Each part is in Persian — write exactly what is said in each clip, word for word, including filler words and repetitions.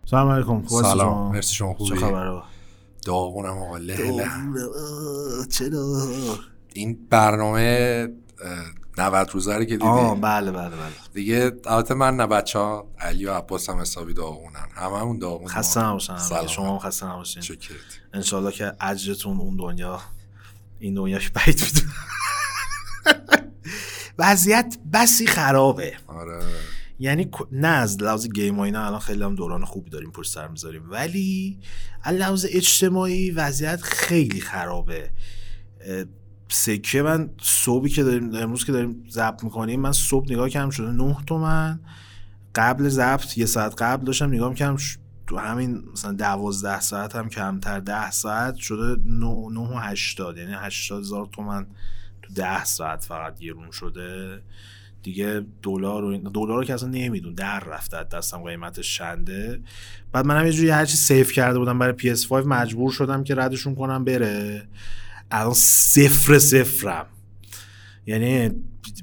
سلام علیکم. سلام، مرسی. شما خوبی؟ چه خبره؟ داغونم آقا. له چرا این برنامه نود روزه رو که دیدی؟ آه بله بله بله دیگه. البته من نه بچه‌ها علی و عباس هم حسابی داغونن، هممون داغونیم. خسته نباشن. شما هم خسته نباشین. شکرت. ان شاءالله که اجرتون اون دنیا این دنیاش بعید میدونه. وضعیت بسی خرابه. آره. یعنی نه از لحاظ گیم و اینا الان خیلی هم دوران خوبی داریم پشت سر میذاریم، ولی از لحاظ اجتماعی وضعیت خیلی خرابه. سکه من صبحی که داریم امروز که داریم ضبط میکنیم، من صبح نگاه کردم شده نه تومن. قبل ضبط یه ساعت قبل داشتم نگاه میکردم تو همین مثلا دوازده ساعت هم کمتر، ده ساعت شده نه و هشتاد، یعنی هشتاد هزار تومن تو ده ساعت فقط گرون شده دیگه. دلار و دلار رو که اصلا نمیدون در رفته از دستم، قیمتش چنده. بعد منم یه جوری هرچی سیف کرده بودم برای پی اس پنج مجبور شدم که ردشون کنم بره. الان صفر صفرم، یعنی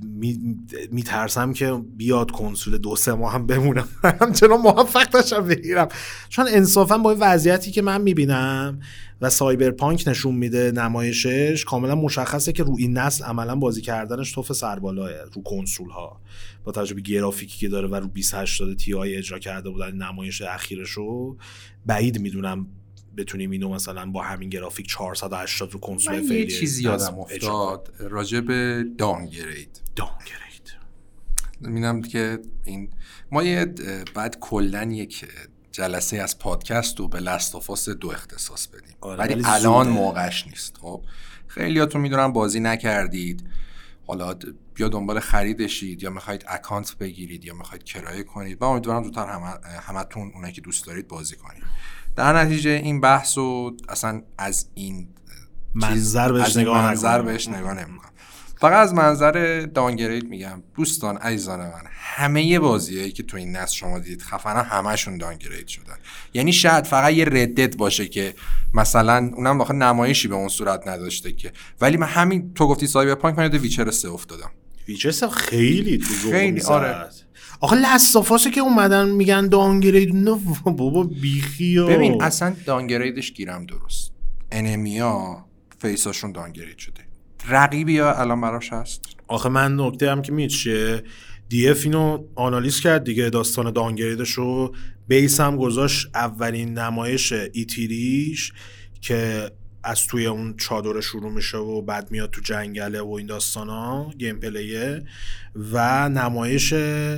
میترسم که بیاد کنسول دو سه ماه هم بمونم همچنان موفق داشتم بگیرم، چون انصافا با وضعیتی که من میبینم و سایبرپانک نشون میده نمایشش، کاملا مشخصه که رو این نسل عملا بازی کردنش توف سربالاه رو کنسول ها، با توجه به گرافیکی که داره و رو بیست هشتاد تی آی اجرا کرده بودن نمایش اخیرشو. بعید میدونم بتونیم اینو مثلا با همین گرافیک چهارصد و هشتاد رو کنسول فعلی. یه چیزی یادم افتاد راجع به دانگرید دانگرید می‌بینم که این ما یه بعد کلاً یک جلسه از پادکست رو به لاست آف اس دو اختصاص بدیم. آره، ولی الان موقعش نیست. خب خیلیاتون میدونم بازی نکردید، حالا یا دنبال خریدشید یا میخواید اکانت بگیرید یا میخواید کرایه کنید. من امیدوارم زودتر همه همتون اونایی که دوست دارید بازی کنید. در نتیجه این بحث رو اصلا از این منظر بهش نگاه منظر بهش نگاه نمی‌کنم، فقط از منظر دانگرید میگم. دوستان عزیزان من، همه بازیایی که تو این نسل شما دیدید خفنا همشون دانگرید شدن. یعنی شاید فقط یه ردت باشه که مثلا اونم واقعا نمایشی به اون صورت نداشته که، ولی من همین تو گفتی سایبرپانک، من یاد ویچر سه افتادم. ویچر سه خیلی تو ذوق خیلی می‌زد. آره. آخه لاستافاسه که اومدن میگن دانگرید، نه بابا بیخیا. ببین اصلا دانگریدش گیرم درست، انمیا فیساشون دانگرید شده، رقیبی ها الان براش هست. آخه من نکته هم که میشه دی اف اینو آنالیز کرد دیگه، داستان دانگریدشو بیس هم گذاشت اولین نمایش ایتیریش که از توی اون چادر شروع میشه و بعد میاد تو جنگله و این داستانا گیم پلیه، و نمایش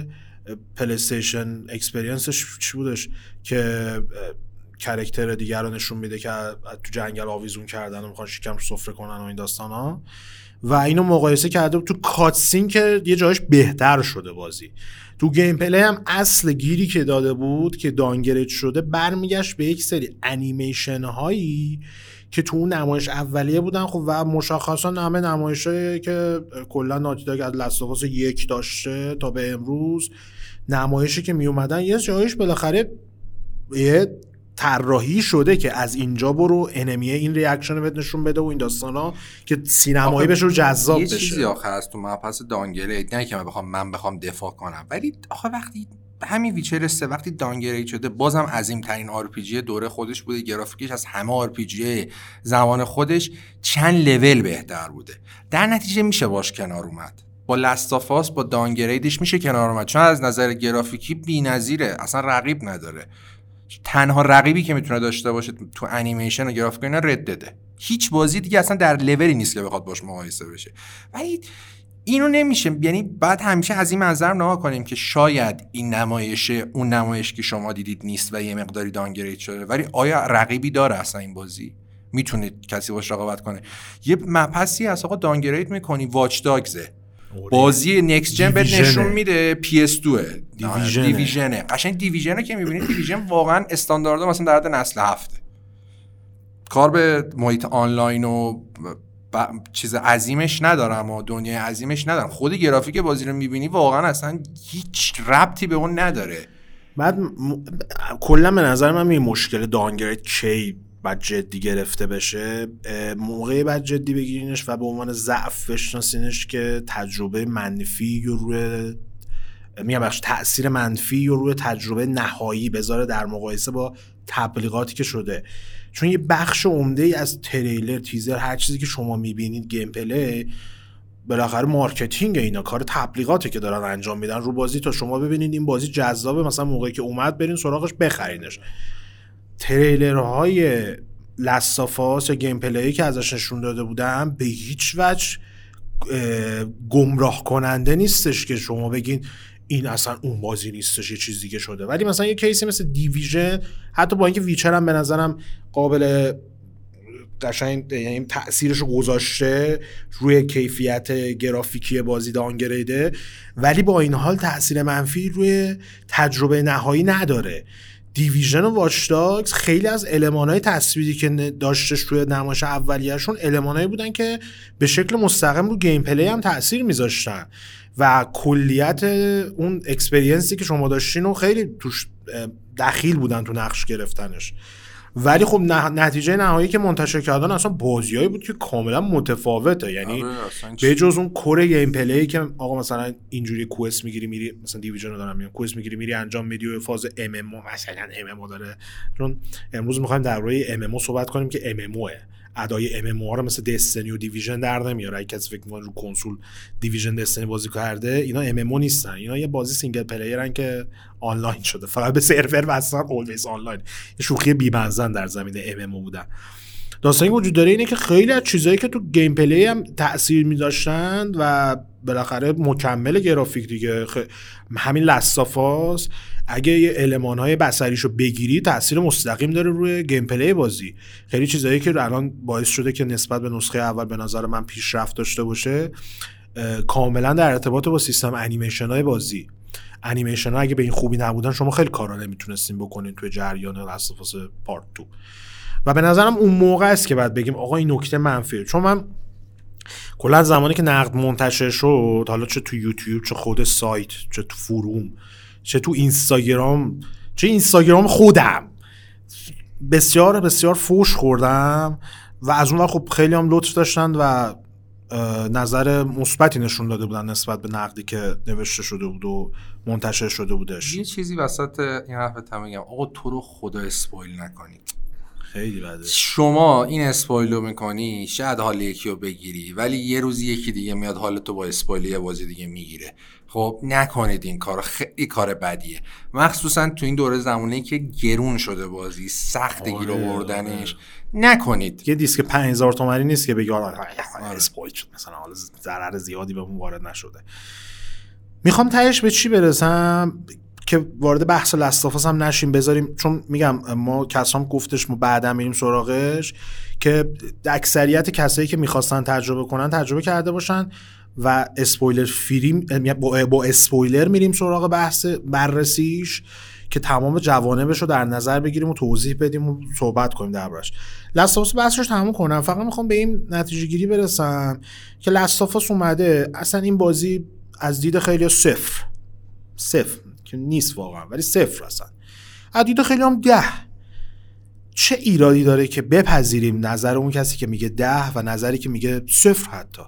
پلیستیشن اکسپریانسش چی بودش که کاراکتر دیگر رو نشون میده که تو جنگل آویزون کردن و میخوان شکم سفره کنن و این داستانا، و اینو مقایسه کرده بود تو کاتسین که یه جایش بهتر شده بازی. تو گیم پلی هم اصل گیری که داده بود که دانگرید شده برمیگشت به یک سری انیمیشن هایی که تو اون نمایش اولیه بودن. خب و مشخصا همه نمایشایی که کلا ناتی داگ از لاست آف اس یک داشته تا به امروز، نمایشی که می اومدن یه جایش بالاخره یه طراحی شده که از اینجا برو انمیه این ریاکشن رو نشون بده و این داستانا که سینمایی بشه و جذاب بشه. یه چیزی آخه از تو مبحث دانگرید، نه که من بخوام من بخوام دفاع کنم، ولی آخه وقتی همین ویچر سه وقتی دانگرید شده، بازم عظیم ترین آر پی جی دوره خودش بوده، گرافیکش از همه آر پی جی زمان خودش چند لول بهتر بوده، در نتیجه میشه باش کنار اومد. با لاست آف اس با دانگریدش میشه کنار اومد، چون از نظر گرافیکی بی‌نظیره، اصلا رقیب نداره. تنها رقیبی که میتونه داشته باشه تو انیمیشن و گرافیک اینا ردده. هیچ بازی دیگه اصلا در لولی نیست که بخواد باش مقایسه بشه. ولی اینو نمیشه، یعنی بعد همیشه از این منظر نگاه کنیم که شاید این نمایش اون نمایش که شما دیدید نیست و یه مقداری دانگرید شده، ولی آیا رقیبی داره اصلا این بازی؟ میتونه کسی باش رقابت کنه؟ یه مپسی از آقا دانگرید میکنی، واچ داگزه، بازی نکست جن بهت نشون میده پی اس دو دیویژن دیویژنه. قشنگ دیویژنه که میبینید، دیویژن واقعا استاندارد مثلا در حد نسل هفته، کار به محیط آنلاین و ب... چیز عظیمش ندارم و دنیای عظیمش ندارم. خود گرافیک بازی رو میبینی واقعا اصلا هیچ ربطی به اون نداره. بعد م... کلا به نظر من این مشکل دانگرید کی بعد جدی گرفته بشه، موقعی بعد جدی بگیرینش و به عنوان ضعف بشناسینش که تجربه منفی رو روی میگم بخش تأثیر منفی رو روی تجربه نهایی بذاره در مقایسه با تبلیغاتی که شده. چون یه بخش عمده ای از تریلر، تیزر، هر چیزی که شما میبینید، گیم پلی، بالاخره مارکتینگ، اینا کار تبلیغاته که دارن انجام میدن رو بازی تا شما ببینید این بازی جذابه، مثلا موقعی که اومد برین سراغش بخرینش. تریلرهای لستافاس یا گیم پلی که ازش نشون داده بودن به هیچ وجه گمراه کننده نیستش که شما بگین این اصلا اون بازی نیستش، یه چیز دیگه شده. ولی مثلا یه کیسی مثل دیویژن، حتی با اینکه ویچر هم به نظرم قابل قشنگ یعنی تأثیرشو گذاشته روی کیفیت گرافیکی بازی دانگریده، ولی با این حال تأثیر منفی روی تجربه نهایی نداره. دیویژن و واچ داگز خیلی از المان‌های تصویری که داشتش روی نمایش اولیه‌شون المان‌هایی بودن که به شکل مستقیم رو گیم پلی هم تأثیر میذاشتن و کلیت اون اکسپریانسی که شما داشتین و خیلی توش دخیل بودن تو نقش گرفتنش. ولی خب نتیجه نهایی که منتشر کردن اصلا بازیایی بود که کاملا متفاوته. یعنی به جز اون کور گیم پلی که آقا مثلا اینجوری کوست میگیری میری، مثلا دیویژن رو دارم میگم، کوست میگیری میری انجام میدی و فاز ام ام او مثلا ام ام او داره. چون امروز میخوایم در روی ام ام او صحبت کنیم که ام ام اوه ادای ام ام او ها رو مثل دستنی و دیویژن در نمیاره. اگه کسی فکر می‌کنه رو کنسول دیویژن دستنی بازی کرده، اینا ام ام او نیستن، اینا یه بازی سینگل پلیرن که آنلاین شده، فقط به سرور وصلن، اولویز آنلاین. یه شوخی بی بنزن در زمینه ام ام او بودن. داستانی وجود داره اینه که خیلی از چیزایی که تو گیم پلی هم تأثیر می‌داشتن و بالاخره مکمل گرافیک دیگه، خ... همین لستافاس اگه یه المان‌های بصریشو بگیری تأثیر مستقیم داره روی گیم پلی بازی. خیلی چیزایی که الان باعث شده که نسبت به نسخه اول به نظر من پیشرفت داشته باشه کاملا در ارتباط با سیستم انیمیشن‌های بازی. انیمیشن‌ها اگه به این خوبی نبودن شما خیلی کارا نمیتونستین بکنین توی جریان لستافاس پارت دو. و به نظرم اون موقع است که بعد بگیم آقا این نکته منفیه. چون من کلا زمانی که نقد منتشر شد، حالا چه تو یوتیوب، چه خود سایت، چه تو فروم، چه تو اینستاگرام، چه اینستاگرام خودم، بسیار بسیار فوش خوردم و از اون وقت خب خیلی هم لطف داشتن و نظر مثبتی نشون داده بودن نسبت به نقدی که نوشته شده بود و منتشر شده بودش. یه چیزی وسط این حرفت هم میگم، آقا تو رو خدا اسپویل نکنید. خیلی بده. شما این اسپویل رو میکنی شاید حال یکی رو بگیری، ولی یه روز یکی دیگه میاد حالتو با اسپویل یه بازی دیگه میگیره. خب نکنید این کارو، خیلی کار بدیه، مخصوصا تو این دوره زمانی که گرون شده بازی، سخت گیر آوردنش. نکنید. یه دیسک پنج هزار تومانی نیست که بگی آره اسپویل شد مثلا، حالا ضرر زیادی بهمون وارد نشده. میخوام تهش به چی برسم که وارد بحث لستافاس هم نشیم، بذاریم، چون میگم ما کسام گفتش ما بعدا میریم سراغش که اکثریت کسایی که میخواستن تجربه کنن تجربه کرده باشن و اسپویلر فری با, با اسپویلر میریم سراغ بحث بررسیش که تمام جوانبش رو در نظر بگیریم و توضیح بدیم و صحبت کنیم دربارش. لستافاس بحثش تموم کنم، فقط میخوام به این نتیجه گیری برسم که لستافاس اومده اصلا این بازی از دید خیلی صفر صفر که نیست واقعا، ولی صفر اصلا از دید خیلی هم ده. چه ایرادی داره که بپذیریم نظر اون کسی که میگه ده و نظری که میگه صفر؟ حتی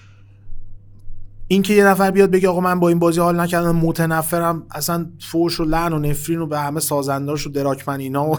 این که یه نفر بیاد بگه آقا من با این بازی حال نکردم، متنفرم، اصلا فوش و لعن و نفرین و به همه سازنداش و دراکمن اینا و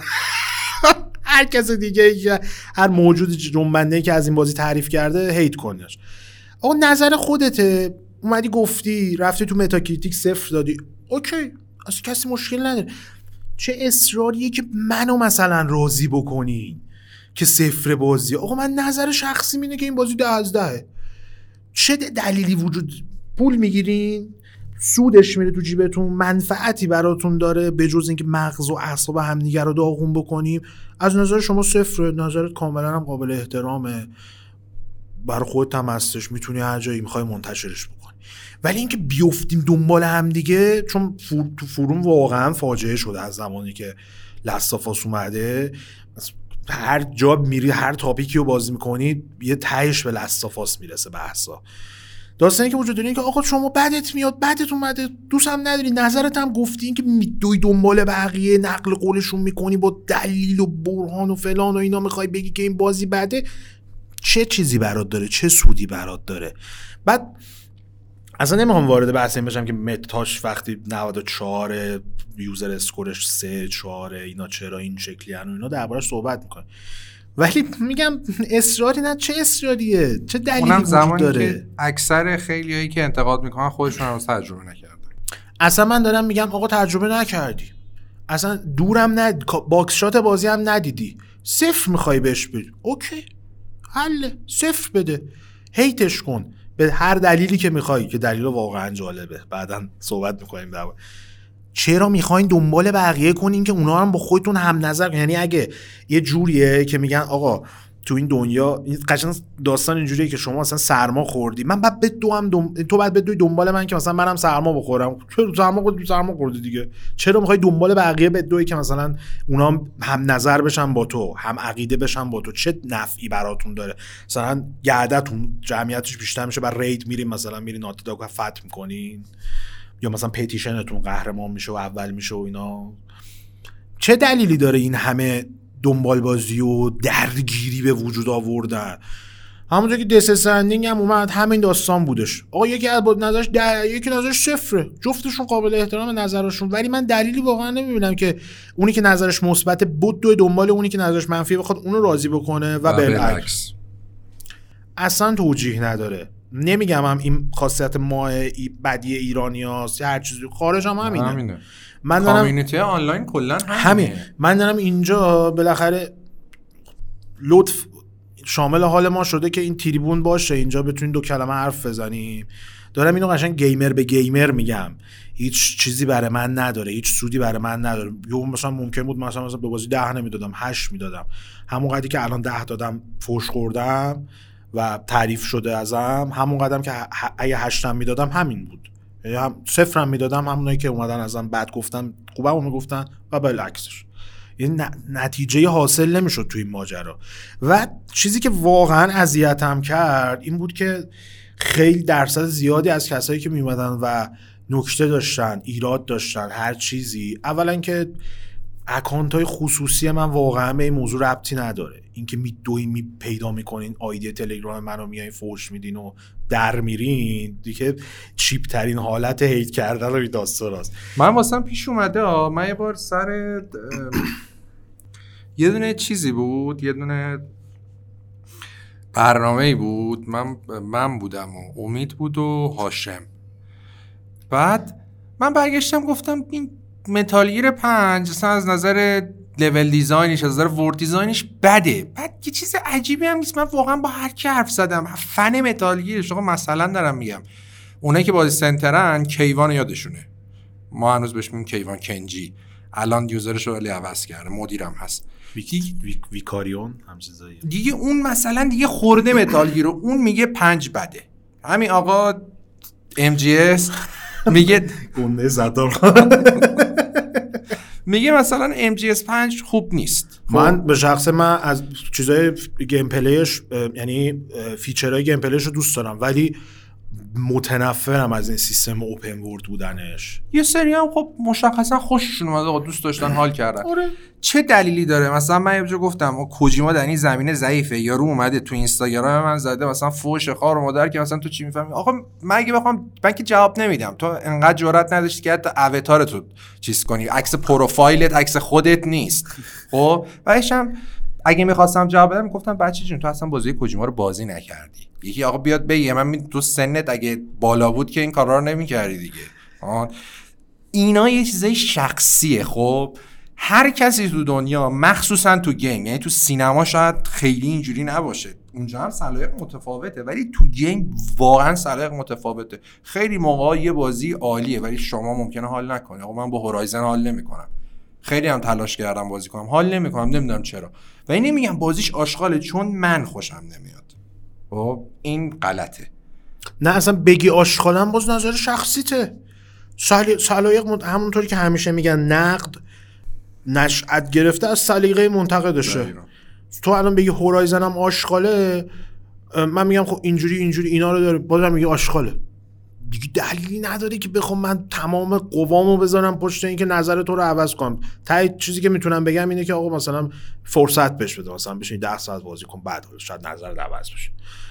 هر کس دیگه ای که هر موجود جنبنده که از این بازی تعریف کرده هیت کنش. آقا نظر خودته، اومدی گفتی، رفتی تو متاکریتیک صفر دادی، اوکی، اصلا کسی مشکل نداره. چه اصراریه که منو مثلا راضی بکنین که صفر بازی؟ آقا من نظر شخصی اینه که این بازی ده از دهه. چه دلیلی وجود؟ پول میگیرین، سودش میره تو جیبتون، منفعتی براتون داره به جز اینکه مغز و اعصاب همدیگه رو داغون بکنیم؟ از نظر شما صفر، نظرت کاملا هم قابل احترامه، برای خودت هم هستش، میتونی هر جایی میخوای منتشرش بکنی. ولی اینکه بیفتیم دنبال هم دیگه، چون فور... تو فروم واقعا فاجعه شده از زمانی که لستافاس اومده، هر جا میری هر تاپیکی رو بازی میکنی یه تهش به لستافاس میرسه بحثا. داستانی که وجود داره این که آقا شما بدت میاد، بدت اومده، دوست هم نداری، نظرت هم گفتی، این که میدوی دنبال بقیه نقل قولشون میکنی با دلیل و برهان و فلان و اینا، میخوای بگی که این بازی بده، چه چیزی برات داره؟ چه سودی برات داره؟ بعد اصلا نمیخوام وارد بحث این بشم که متاش وقتی نود و چهار یوزر اسکورش سه چهار اینا چرا این شکلی ان و اینا دربارش صحبت میکنه، ولی میگم اصراری نه. چه اصراریه؟ چه دلیلی وجود داره؟ که اکثر خیلیایی که انتقاد میکنن خودشون هم تجربه نکردن. اصلا من دارم میگم آقا تجربه نکردی، اصلا دورم ند باکس شات بازی هم ندیدی، صفر میخوای بهش بدی، اوکی حله، صفر بده، هیتش کن به هر دلیلی که میخوای که دلیل واقعا جالبه، بعداً صحبت میکنیم در. چرا میخواین دنبال بقیه کنین که اونا هم با خودتون هم نظر؟ یعنی اگه یه جوریه که میگن آقا تو این دنیا قشنگ داستان اینجوریه که شما مثلا سرما خوردی، من بعد بدوام دم... تو بعد بدوی دنبال من که مثلا منم سرما بخورم. چرا سرما خوردی؟ سرما خوردی دیگه. چرا میخوای دنبال بقیه بدوی که مثلا اونا هم نظر بشن با تو، هم عقیده بشن با تو؟ چه نفعی براتون داره؟ مثلا گردتون جمعیتش بیشتر میشه، بعد رید میرین مثلا میرین ناتی داگ فتح میکنین، یا مثلا پتیشنتون قهرمان میشه و اول میشه و اینا. چه دلیلی داره این همه دنبال بازی و درگیری به وجود آوردن؟ همونطور که دس استرندینگ هم اومد همین داستان بودش. آقا یکی از نظرش در... یکی نظرش صفره، جفتشون قابل احترام نظرشون، ولی من دلیلی واقعا نمیبینم که اونی که نظرش مثبت بود دو دنبال اونی که نظرش منفی بخواد اونو راضی بکنه و بالعکس. اصلا توجیه نداره. نمیگم هم این خاصیت ما ای بدی ایرانیاست، هر چیزی خارج هم همینه. همینه. من کامیونیتی آنلاین کلا همین. من دارم اینجا بالاخره لطف شامل حال ما شده که این تریبون باشه، اینجا بتونین دو کلمه حرف بزنیم. دارم اینو قشنگ گیمر به گیمر میگم، هیچ چیزی برای من نداره، هیچ سودی برای من نداره. یا مثلا ممکن بود مثلا مثلا به بازی ده نمیدادم، هشت میدادم، همون قدری که الان ده دادم فوش خوردم و تعریف شده ازم، همون قدم که اگه هشتم میدادم همین بود، هم صفرم میدادم همونایی که اومدن ازم بد گفتن خوبم میگفتن و بالعکسش. این نتیجه حاصل نمیشد تو این ماجرا. و چیزی که واقعا اذیتم کرد این بود که خیلی درصد زیادی از کسایی که میومدن و نکته داشتن، ایراد داشتن، هر چیزی، اولا که اکانت های خصوصی من واقعا به این موضوع ربطی نداره. اینکه می دوی می پیدا میکنین آیدی تلگرام منو میایین فوش میدین و در میرین دیگه، چیپ ترین حالت هیت کردن رو داستان است. من واسم پیش اومده ها. من یه بار سر یه دونه چیزی بود، یه دونه برنامه‌ای بود، من من بودم و امید بود و هاشم. بعد من برگشتم گفتم این متال گیر پنج اصلا از نظر لول دیزاینش، از نظر ورد دیزاینش بده. بعد یه چیز عجیبی هم نیست. من واقعا با هر کی حرف زدم فن متال گیرش، آقا مثلا دارم میگم اونایی که بازی سنترن کیوان یادشونه، ما هنوز بهش میگیم کیوان کنجی، الان یوزرش رو ولی عوض کرده، مدیرم هست ویکی ویک ویکاریون هم چیزایی دیگه. اون مثلا دیگه خورده متال گیر رو، اون میگه پنج بده. همین آقا ام جی اس میگه گنده زدار میگه مثلا ام جی اس پنج خوب نیست. من به شخص من از چیزای گیم پلیش، یعنی فیچرهای گیم پلیش رو دوست دارم، ولی متنفرم از این سیستم اوپن ورلد بودنش. یه سری هم خب مشخصا خوششون اومد، آقا دوست داشتن حال کردن. آره. چه دلیلی داره؟ مثلا من یه جا گفتم کوجیما در این زمینه ضعیفه، یارو اومده تو اینستاگرام من زده مثلا فوش خار و مادر که مثلا تو چی میفهمی. آقا من اگه بخوام من که جواب نمیدم، تو انقدر جرئت نداشتی که حتی اوتار تو چیز کنی، عکس پروفایلت عکس خودت نیست. خب بعدشم اگه می‌خواستم جواب بدم میگفتم بچه جون تو اصلا بازی کوجیما رو بازی نکردی. یکی آقا بیاد بگه من می... تو سنت اگه بالا بود که این کارا رو نمی‌کردی دیگه. آه. اینا یه چیزای شخصیه. خب هر کسی تو دنیا مخصوصا تو گیم، یعنی تو سینما شاید خیلی اینجوری نباشه، اونجا هم سلایق متفاوته، ولی تو گیم واقعا سلایق متفاوته. خیلی موقعا یه بازی عالیه ولی شما ممکنه حال نکنی. آقا من با هورایزن حال نمی‌کنم، خیلی هم تلاش کردم بازی کنم حال نمی‌کنم، نمیدونم چرا. و این نمیگم بازیش آشغاله، چون من خوشم نمیاد. خب این غلطه. نه اصلا بگی آشغالم باز نظر شخصیته. سلایق مد... همونطوری که همیشه میگن نقد نشأت گرفته از سلیقه منتقدشه. تو الان بگی هورایزن هم آشغاله، من میگم خب اینجوری اینجوری اینا رو داره، بازم میگی آشغاله. دیگه دلیلی نداره که بخوام من تمام قوامو بذارم پشت این که نظر تو رو عوض کنم. تا چیزی که میتونم بگم اینه که آقا مثلا فرصت بهش بده، مثلا بشین ده ساعت بازی کن، بعد شاید نظرت عوض بشه.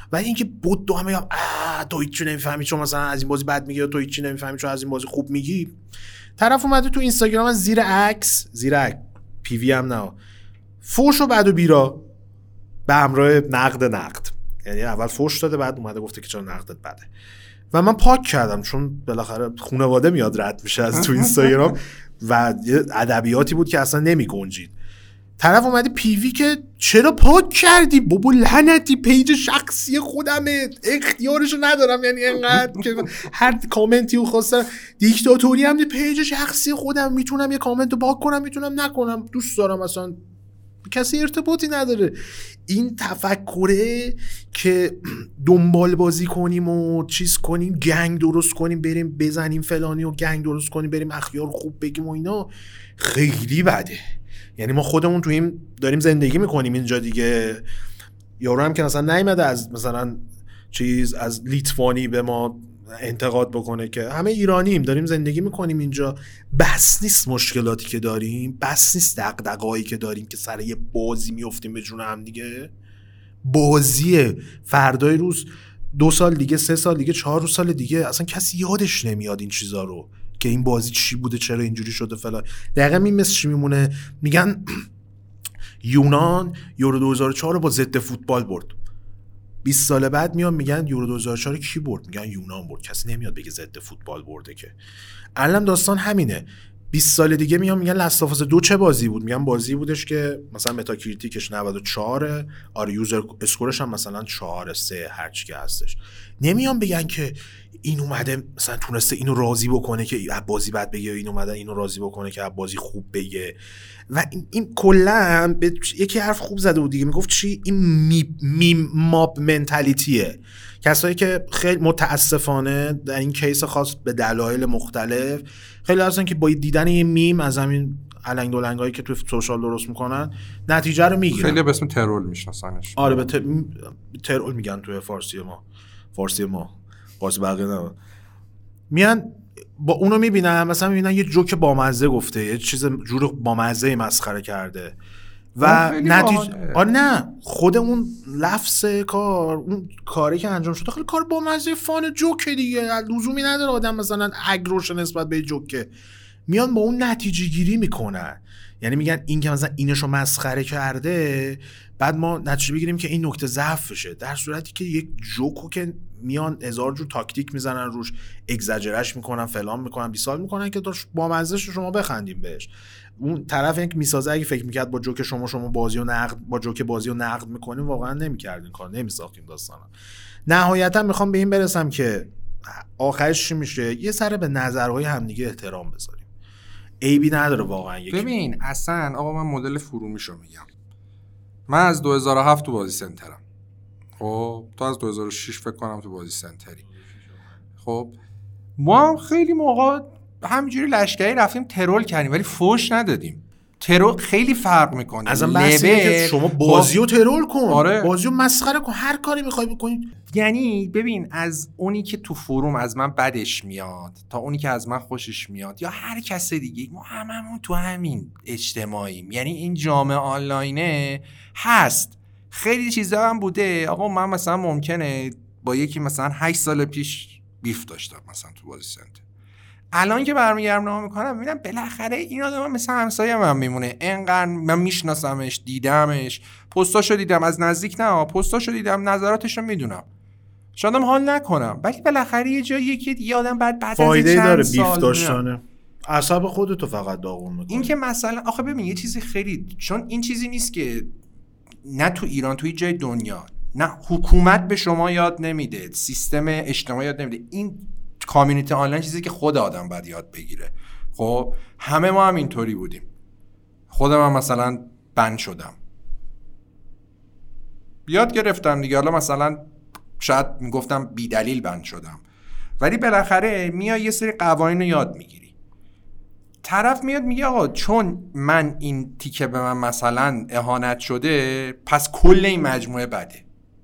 ولی اینکه بود دو همه آ تو هیچ چی نمیفهمی چون مثلا از این بازی بد میگی، تو هیچ چی نمیفهمی چون از این بازی خوب میگی. طرف اومده تو اینستاگرام از زیر عکس، زیر عکس پی وی هم نه، فوش و بد و بیرا به همراه نقد نقد، یعنی اول فوش داده بعد اومده گفته که چرا نقدت بده. و من پاک کردم چون بالاخره خانواده میاد رد میشه از تو اینستاگرام و یه ادبیاتی بود که اصلا نمیگنجید. طرف اومده پی وی که چرا پاک کردی؟ بابا لعنتی پیج شخصی خودمه، اختیارشو ندارم، یعنی انقدر که هر کامنتی رو خواستم دیکتاتوری هم پیج شخصی خودم، میتونم یه کامنت رو پاک کنم میتونم نکنم، دوست دارم، اصلا کسی ارتباطی نداره. این تفکره که دنبال بازی کنیم و چیز کنیم، گنگ درست کنیم بریم بزنیم فلانی و گنگ درست کنیم بریم اخیار خوب بگیم و اینا، خیلی بده. یعنی ما خودمون تو این داریم زندگی میکنیم اینجا دیگه. یارو هم که مثلا نیومده از مثلا چیز از لیتوانی به ما انتقاد بکنه که همه ایرانیم داریم زندگی میکنیم اینجا. بس نیست مشکلاتی که داریم، بس نیست دغدغه‌ای که داریم که سر یه بازی میافتیم به جون هم دیگه. بازیه، فردای روز دو سال دیگه، سه سال دیگه، چهار سال دیگه اصلا کسی یادش نمیاد این چیزا رو که این بازی چی بوده، چرا اینجوری شده فلان. دقیقاً این مثل چی میمونه، میگن یونان یورو دو هزار و چهار رو با ضد فوتبال برد. بیست سال بعد میان میگن یورو دو هزار و چهار کی برد؟ میگن یونان برد. کسی نمیاد بگه ضد فوتبال برده که. الان داستان همینه. بیست سال دیگه میان میگن لاست آف اس دو چه بازی بود؟ میگن بازی بودش که مثلا متاکریتیکش نود و چهار، آره یوزر اسکورش هم مثلا چهار سه هر چی که هستش. نمیان بگن که این اومده مثلا تونسته اینو راضی بکنه که بازی بد بگه، این اومده اینو راضی بکنه که بازی خوب بگه. و این, این کلا به یکی حرف خوب زده بود دیگه، میگفت چی؟ این می, می ماب منتالیتیه. کسایی که خیلی متاسفانه در این کیس خاص به دلایل مختلف خیلی هستن که با دیدن یه میم از همین النگ دولنگایی که تو سوشال درست میکنن نتیجه رو میگیرن. خیلی به اسم ترول میشناسنش. آره به ت... ترول میگن توی فارسی ما، فارسی ما واسه بقیه نه. میان با اونو میبینن مثلا میبینن یه جوک بامزه گفته، یه چیز جور بامزه مسخره کرده و نتیجه آره نه خود اون لفظ کار، اون کاری که انجام شده خیلی کار بامزه فان جوک دیگه، لزومی نداره آدم مثلا اگروش نسبت به جوک. میان با اون نتیجه گیری میکنن، یعنی میگن این که مثلا اینشو مسخره کرده بعد ما نتیجه بگیریم که این نکته ضعفشه، در صورتی که یک جوکو که میان هزار جور تاکتیک میزنن روش، اگزاجرش میکنن، فلان میکنن، بیسال میکنن که داشت با مزهش شما بخندیم بهش. اون طرف این که میسازه اگه فکر میکرد با جوک شما شما بازی و نقد با جوک بازی و نقد میکنیم واقعا نمیکردین کار، نمیساختیم داستانا. نهایتا میخوام به این برسم که آخرش چی میشه، یه سر به نظرهای همدیگه احترام بذاریم. عیبی نداره واقعا. یکی ببین اصلا آقا من مدل فرومیشو میگم. من از دو هزار و هفت تو بازی سنترم. خب تو از دو هزار و شش فکر کنم تو بازی سنتری. خب ما خیلی موقع همینجوری لشکری رفتیم ترول کردیم ولی فوش ندادیم. ترول خیلی فرق میکنه. ازم بحث اینه که شما بازی رو ترول کن، آره. بازی رو مسخره کن، هر کاری میخوای بکنید. یعنی ببین از اونی که تو فروم از من بدش میاد تا اونی که از من خوشش میاد یا هر کس دیگه، ما هممون تو همین اجتماعیم. یعنی این جامعه آنلاینه هست. خیلی چیزا هم بوده آقا من مثلا ممکنه با یکی مثلا هشت سال پیش بیف داشتم مثلا تو بازی سنتر، الان که برمیگردم نگاه میکنم میبینم بالاخره این آدم مثلا همسایه من میمونه، اینقدر من میشناسمش، دیدمش، پستاشو دیدم، از نزدیک نه پستاشو دیدم، نظراتشو میدونم، شایدم حال نکنم ولی بالاخره یه جایی یکی دیگه آدم بعد بعد از فایده چند داره سال بیف داشتنه، اعصاب خودتو فقط داغون میکنه. این که مثلا آخه ببین یه چیزی خیلی، چون این چیزی نیست که نه تو ایران توی جای دنیا نه حکومت به شما یاد نمیده، سیستم اجتماعی یاد نمیده، این کامیونیتی آنلاین چیزی که خود آدم باید یاد بگیره. خب همه ما هم اینطوری بودیم. خودم هم مثلا بند شدم، یاد گرفتم دیگه. حالا مثلا شاید میگفتم بی دلیل بند شدم ولی بالاخره میای یه سری قوانین رو یاد میگیری. طرف میاد میگه آقا چون من این تیکه به من مثلا اهانت شده پس کل این مجموعه بده.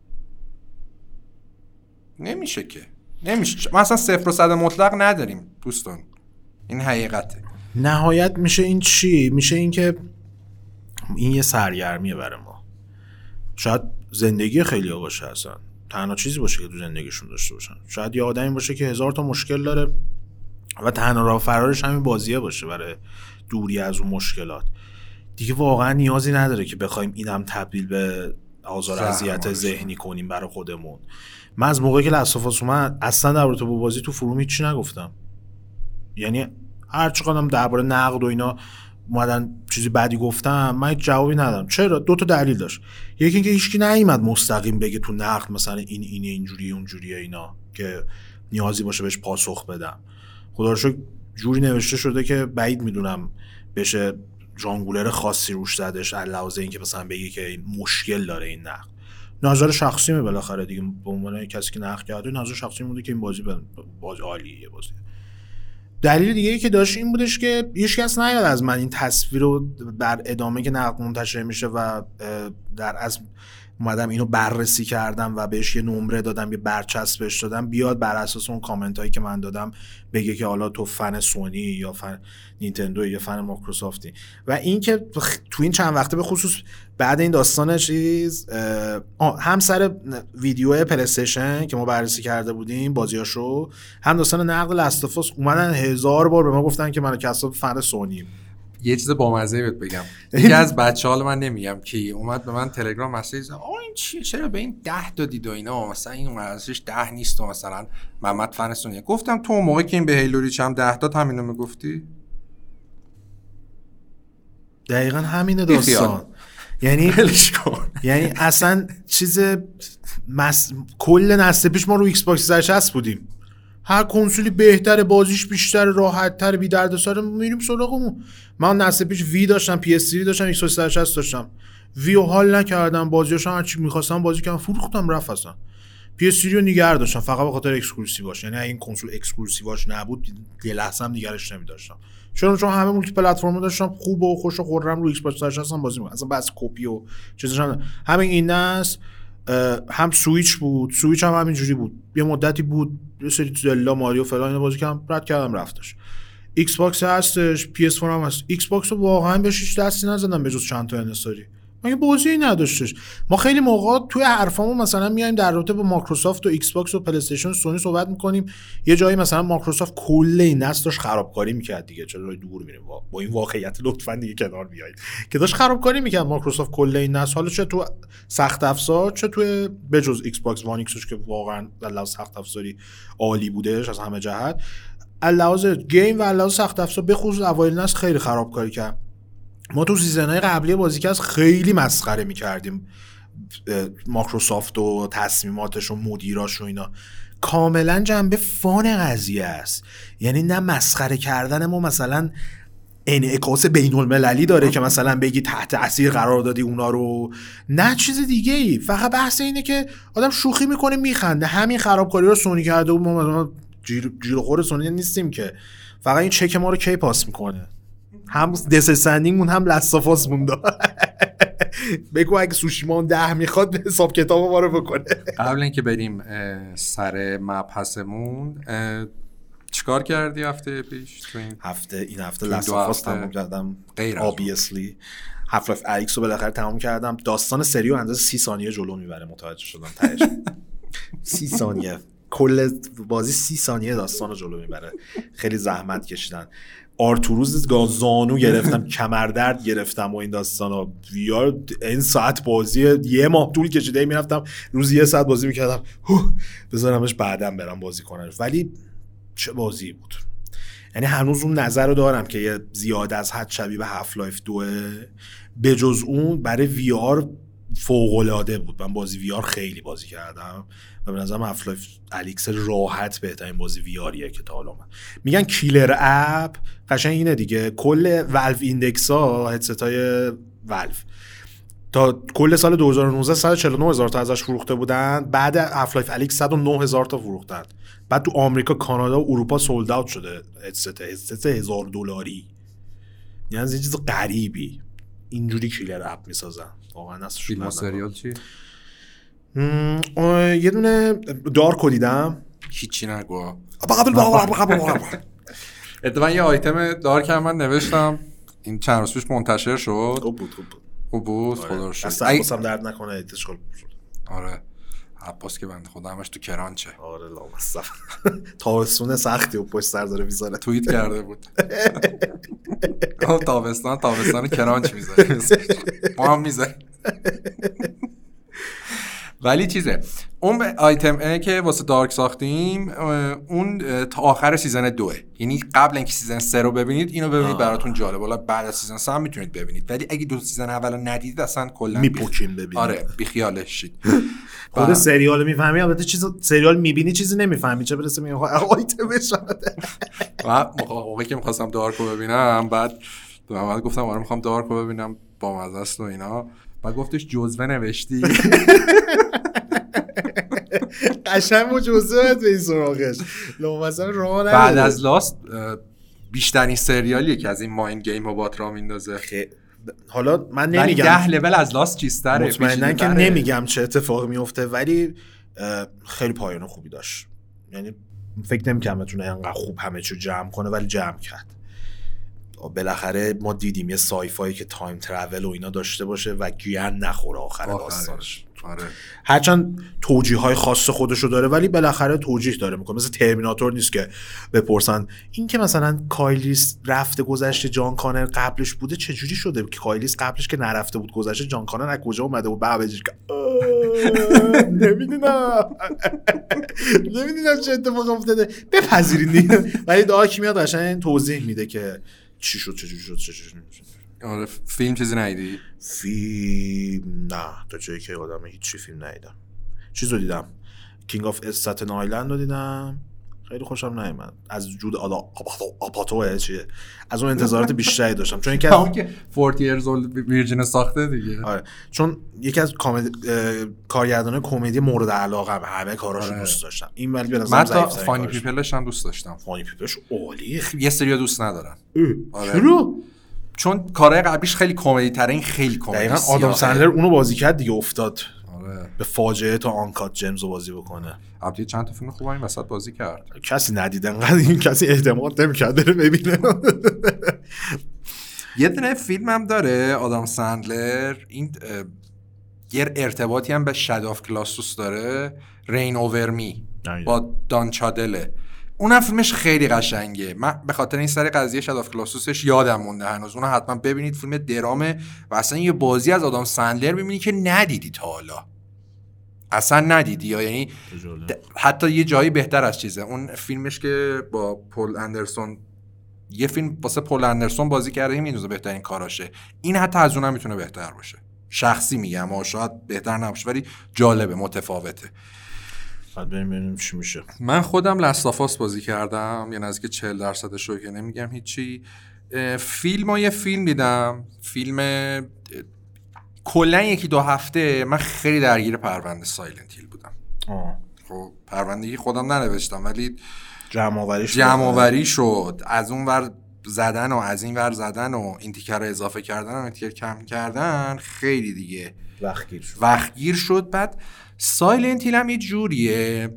نمیشه که، نمیشه. ما اصلا صفر و صد مطلق نداریم دوستان، این حقیقته. نهایت میشه این چی؟ میشه این که این یه سرگرمیه برای ما. شاید زندگی خیلی ها باشه اصلا، تنها چیزی باشه که تو زندگیشون داشته باشن. شاید یه آدمی باشه که هزار تا مشکل داره و تنها راه فرارش همین بازیه باشه برای دوری از اون مشکلات. دیگه واقعا نیازی نداره که بخوایم اینم تبدیل به آزار اذیت ذهنی کنیم برای خودمون. من از موقعی که لاست آف اس اومد اصلا در رابطه با بازی تو فروم هیچی نگفتم. یعنی هر چقدرم درباره نقد و اینا اومدن چیزی بدی گفتم، من هیچ جوابی ندادم. چرا؟ دو تا دلیل داشت. یکی اینکه هیچکی نیومد مستقیم بگه تو نقد مثلا این اینه اینجوریه اونجوریه اینا که نیازی باشه بهش پاسخ بدم. خدا رو شکر جوری نوشته شده که بعید میدونم بشه جانگولر خاصی روش زدش علاوه اینکه مثلا بگی که این مشکل داره این نقد. نظر شخصیمه بالاخره دیگه، به عنوان کسی که نقد کرده نظر شخصی بوده که این بازی باز عالیه بازی. دلیل دیگه ای که داشت این بودش که هیچ کس نیاد از من این تصویر رو بر ادامه که نقد منتشر میشه و در از اومدم اینو بررسی کردم و بهش یه نمره دادم، یه برچسب بهش دادم، بیاد بر اساس اون کامنت هایی که من دادم بگه که حالا تو فن سونی یا فن نینتندو یا فن مایکروسافتی. و این که تو این چند وقته به خصوص بعد این داستان چیز هم سر ویدیو پلی استیشن که ما بررسی کرده بودیم بازیاشو، هم داستان نقد لاست آف اس، اومدن هزار بار به ما گفتن که من کسب فن سونی. یه چیز بامزه بهت بگم، یکی از بچه‌ها من نمیگم کی اومد به من تلگرام مسیج زد، آ این چیه چرا به این ده دادید و اینا، مثلا این ارزشش ده نیست و مثلا محمد فن سونی. گفتم تو موقعی که این به هیلو ریچ هم ده داد همینو میگفتی؟ دقیقاً همینه داستان. یعنی یعنی اصلا چیز مس... کل نسل پیش ما رو ایکس باکس سیصد و شصت بودیم، هر کنسولی بهتره، بازیش بیشتر، راحت‌تر، بی دردسر، میریم سراغمون. من نسل پیش وی داشتم، پی اس تری داشتم، ایکس باکس سیصد و شصت داشتم، ویو حال نکردم، بازیاشو هر چی می‌خواستم بازی کردم، فروختم رفت. اصلا پی اس تری رو نگه داشتم فقط به خاطر اکسکلوسیواش، یعنی این کنسول اکسکلوسیواش نبود یه لحظه هم نگرش نمی‌داشتم، چون چون همه مولتی پلتفرم داشتم خوب و خوش و خرم رو ایکس باکس سیصد و شصت هم بازی می‌کردم. اصلا بس کپی و چیزاش هم همین این ناس هم سویچ بود، سویچ هم همینجوری بود، یه مدتی بود یه سری زلا ماریو فلان اینا بازی کردم رد کردم رفتش. ایکس باکس هستش، پی اس فور هم هست. ایکس باکس رو واقعا بهش هیچ دستی نزدم به جز چند تا انحصاری، مگه بازی نداشتش. ما خیلی موقع توی حرفامون مثلا میایم در رابطه با مایکروسافت و ایکس باکس و پلی استیشن و سونی صحبت میکنیم، یه جایی مثلا مایکروسافت کل این نسل داشت خرابکاری میکرد دیگه، چرا دور میریم با این واقعیت لطفا دیگه کنار بیایید که داشت خرابکاری میکرد مایکروسافت کل این نسل، حالا چه تو سخت افزار چه تو بجز ایکس باکس وان ایکسش که واقعا در لحاظ سخت افزاری عالی بودش از همه جهت، لحاظ گیم و لحاظ سخت افزار به خصوص اوایل نسل خیلی خرابکاری کرد. ما تو سیزن‌های قبلی بازیکست خیلی مسخره می‌کردیم مایکروسافت و تصمیماتش و مدیراش و اینا، کاملا جنبه فان قضیه است. یعنی نه مسخره کردن ما مثلا انعکاس بین‌المللی داره که مثلا بگی تحت تاثیر قرار دادی اونا رو، نه چیز دیگه ای، فقط بحث اینه که آدم شوخی میکنه میخنده. همین خرابکاری رو سونی کرده و ما مثلا جیر جیر خور سونی نیستیم که، فقط این چک ما رو کی پاس میکنه، هم دس استندینگ مون هم لاست آف اس مون. بگو اگه سوشیما ده میخواد حساب کتاب ما رو بکنه. قبل اینکه بریم سر مبحثمون، چیکار کردی هفته پیش؟ تو این هفته این هفته لاست آف اس تموم کردم غیر obviously. هاف لایف الیکس رو بالاخره تموم کردم. داستان سریو اندازه سی ثانیه جلو میبره، متوجه شدم تهش. سی ثانیه کل بازی سی ثانیه داستان رو جلو میبره. خیلی زحمت کشیدن. آرتوروز گازانو گرفتم، کمردرد گرفتم و این داستانا. وی آر این ساعت بازی یه ماه طول کشیده، میرفتم روزی یه ساعت بازی میکردم بذارمش بعدم برم بازی کنم. ولی چه بازی بود، یعنی هنوز اون نظر رو دارم که یه زیاده از حد شبیه به هاف لایف دوه. به جز اون برای وی آر فوق‌العاده بود. من بازی وی آر خیلی بازی کردم و به نظرم هاف لایف الیکس راحت بهترین بازی وی آریه که تا حالا من. میگن کیلر اپ، قشنگ اینه دیگه. کل والو ایندکس ها، هدستای والو تا کل سال دو هزار و نوزده صد و چهل و نه هزار تا ازش فروخته بودن، بعد هاف لایف الیکس صد و نه هزار تا فروختن. بعد تو آمریکا، کانادا و اروپا سولد اوت شده هدست هدست هزار دلاری. یعنی از یه چیز غریبی اینجوری کیلر اپ میسازن واقعا. اصلا فیلم و سریال چی؟ یه دونه دارکو دیدم، هیچی نگو. اتفاقا یه آیتم دارک هم من نوشتم این چند روز پیش منتشر شد. خوب بود خوب بود خوب بود خدا رو شکر. اصلا درد نکنه اتشکال. آره عباس که بنده خدا همش تو کرانچه. آره لامصب تابستون سختی و پشت سر داره میذاره. توییت کرده بود گفت تابستان تابستان کرانچ میذاره ما هم میذاره. ولی چیزه اون آیتم که واسه دارک ساختیم اون تا آخر سیزن دوه، یعنی قبل اینکه سیزن سه رو ببینید اینو ببینید آه. براتون جالب، والا بعد از سیزن سه هم میتونید ببینید، ولی اگه دو سیزن اولو ندیدید اصلا کلا میپوکین ببینید. آره بی خیالش شید. خود سریال میفهمی، البته چیز سریال میبینی چیزی نمیفهمی، چه برسه میگه آیتم شده. و موقعی که می‌خواستم دارک رو ببینم بعد بعد گفتم آره می‌خوام دارک رو ببینم با مزه است و اینا، بعد گفتش جزوه نوشتی قشنگ مو جزوه به این سراغش لو مثلا راه نداره. بعد از لاست بیشترین سریالیه که از این مایند گیم رو بات را میندازه. خی... حالا من نمیگم ده لول از لاست چیزتره، مطمئنا که نمیگم چه اتفاقی میفته، ولی خیلی پایان خوبی داشت. یعنی فکر نمی‌کنم بتونه انقدر خوب همه چیو جمع کنه، ولی جمع کرد. بالاخره ما دیدیم یه سایفایی که تایم ترافل و اینا داشته باشه و گیان نخوره آخر داستانش. آره. هرچند توجیه‌های خاص خودشو داره ولی بالاخره توجیه داره میکنه. مثل ترمیناتور نیست که بپرسن این که مثلا کایلیس رفته گذشته جان کانر قبلش بوده چجوری شده که کایلیس قبلش که نرفته بود گذشته جان کانر از کجا اومده بود بعد بهش نمیدونم نمیدونم چه اتفاقی افتاده بپذیرین دیگه. ولی دارک میاد قشنگ توضیح میده که چی شد چجوری شد چجوری نمیشه. آره فیلم چیزی ندیدی؟ فیلم نه تا جایی که آدم هیچی فیلم ندیدم. چیز رو دیدم کینگ آف استاتن آیلند رو دیدم، خیلی خوشم نیامد. از جود آلا آپاتوه چیه از اون انتظارات بیشتری داشتم چون یکی از که چهل years old ویرجین ساخته دیگه. آره چون یکی از کمدی کارگردانای کمدی مورد علاقه همه کاراشو آره. دوست داشتم. این ولی به نظرم ضعیف ترین. فانی پیپلش هم دوست داشتم. فانی پیپلش عالیه. یه سری دوست ندارن. آره. چرا؟ چون کارهای قبلیش خیلی کمدی تره، این خیلی کمدی. دقیقاً آدم سندلر اونو بازی کرد دیگه افتاد. آره. به فاجعه تا آنکات جیمز رو بازی بکنه. البته چند تا فیلم خوب این وسط بازی کرد. کسی ندید انقدر این کسی اعتماد نمی‌کرد بره ببینه. یه دونه فیلم هم داره آدم سندلر، این یه ارتباطی هم به شادو آف کلاسوس داره، رین اوور می با دان چادله. اونم فیلمش خیلی قشنگه. من به خاطر این سری قضیه شادو آف کلاسوسش یادم مونده هنوز. اونو حتما ببینید، فیلم درامه و اصلا یه بازی از آدم سندلر می‌بینی که ندیدی تا حالا، اصلا ندیدی یا یعنی حتی یه جایی بهتر از چیزه. اون فیلمش که با پول اندرسون، یه فیلم واسه پول اندرسون بازی کرده، میدونه بهترین کاراشه. این حتی از اونم میتونه بهتر باشه، شخصی میگم، و شاید بهتر نباشه ولی جالبه، متفاوته. بعد بریم ببینیم چی میشه. من خودم لاستافاس بازی کردم، یه نزدیک چهل درصدش رو که نمیگم هیچی. فیلم و یه فیلم دیدم، فیلم کلا یکی دو هفته من خیلی درگیر پرونده سایلنت هیل بودم. آه. خب پرونده‌ای خودم ننوشتم ولی جمع آوری شد. جمع آوری شد، از اون ور زدن و از این ور زدن و این تیکر رو اضافه کردن و این تیکر کم کردن، خیلی دیگه وقتگیر شد. وقتگیر شد. بعد سایلنت هیل هم یه جوریه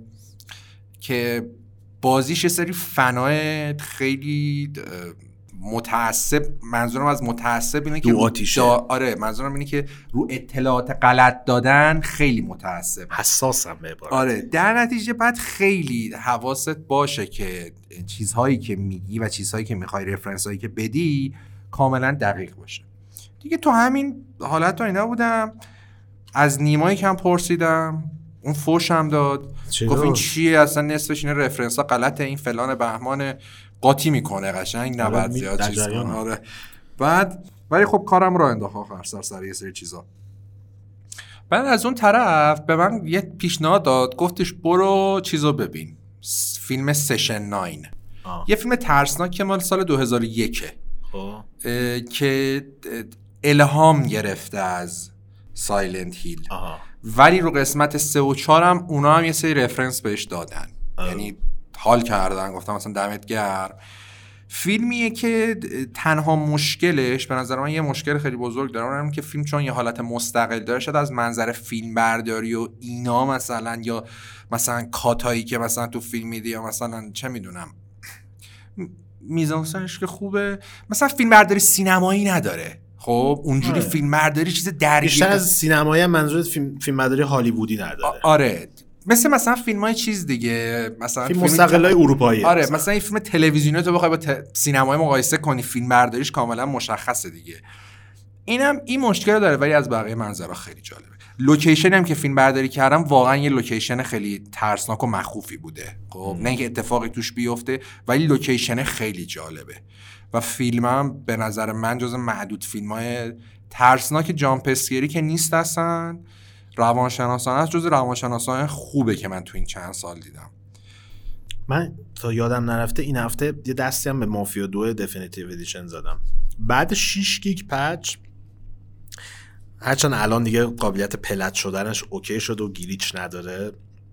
که بازیش یه سری فنای خیلی متعصب، منظورم از متعصب اینه که آتیشه. دا... آره منظورم اینه که رو اطلاعات غلط دادن خیلی متعصب، حساسم به عبارت. آره در نتیجه بعد خیلی حواست باشه که چیزهایی که میگی و چیزهایی که میخوای، رفرنس هایی که بدی کاملا دقیق باشه دیگه. تو همین حالت اینا بودم، از نیمایی که هم پرسیدم، اون فوش هم داد، گفت این چیه اصلا، نصفش اینه رفرنس ها غلطه، این فلان بهمان، قاطی میکنه قشنگ، نباید زیاد چیز کنه. آره بعد ولی خب کارم رو انداخت آخر سر سر یه سری چیزا. بعد از اون طرف به من یه پیشنهاد داد، گفتش برو چیزو ببین، فیلم سشن ناین. آه. یه فیلم ترسناک که مال سال دو هزار و یک که الهام گرفته از سایلنت هیل. آه. ولی رو قسمت سه و چهار هم اونا هم یه سری رفرنس بهش دادن. آه. یعنی حال کردن، گفتم مثلا دمت گرم. فیلمیه که تنها مشکلش به نظر من یه مشکل خیلی بزرگ داره، اونم که فیلم چون یه حالت مستقل داره، شاید از منظر فیلم برداری و اینا مثلا، یا مثلا کاتایی که مثلا تو فیلم میدی، یا مثلا چه میدونم میزانسنش که خوبه، مثلا فیلم برداری سینمایی نداره. خب خب اونجوری آره. فیلم برداری چیز درگیر بیشتر از سینمایی هم منظورت فیلم فیلم برداری هالیوودی نداره. آره مثل مثلا فیلم‌های چیز دیگه، مثلا فیلم مستقلای ت... اروپایی. آره مثلا, مثلا این فیلم تلویزیونی تو بخوای با ت... سینمای مقایسه کنی، فیلم برداریش کاملا مشخصه دیگه. اینم این مشکل داره، ولی از بقیه منظرها خیلی جالبه. لوکیشن هم که فیلم برداری کردم واقعا یه لوکیشن خیلی ترسناک و مخوفی بوده. خب نه اینکه اتفاقی توش بیفته، ولی لوکیشن خیلی جالبه و فیلمم به نظر من جز معدود فیلم‌های ترسناک جامپ اسکری که نیست اصلا، روانشناسانه است، جز روانشناسانه خوبه که من تو این چند سال دیدم. من تا یادم نرفته این هفته یه دستی هم به مافیا دو دفینیتیو ادیشن زدم بعد شش گیگ پچ، هرچند الان دیگه قابلیت پلت شدنش اوکی شد و گلیچ نداره.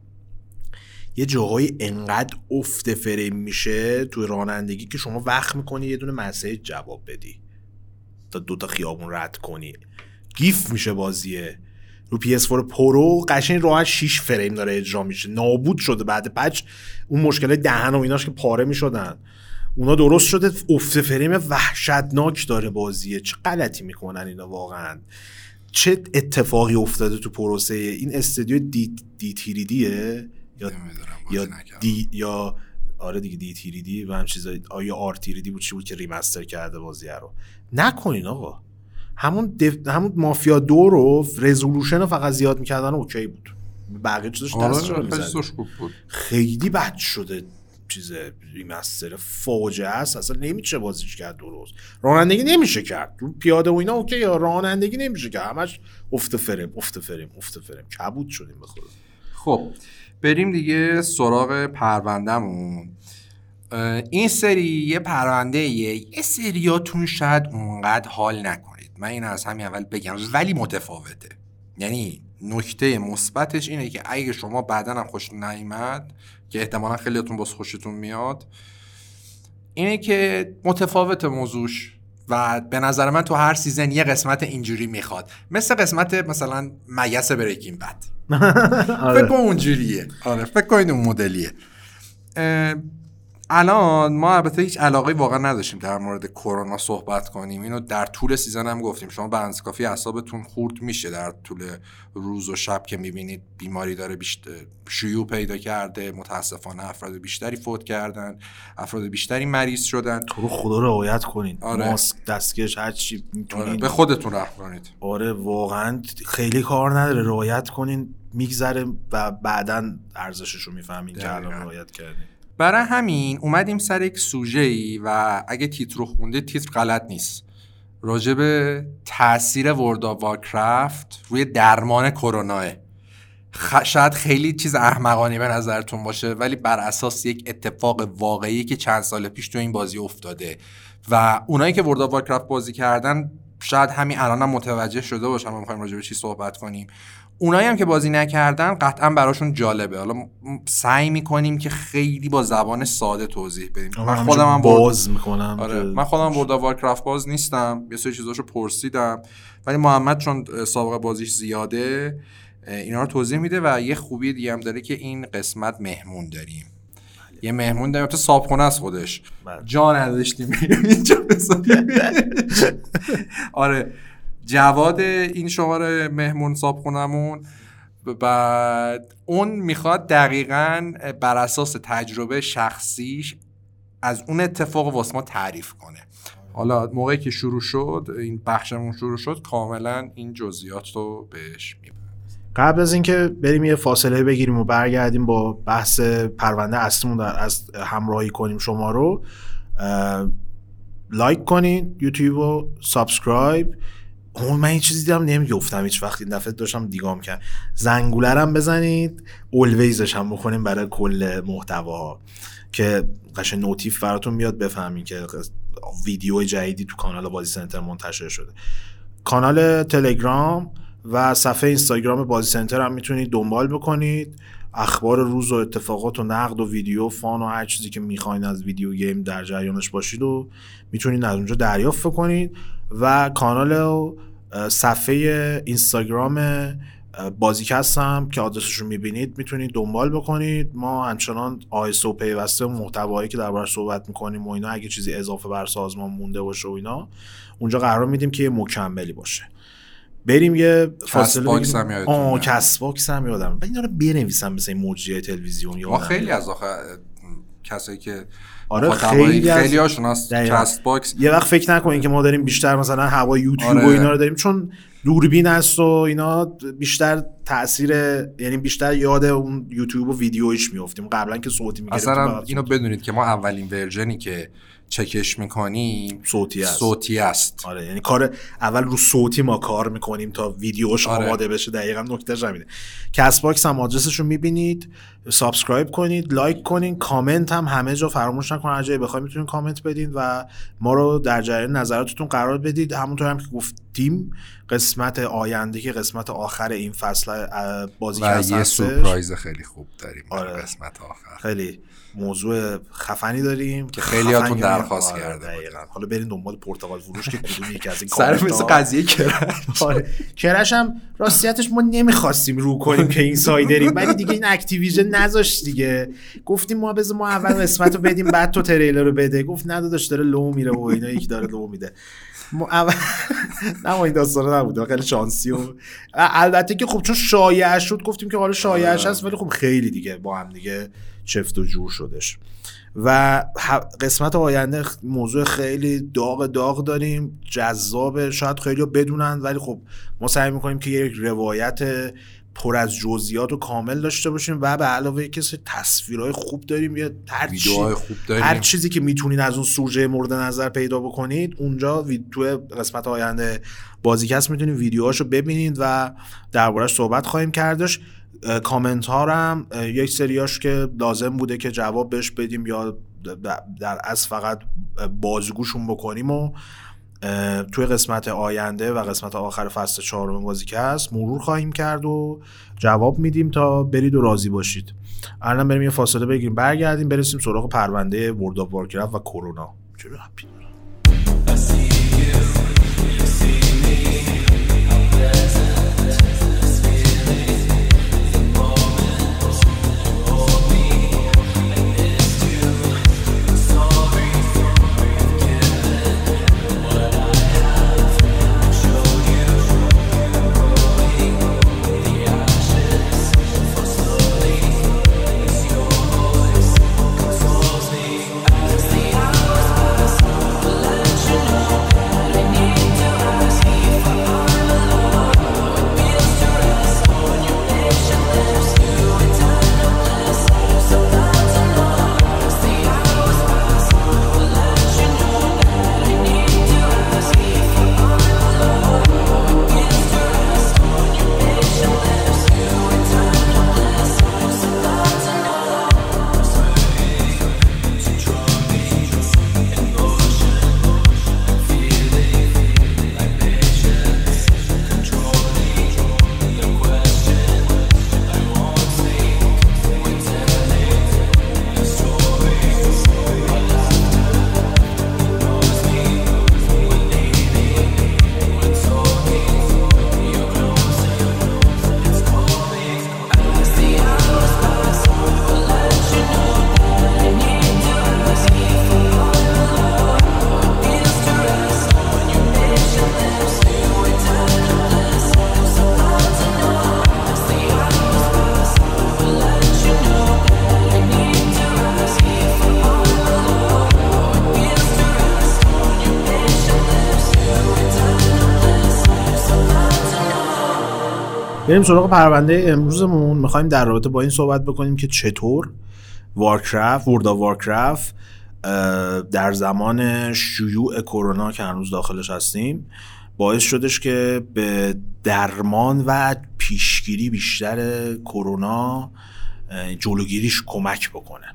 یه جاهایی انقدر افت فریم میشه تو رانندگی که شما وقت میکنی یه دونه مسیج جواب بدی تا دوتا خیابون رد کنی. گیف میشه بازیه. رو پی اس فور پرو قشنگ راحت شش فریم داره اجرا میشه. نابود شده بعد پچ اون مشکل دهن و ایناش که پاره میشدن اونا درست شده. افت فریم وحشتناک داره بازیه. چه غلطی میکنن اینا واقعا. چه اتفاقی افتاده تو پروسه این استودیو دی دی تیریدیه یا یا دی یا آره دیگه دی تیریدی و هم چیزای آیا آر تیریدی بود چی بود که ریمستر کرده بازی رو. نکنین آقا. همون دف... همون مافیا دو رو رزولوشن رو فقط زیاد میکردن و اوکی بود. بقیه چیزاش دستش رو میزد. خیلی بد شده چیز ریمستر فاجعه است. اصلا نمیشه بازیش کرد درست. رانندگی نمیشه کرد. پیاده و اینا اوکی، یا رانندگی نمیشه کرد. همش افت فریم افت فریم افت فریم کبود شدیم به خدا. خب بریم دیگه سراغ پروندهمون. این سری یه پرونده یه سریاتون شاید اونقدر حال نکنید، من این از همین اول بگم، ولی متفاوته. یعنی نکته مثبتش اینه که اگه شما بعداً هم خوشتون نیامد، که احتمالاً خیلیاتون باز خوشتون میاد، اینه که متفاوت موضوعش و به نظر من تو هر سیزن یه قسمت اینجوری میخواد، مثل قسمت مثلا مگس بریکینگ بد. فکر کنم اونجوریه. آره فکر کنید اون مدلیه. الان ما البته هیچ علاقه واقعا نداشتیم در مورد کرونا صحبت کنیم. اینو در طول سیزن هم گفتیم. شما به اندازه کافی اعصابتون خورد میشه در طول روز و شب که میبینید بیماری داره بیشتر شیوع پیدا کرده. متاسفانه افراد بیشتری فوت کردن، افراد بیشتری مریض شدن. تو خدا رعایت کنین. آره. ماسک، دستکش، هر چی میتونین. آره. به خودتون رحم کنید. آره واقعا خیلی کار نداره، رعایت کنین، میگذره و بعداً ارزشش رو میفهمین که الان رعایت کردین. برای همین اومدیم سر یک سوژه‌ای و اگه تیتر رو خونده تیتر غلط نیست، راجع به تأثیر ورلد آف وارکرافت روی درمان کروناه. خ... شاید خیلی چیز احمقانه به نظرتون باشه، ولی بر اساس یک اتفاق واقعی که چند سال پیش تو این بازی افتاده و اونایی که ورلد آف وارکرافت بازی کردن شاید همین الان هم متوجه شده باشن ما می‌خوایم راجع به چی صحبت کنیم. اونایی هم که بازی نکردن قطعا براشون جالبه. حالا سعی میکنیم که خیلی با زبان ساده توضیح بدیم. من خودم هم باز میکنم. آره من خودم ورلد آف وارکرافت باز نیستم، یه سری چیزاشو پرسیدم، ولی محمد چون سابقه بازیش زیاده اینا رو توضیح میده و یه خوبی دیگه هم داره که این قسمت مهمون داریم. یه مهمون داریم تو صابخونه از خودش. جا نداشتیم اینجا بذاریم. آره جواد این شماره مهمون صابخونمون، بعد اون میخواد دقیقاً بر اساس تجربه شخصیش از اون اتفاق واسه ما تعریف کنه. حالا موقعی که شروع شد این بخشمون شروع شد کاملا این جزئیات رو بهش میبرم. قبل از اینکه بریم یه فاصله بگیریم و برگردیم با بحث پرونده اصلیمون در از همراهی کنیم شما رو، لایک کنین یوتیوب رو، سابسکرایب. اون من این چیزی دیدم نمیگفتم هیچ وقت، این دفعه داشتم دیگام کرد. زنگوله رو هم بزنید، اولویزش هم بکنیم برای کل محتوا که قشنگ نوتیف براتون میاد بفهمین که ویدیو جدیدی تو کانال بازی سنتر منتشر شده. کانال تلگرام و صفحه اینستاگرام بازی سنتر هم میتونید دنبال بکنید. اخبار روز و اتفاقات و نقد و ویدیو فان و هر چیزی که میخواین از ویدیو گیم در جریانش باشید و میتونید از اونجا دریافت کنید. و کانال و صفحه اینستاگرام بازیکست هم که آدرسش رو میبینید میتونید دنبال بکنید. ما همچنان آیسو پیوسته محتوایی که دربارش صحبت میکنیم و اینا، اگه چیزی اضافه بر سازمان مونده باشه و اینا اونجا قرار میدیم که یه مکملی باشه. بریم یه فاصله باکس هم یادتونه. آه کست باکس هم یادم. بعد اینا رو بنویسم مثل این موجیه تلویزیون. ما خیلی از آخه کسایی که آره خیلی خیلی هاشون هست کست باکس. یه وقت فکر نکنین که ما داریم بیشتر مثلا هوا یوتیوب آره. و اینا رو داریم، چون دوربین است و اینا بیشتر تاثیر، یعنی بیشتر یاد اون یوتیوب و ویدیویش میافتیم. قبلا که صوتی میگرفتیم. اصلا اینو بدونید که ما اولین ورژنی که چکش میکنیم صوتی است. صوتی است. آره یعنی کار اول رو صوتی ما کار میکنیم تا ویدیوش آره. آماده بشه. دقیقاً نکتهش همینه. کست باکس هم آدرسش رو میبینید، سابسکرایب کنید، لایک کنین، کامنت هم همه جا فراموش نکنید. اگه بخواید میتونید کامنت بدین و ما رو در جریان نظراتتون قرار بدید. همونطور هم که گفتیم قسمت آینده که قسمت آخر این فصل بازیکست و یه سورپرایز خیلی خوب داریم. آره. قسمت آخر خیلی موضوع خفنی داریم که خیلیاتون درخواست آره کرده. حالا برین دنبال پرتقال فروش که کدوم یکی از این سر مثل قضیه کرش. آره کرش هم راستیتش ما نمیخواستیم رو کنیم که این سایدریم، ولی دیگه این اکتیویژن نذاشت دیگه. گفتیم ما بذار ما اول قسمت رو بدیم بعد تو تریلر رو بده. گفت نه داداش داره لو میره و اینا، یکی داره لو میده. ما اول نه این داستانا نبود، خیلی شانسی و البته که خب چون شایعه شد گفتیم که حالا شایعه‌اش هست، ولی خب خیلی دیگه با هم دیگه چفت و جور شدش. و قسمت آینده موضوع خیلی داغ داغ داریم، جذاب، شاید خیلی بدونن، ولی خب ما سعی میکنیم که یک روایت پر از جزئیات و کامل داشته باشیم و به علاوه کسی تصویرهای خوب داریم یا هر ویدیوهای خوب داریم. هر چیزی که میتونید از اون سوژه مورد نظر پیدا بکنید اونجا وی... تو قسمت آینده بازیکست میتونید ویدیوهاشو ببینید و دربارش صحبت خواهیم کردش. کامنت ها هم یک سریاش که لازم بوده که جواب بهش بدیم یا در اصل فقط بازگوشون بکنیم و توی قسمت آینده و قسمت آخر فصل چهارم بازیکست مرور خواهیم کرد و جواب میدیم تا برید و راضی باشید. الان بریم یه فاصله بگیریم، برگردیم برسیم سراغ پرونده ورلد آف وارکرافت و کرونا. چه ربطی داره؟ بریم سراغ پرونده امروزمون. میخوایم در رابطه با این صحبت بکنیم که چطور وارکرافت، ورلد آف وارکرافت در زمان شیوع کرونا که هنوز داخلش هستیم باعث شدش که به درمان و پیشگیری بیشتر کرونا جلوگیریش کمک بکنه.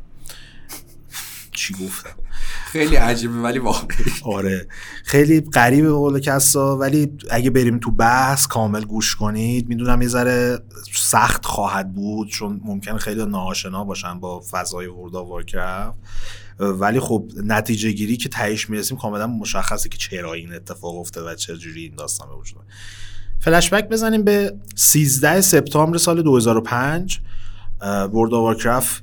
چی گفتم؟ خیلی عجیبه ولی واقعی. آره خیلی غریبه به قول کسا، ولی اگه بریم تو بحث کامل گوش کنید میدونم یه ذره سخت خواهد بود چون ممکنه خیلی ناآشنا باشن با فضای ورلد آف وارکرافت، ولی خب نتیجه گیری که تهش میرسیم کاملا مشخصه که چرا این اتفاق افتاده و چه جوری این داستان به وجود اومد. فلش بک بزنیم به سیزده سپتامبر سال دو هزار و پنج. ورلد آف وارکرافت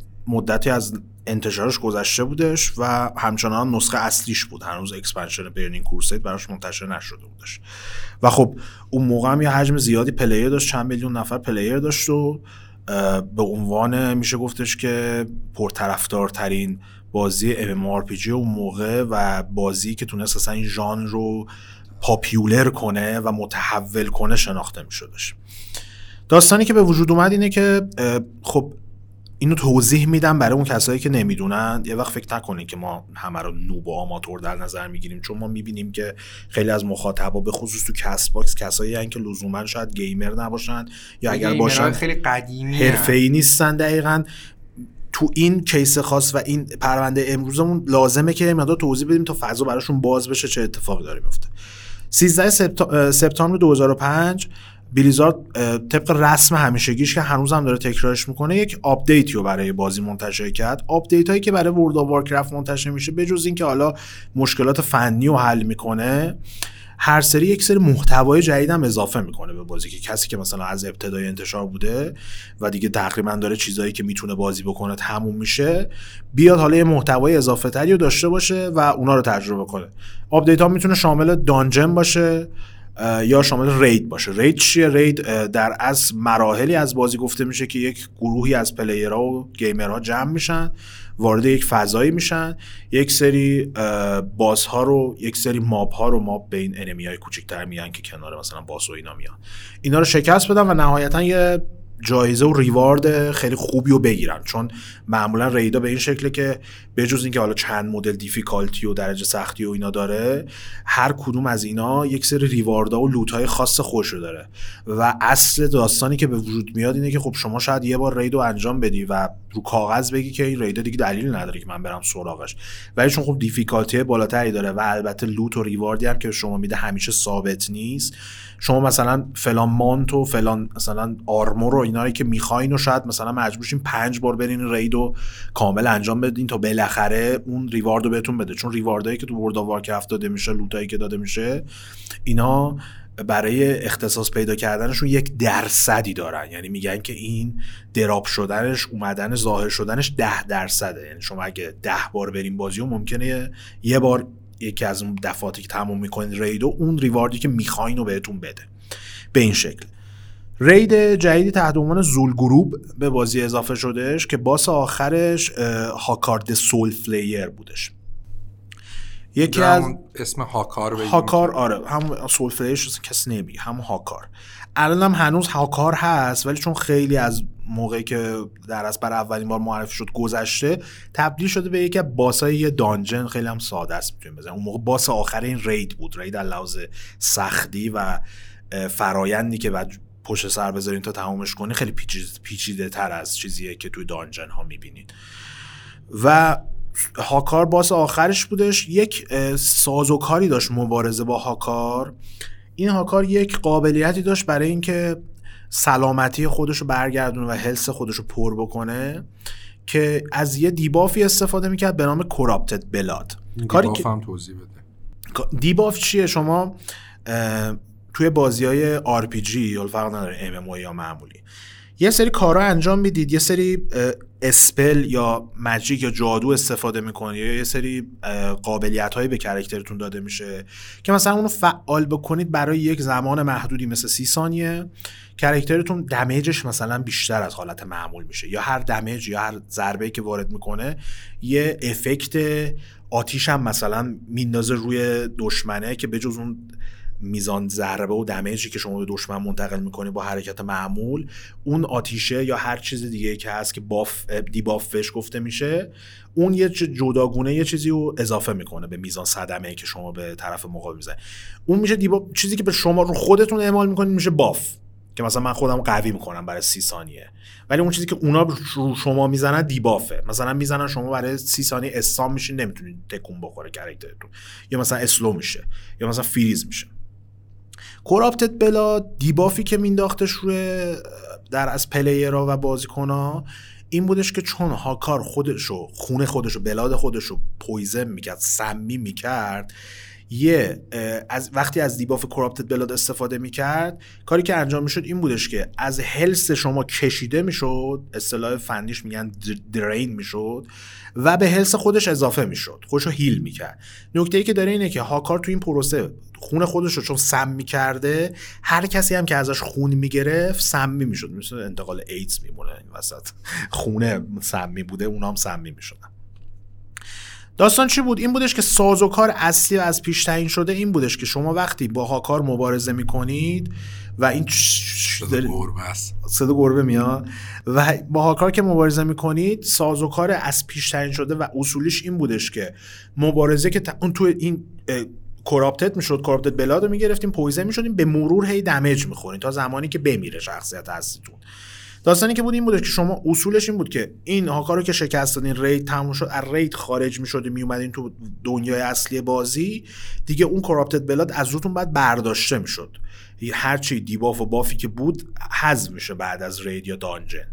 مدتی از انتشارش گذشته بودش و همچنان نسخه اصلیش بود، هنوز اکسپنشن برنینگ کروسید براش منتشر نشده بودش و خب اون موقع هم یه حجم زیادی پلیر داشت، چند میلیون نفر پلیر داشت و به عنوان میشه گفتش که پرطرفدارترین بازی ام ام آر پی جی اون موقع و بازی که تونست اصلا این ژانر رو پاپیولر کنه و متحول کنه شناخته میشدش. داستانی که به وجود اومد اینه که خب اینو توضیح میدم برای اون کسایی که نمیدونن، یه وقت فکر نکنین که ما همه رو نوب و آماتور در نظر میگیریم، چون ما میبینیم که خیلی از مخاطبا به خصوص تو کست باکس کسایی هستن که لزوما شاید گیمر نباشن یا اگر باشن خیلی قدیمی حرفه‌ای نیستن. دقیقاً تو این کیس خاص و این پرونده امروزمون لازمه که مقدار توضیح بدیم تا فضا براشون باز بشه چه اتفاقی داره میفته. سیزده سپتامبر دو هزار و پنج بلیزارد طبق رسم همیشگیش که هنوز هم داره تکرارش میکنه یک آپدیتی رو برای بازی منتشر کرد. آپدیت هایی که برای ورلد آف وارکرافت منتشر میشه به جز این که حالا مشکلات فنی رو حل میکنه، هر سری یک سری محتوای جدید هم اضافه میکنه به بازی که کسی که مثلا از ابتدای انتشار بوده و دیگه تقریبا داره چیزایی که میتونه بازی بکنه تموم میشه، بیاد حالا یه محتوای اضافه تری رو داشته باشه و اونا رو تجربه کنه. آپدیت ها میتونه شامل دانجن باشه یا شامل رید باشه. رید چیه؟ رید در از مراحلی از بازی گفته میشه که یک گروهی از پلیرها و گیمرها جمع میشن، وارد یک فضایی میشن، یک سری باس ها رو یک سری ماب ها رو ماب به این انمی های کوچکتر میان که کنار مثلا باس و اینا میان، اینا رو شکست بدن و نهایتا یه جایزه و ریوارد خیلی خوبی رو بگیرن. چون معمولا ریدا به این شکله که به جز اینکه حالا چند مدل دیفیکالتی و درجه سختی و اینا داره، هر کدوم از اینا یک سری ریواردا و لوت‌های خاص خوش رو داره و اصل داستانی که به وجود میاد اینه که خب شما شاید یه بار ریدو انجام بدی و رو کاغذ بگی که این ریدا دیگه دلیل نداره که من برم سراغش، ولی چون خب دیفیکالتی بالاتری داره و البته لوت و ریواردی هم که شما میده همیشه ثابت نیست، شما مثلا فلان مانت و فلان مثلا آرمور و اینایی که میخواین و شاید مثلا مجبور شین پنج بار برین ریدو کامل انجام بدین تا بالاخره اون ریوارد رو بهتون بده. چون ریواردایی که تو ورلد آف وارکرافت داده میشه، لوتایی که داده میشه، اینا برای اختصاص پیدا کردنشون یک درصدی دارن، یعنی میگن که این دراپ شدنش، اومدن ظاهر شدنش ده درصده. یعنی شما اگه ده بار برین بازی و ممکنه یه بار یکی از اون دفعاتی که تموم میکنین ریدو اون ریواردی که میخواین رو بهتون بده. به این شکل رید جدیدی تحت عنوان زول گروب به بازی اضافه شدهش که باس آخرش هاکار د سول فلیر بودش. یکی از اسم هاکار بگیم. هاکار آره، هم سول فلیر کسی نمیگه، هم هاکار. الان هم هنوز هاکار هست ولی چون خیلی از موقعی که در از بر اولین بار معرفی شد گذشته، تبدیل شده به یکی از باسای یه دانجن خیلی هم ساده است میتونیم بزنیم. اون موقع باس آخر این رید بود، رید از لحاظ سختی و فرایندی که بعد پشت سر بذارین تا تمامش کنی خیلی پیچیده تر از چیزیه که توی دانجن ها میبینید. و هاکار باس آخرش بودش. یک سازوکاری داشت مبارزه با هاکار. این هاکار یک قابلیتی داشت برای اینکه سلامتی خودشو برگردونه و هلس خودشو پر بکنه که از یه دیبافی استفاده میکرد به نام کراپتد بلاد. دیباف هم توضیح بده. دیباف چیه؟ شما توی بازی‌های آر پی جی یا فرق نداره ام ام او یا معمولی یه سری کارا انجام میدید، یه سری اسپل یا ماجیک یا جادو استفاده میکنید یا یه سری قابلیت‌هایی به کاراکترتون داده میشه که مثلا اونو فعال بکنید برای یک زمان محدودی مثل سی ثانیه، کاراکترتون دمیجش مثلا بیشتر از حالت معمول میشه یا هر دمیج یا هر ضربه‌ای که وارد میکنه یه افکت آتیش هم مثلا میندازه روی دشمنه که بجز اون میزان ضربه و دمیجی که شما به دشمن منتقل میکنی با حرکت معمول، اون آتیشه یا هر چیز دیگه که هست که باف دیباف بهش گفته میشه، اون یه جداگونه یه چیزی رو اضافه میکنه به میزان صدمه‌ای که شما به طرف مقابل میزنید. اون میشه دیباف. چیزی که به شما رو خودتون اعمال میکنید میشه باف، که مثلا من خودم قوی میکنم برای سی ثانیه، ولی اون چیزی که اونا رو شما میزنن دیبافه. مثلا میزنن شما برای سی ثانیه استام میشین، نمیتونید تکون بخوره کاراکترتون، یا مثلا اسلو میشه یا مثلا فریز میشه. کراپتد بلا دیبافی که مینداختش روی در از پلیرها و بازیکن‌ها این بودش که چون هاکار خودشو خونه خودشو بلاد خودشو پویزن میکرد، سمی میکرد، یه از وقتی از دیباف کراپتد بلاد استفاده میکرد، کاری که انجام میشد این بودش که از هلس شما کشیده میشد، اصطلاح فنیش میگن درین میشد و به هلس خودش اضافه میشد، خودشو هیل میکرد. نکته ای که داره اینه که هاکار تو این پروسه خون خودش رو چون سم میکرده، هر کسی هم که ازش خون میگرفت سمی میشد، مثل انتقال ایدز میمونه این وسط، خونه سمی بوده اونا هم سمی میشدن. داستان چی بود؟ این بودش که سازوکار اصلی و از پیش تعیین شده این بودش که شما وقتی با هاکار مبارزه میکنید و این صدا گربه است، صدا گربه میاد و با هاکار که مبارزه میکنید، سازوکار از پیش تعیین شده و اصولیش این بودش که مبارزه که اون تو این کراپتد میشد، کراپتد بلاد رو میگرفتیم، پویزن میشدیم، به مرور هی دمیج میخورین تا زمانی که بمیره شخصیت اصلیتون. داستانی که بود این بود که شما اصولش این بود که این هاکار رو که شکست دادین، رید تموم شد، از رید خارج میشدین، میومدین تو دنیای اصلی بازی دیگه، اون کراپتد بلاد از روتون بعد برداشته میشد، هر چی دیباف و بافی که بود حذف میشه بعد از رید یا دانجن.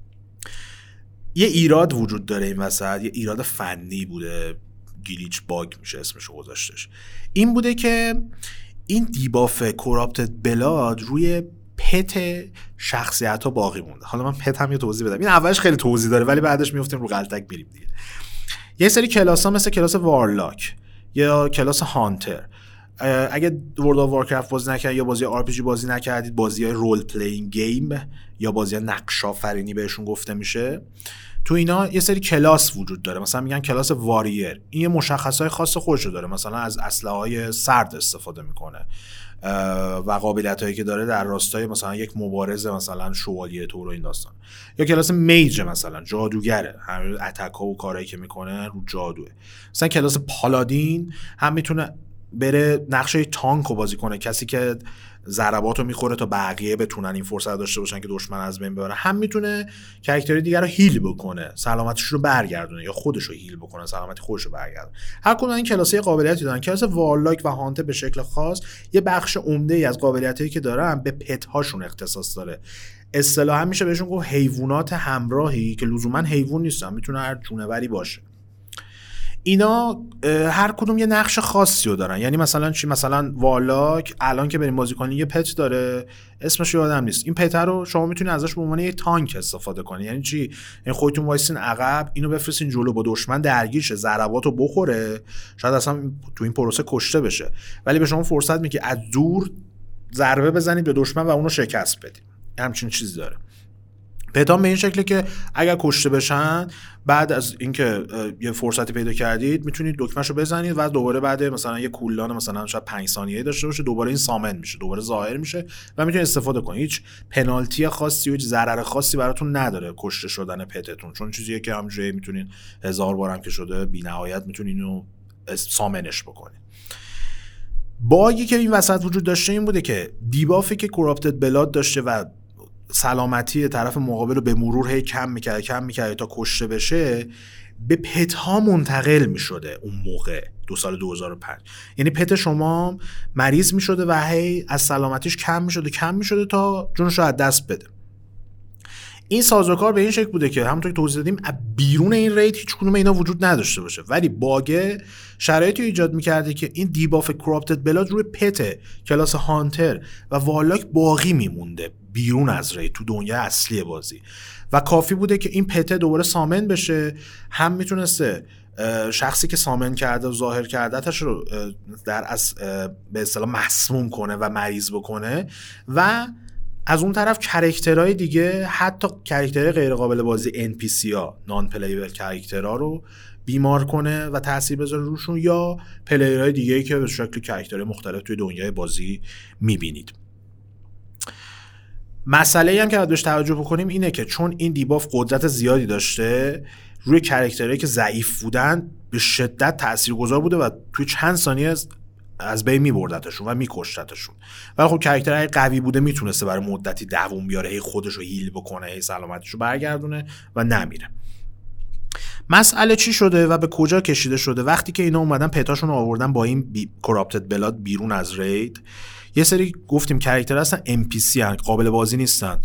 یه ایراد وجود داره این وسط، یه ایراد فنی بوده، گلیچ باگ میشه اسمشو گذاشتش. این بوده که این دیباف کراپتد بلاد روی پت شخصیت ها باقی مونده. حالا من پت هم یه توضیح بدم، این اولش خیلی توضیح داره ولی بعدش میافتیم رو غلطک میریم دیگه. یه سری کلاس ها مثل کلاس وارلاک یا کلاس هانتر، اگه ورلد آف وارکرافت بازی نکردید یا بازی آر پی جی بازی نکردید، بازی های رول پلیینگ گیم یا بازی های نقش آفرینی بهشون گفته میشه، تو اینا یه سری کلاس وجود داره. مثلا میگن کلاس واریر، این یه مشخصهای خاص خودشو داره، مثلا از اسلحه‌های سرد استفاده میکنه و قابلیتایی که داره در راستای مثلا یک مبارز مثلا شوالیه تور و این داستان. یا کلاس میج مثلا جادوگره، همین اتک‌ها و کارهایی که میکنه رو جادوه. مثلا کلاس پالادین هم میتونه بره نقشه تانک رو بازی کنه، کسی که ضرباتو میخوره تا بقیه بتونن این فرصت داشته باشن که دشمن از بین ببره. هم میتونه کاراکتری دیگر رو هیل بکنه، سلامتیش رو برگردونه، یا خودش رو هیل بکنه، سلامتی خودش رو برگردونه. هر کدوم این کلاس‌های قابلیتی دارن. کلاس وارلاک و هانتر به شکل خاص یه بخش عمده‌ای از قابلیتایی که دارن به پت هاشون اختصاص داره. اصطلاحاً میشه بهشون گفت حیوانات همراهی که لزوما حیوان نیستن، میتونه هر جونوری باشه. اینا هر کدوم یه نقش خاصی رو دارن. یعنی مثلا چی؟ مثلا والاک الان که بریم بازی کنین یه پت داره، اسمش یادم نیست، این پت رو شما میتونید ازش به عنوان یه تانک استفاده کنین. یعنی چی؟ یعنی خودتون وایسین عقب، اینو بفرستین جلو، با دشمن درگیر شه، ضرباتو بخوره، شاید اصلا تو این پروسه کشته بشه، ولی به شما فرصت میده که از دور ضربه بزنید به دشمن و اونو شکست بدید. همچین چیزی داره. پتام به این شکله که اگر کشته بشن، بعد از اینکه یه فرصتی پیدا کردید میتونید دکمهشو بزنید و دوباره بعد مثلا یه کولدان مثلا شاید پنج ثانیه‌ای داشته باشه، دوباره این سامن میشه، دوباره ظاهر میشه و میتونید استفاده کنید. هیچ پنالتی خاصی و هیچ ضرر خاصی براتون نداره کشته شدن پتتون، چون چیزیه که همونجوری میتونید هزار بارم که شده بی‌نهایت میتونید اینو سامنش بکنید. باگی که این وسط وجود داشته این بوده که دیبافی که کراپتد بلاد داشته و سلامتی طرف مقابل رو به مرور هی کم میکرده کم میکرده تا کشته بشه، به پت ها منتقل میشده. اون موقع دو سال دو هزار و پنج یعنی پت شما مریض میشده و هی از سلامتیش کم میشده کم میشده تا جونش رو از دست بده. این سازوکار به این شکل بوده که همونطور که توضیح دادیم بیرون این رید هیچ کدوم اینا وجود نداشته باشه، ولی باگ شرایطی ایجاد میکرده که این دیباف کراپتد بلاد روی پت کلاس هانتر و والاک باقی میمونده بیرون از رید تو دنیا اصلی بازی، و کافی بوده که این پت دوباره سامن بشه. هم میتونسته شخصی که سامن کرده و ظاهر کردتش رو در از به اصطلاح مسموم کنه و مریض بکنه، و از اون طرف کاراکترهای دیگه، حتی کاراکترهای غیر قابل بازی ان پی سی ها، نان پلیبل کاراکترها رو بیمار کنه و تاثیر بذاره روشون، یا پلیرهای دیگه‌ای که به شکل کاراکترهای مختلف توی دنیای بازی میبینید. مسئله هم که باید بهش توجه بکنیم اینه که چون این دیباف قدرت زیادی داشته، روی کاراکترهایی که ضعیف بودن به شدت تاثیرگذار بوده و توی چند ثانیه از بین میبردتشون و میکشتتشون. ولی خب کاراکترهای قوی بوده میتونسته برای مدتی دووم بیاره، هی خودش رو هیل بکنه، هی سلامتیش رو برگردونه و نمیره. مسئله چی شده و به کجا کشیده شده؟ وقتی که اینا اومدن پتاشون رو آوردن با این بی... کراپتد بلاد بیرون از رید، یه سری گفتیم کاراکتر هستن ام پی سی هستن، قابل بازی نیستن.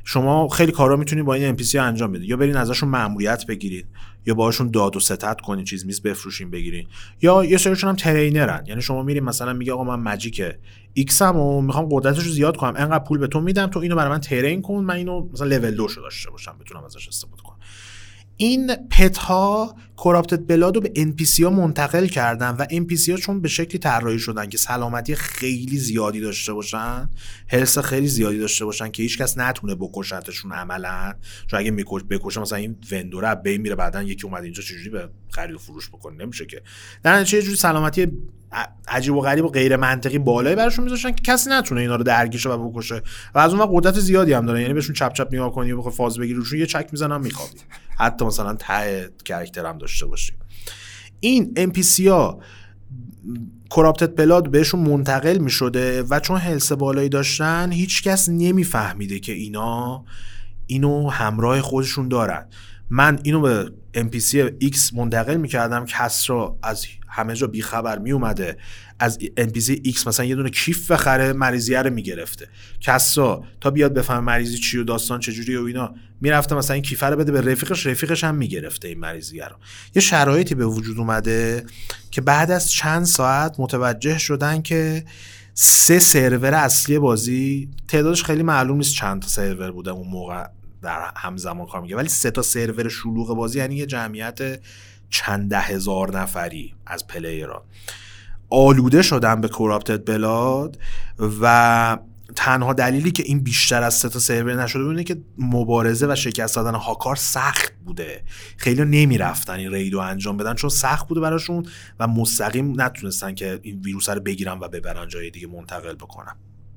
شما خیلی کارا میتونید با این ام پی سی انجام بدید، یا برین ازشون مأموریت بگیرید، یا باهاشون داد و ستد کنین، چیز میز بفروشین بگیرین، یا یه سریشون هم ترینرن. یعنی شما میرین مثلا میگه آقا من ماجیک ایکس ام و میخوام قدرتش رو زیاد کنم، انقدر پول به تو میدم تو اینو برای من ترین کن، من اینو مثلا لول دو شو داشته باشم بتونم ازش استفاده کنم. این پت ها کراپتد بلاد رو به ان پی سی ها منتقل کردن و ان پی سی ها چون به شکلی طراحی شدن که سلامتی خیلی زیادی داشته باشن، هلس خیلی زیادی داشته باشن که هیچ کس نتونه بکشتشون عملا، چون اگه میکش بکشه مثلا این وندوره بی میره، بعدن یکی اومد اینجا چجوری به خرید و فروش بکنه، نمیشه که. در نتیجه یه جوری سلامتی عجیب و غریب و غیر منطقی بالایی براشون میذاشتن که کسی نتونه اینا رو درگیرشه و بکشه، و از اون وقت قدرت زیادی هم دارن. یعنی بهشون چپ چپ نگاه کنی و بخوای فاز بگیری روشون، یه چک میزنن میخوابی، حتی مثلا ته کاراکتر هم داشته باشی. این ام پی سی ها کراپتد بلاد بهشون منتقل میشده و چون هلس بالایی داشتن هیچ کس نمیفهمیده که اینا اینو همراه خودشون دارن. من اینو به ام پی سی ایکس منتقل میکردم، کسرا از همه جا بیخبر میومده از ام پی سی ایکس مثلا یه دونه کیف بخره، مریضیه رو میگرفته. کسرا تا بیاد بفهمه مریضی چی و داستان چجوری و اینا، میرفته مثلا این کیف رو بده به رفیقش، رفیقش هم میگرفته این مریضیه رو. یه شرایطی به وجود اومده که بعد از چند ساعت متوجه شدن که سه سرور اصلی بازی، تعدادش خیلی معلوم نیست چند تا سرور بوده اون موقع در همزمان کار میگه، ولی سه تا سرور شلوغ بازی یعنی یه جمعیت چند ده هزار نفری از پلیرها آلوده شدن به کراپتد بلاد. و تنها دلیلی که این بیشتر از سه تا سرور نشده بود اینه که مبارزه و شکست دادن هاکار سخت بوده، خیلی نمیرفتن این ریدو انجام بدن چون سخت بوده براشون و مستقیم نتونستن که این ویروس رو بگیرن و ببرن جای دیگه منتقل بکنن.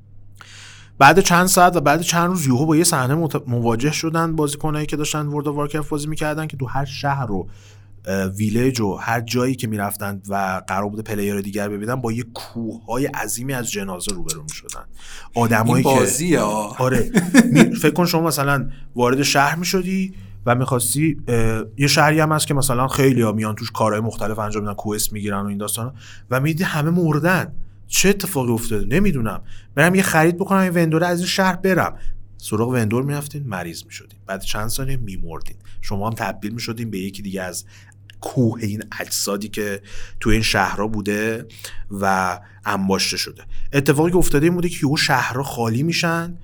بعد چند ساعت و بعد چند روز یوهو با یه صحنه مواجه شدن بازیکنایی که داشتن ورلد آف وارکرافت بازی می‌کردن که تو هر شهر و ویلیج و هر جایی که میرفتن و قرار بود پلیر دیگر ببینن با یه کوههای عظیمی از جنازه روبرو میشدن. آدمایی که بازیه آره فکر کن شما مثلا وارد شهر میشدی و میخواستی یه شهری هم هست که مثلا خیلی ها میان توش کارهای مختلف انجام میدن، کوست میگیرن و این داستانا، و میدی همه مردن. چه اتفاقی افتاده نمیدونم، برم یه خرید بکنم این وندور از این شهر برم. سراغ وندور میرفتین، مریض میشدین، بعد چند ثانیه میمردین، شما هم تبدیل میشدین به یکی دیگه از کوه این اجسادی که تو این شهرها بوده و انباشته شده. اتفاقی که افتاده این بوده که یهو شهرها خالی میشن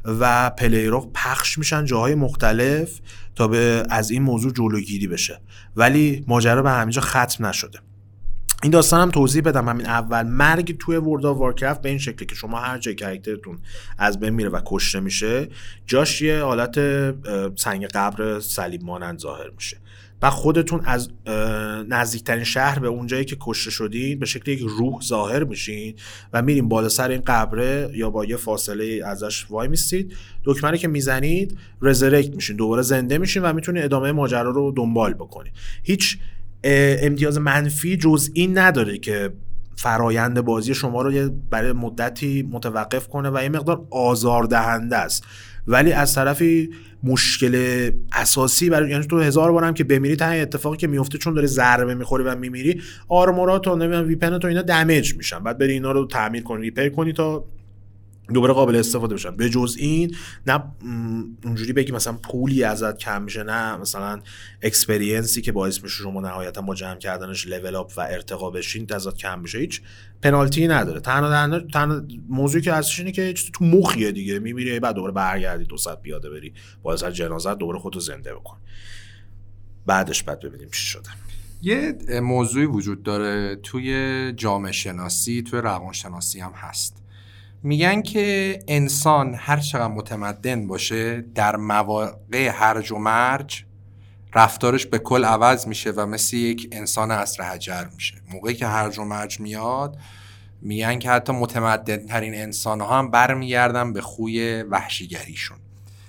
و پلیرها پخش میشن جاهای مختلف تا به از این موضوع جلوگیری بشه، ولی ماجرا به همینجا ختم نشده. این داستان هم توضیح بدم همین اول، مرگ توی ورلد آف وارکرافت به این شکلی که شما هر جای کاراکترتون از بین میره و کشته میشه، جاش یه حالت سنگ قبر صلیب مانند ظاهر میشه و خودتون از نزدیکترین شهر به اون جایی که کشته شدین به شکلی یک روح ظاهر میشین و میرین بالا سر این قبره یا با یه فاصله ازش وای میستید، دکمه که میزنید رزرکت میشین، دوباره زنده میشین و میتونید ادامه ماجرا رو دنبال بکنید. هیچ امتیاز منفی جز این نداره که فرایند بازی شما رو برای مدتی متوقف کنه و یه مقدار آزاردهنده است، ولی از طرفی مشکل اساسی برای، یعنی تو هزار بارم که بمیری تنها اتفاقی که میفته چون داری ضربه میخوری و میمیری، آرمورات و نمیدونم ویپنت و اینا دمیج میشن، بعد بری اینا رو تعمیر کنی ریپیر کنی تا دوباره قابل استفاده بشن. به جز این نه اونجوری بگی مثلا پولی ازت کم میشه، نه مثلا اکسپریانسی که باعث میشه شما نهایتا با جمع کردنش لول اپ و ارتقا بشین ازت کم میشه، هیچ پنالتی نداره. تنها تنها موضوعی که هستش اینه که تو مخیه دیگه، میمیری بعد دوباره برگردی دو ساعت پیاده بری بالا سر جنازه دوباره خودتو زنده بکن، بعدش بعد ببینیم چی شده. یه موضوعی وجود داره توی جامعه شناسی، توی روانشناسی هم هست، میگن که انسان هر چقدر متمدن باشه در مواقع هرج و مرج رفتارش به کل عوض میشه و مثل یک انسان عصر حجر میشه. موقعی که هرج و مرج میاد میگن که حتی متمدن ترین انسان ها هم برمیگردن به خوی وحشیگریشون.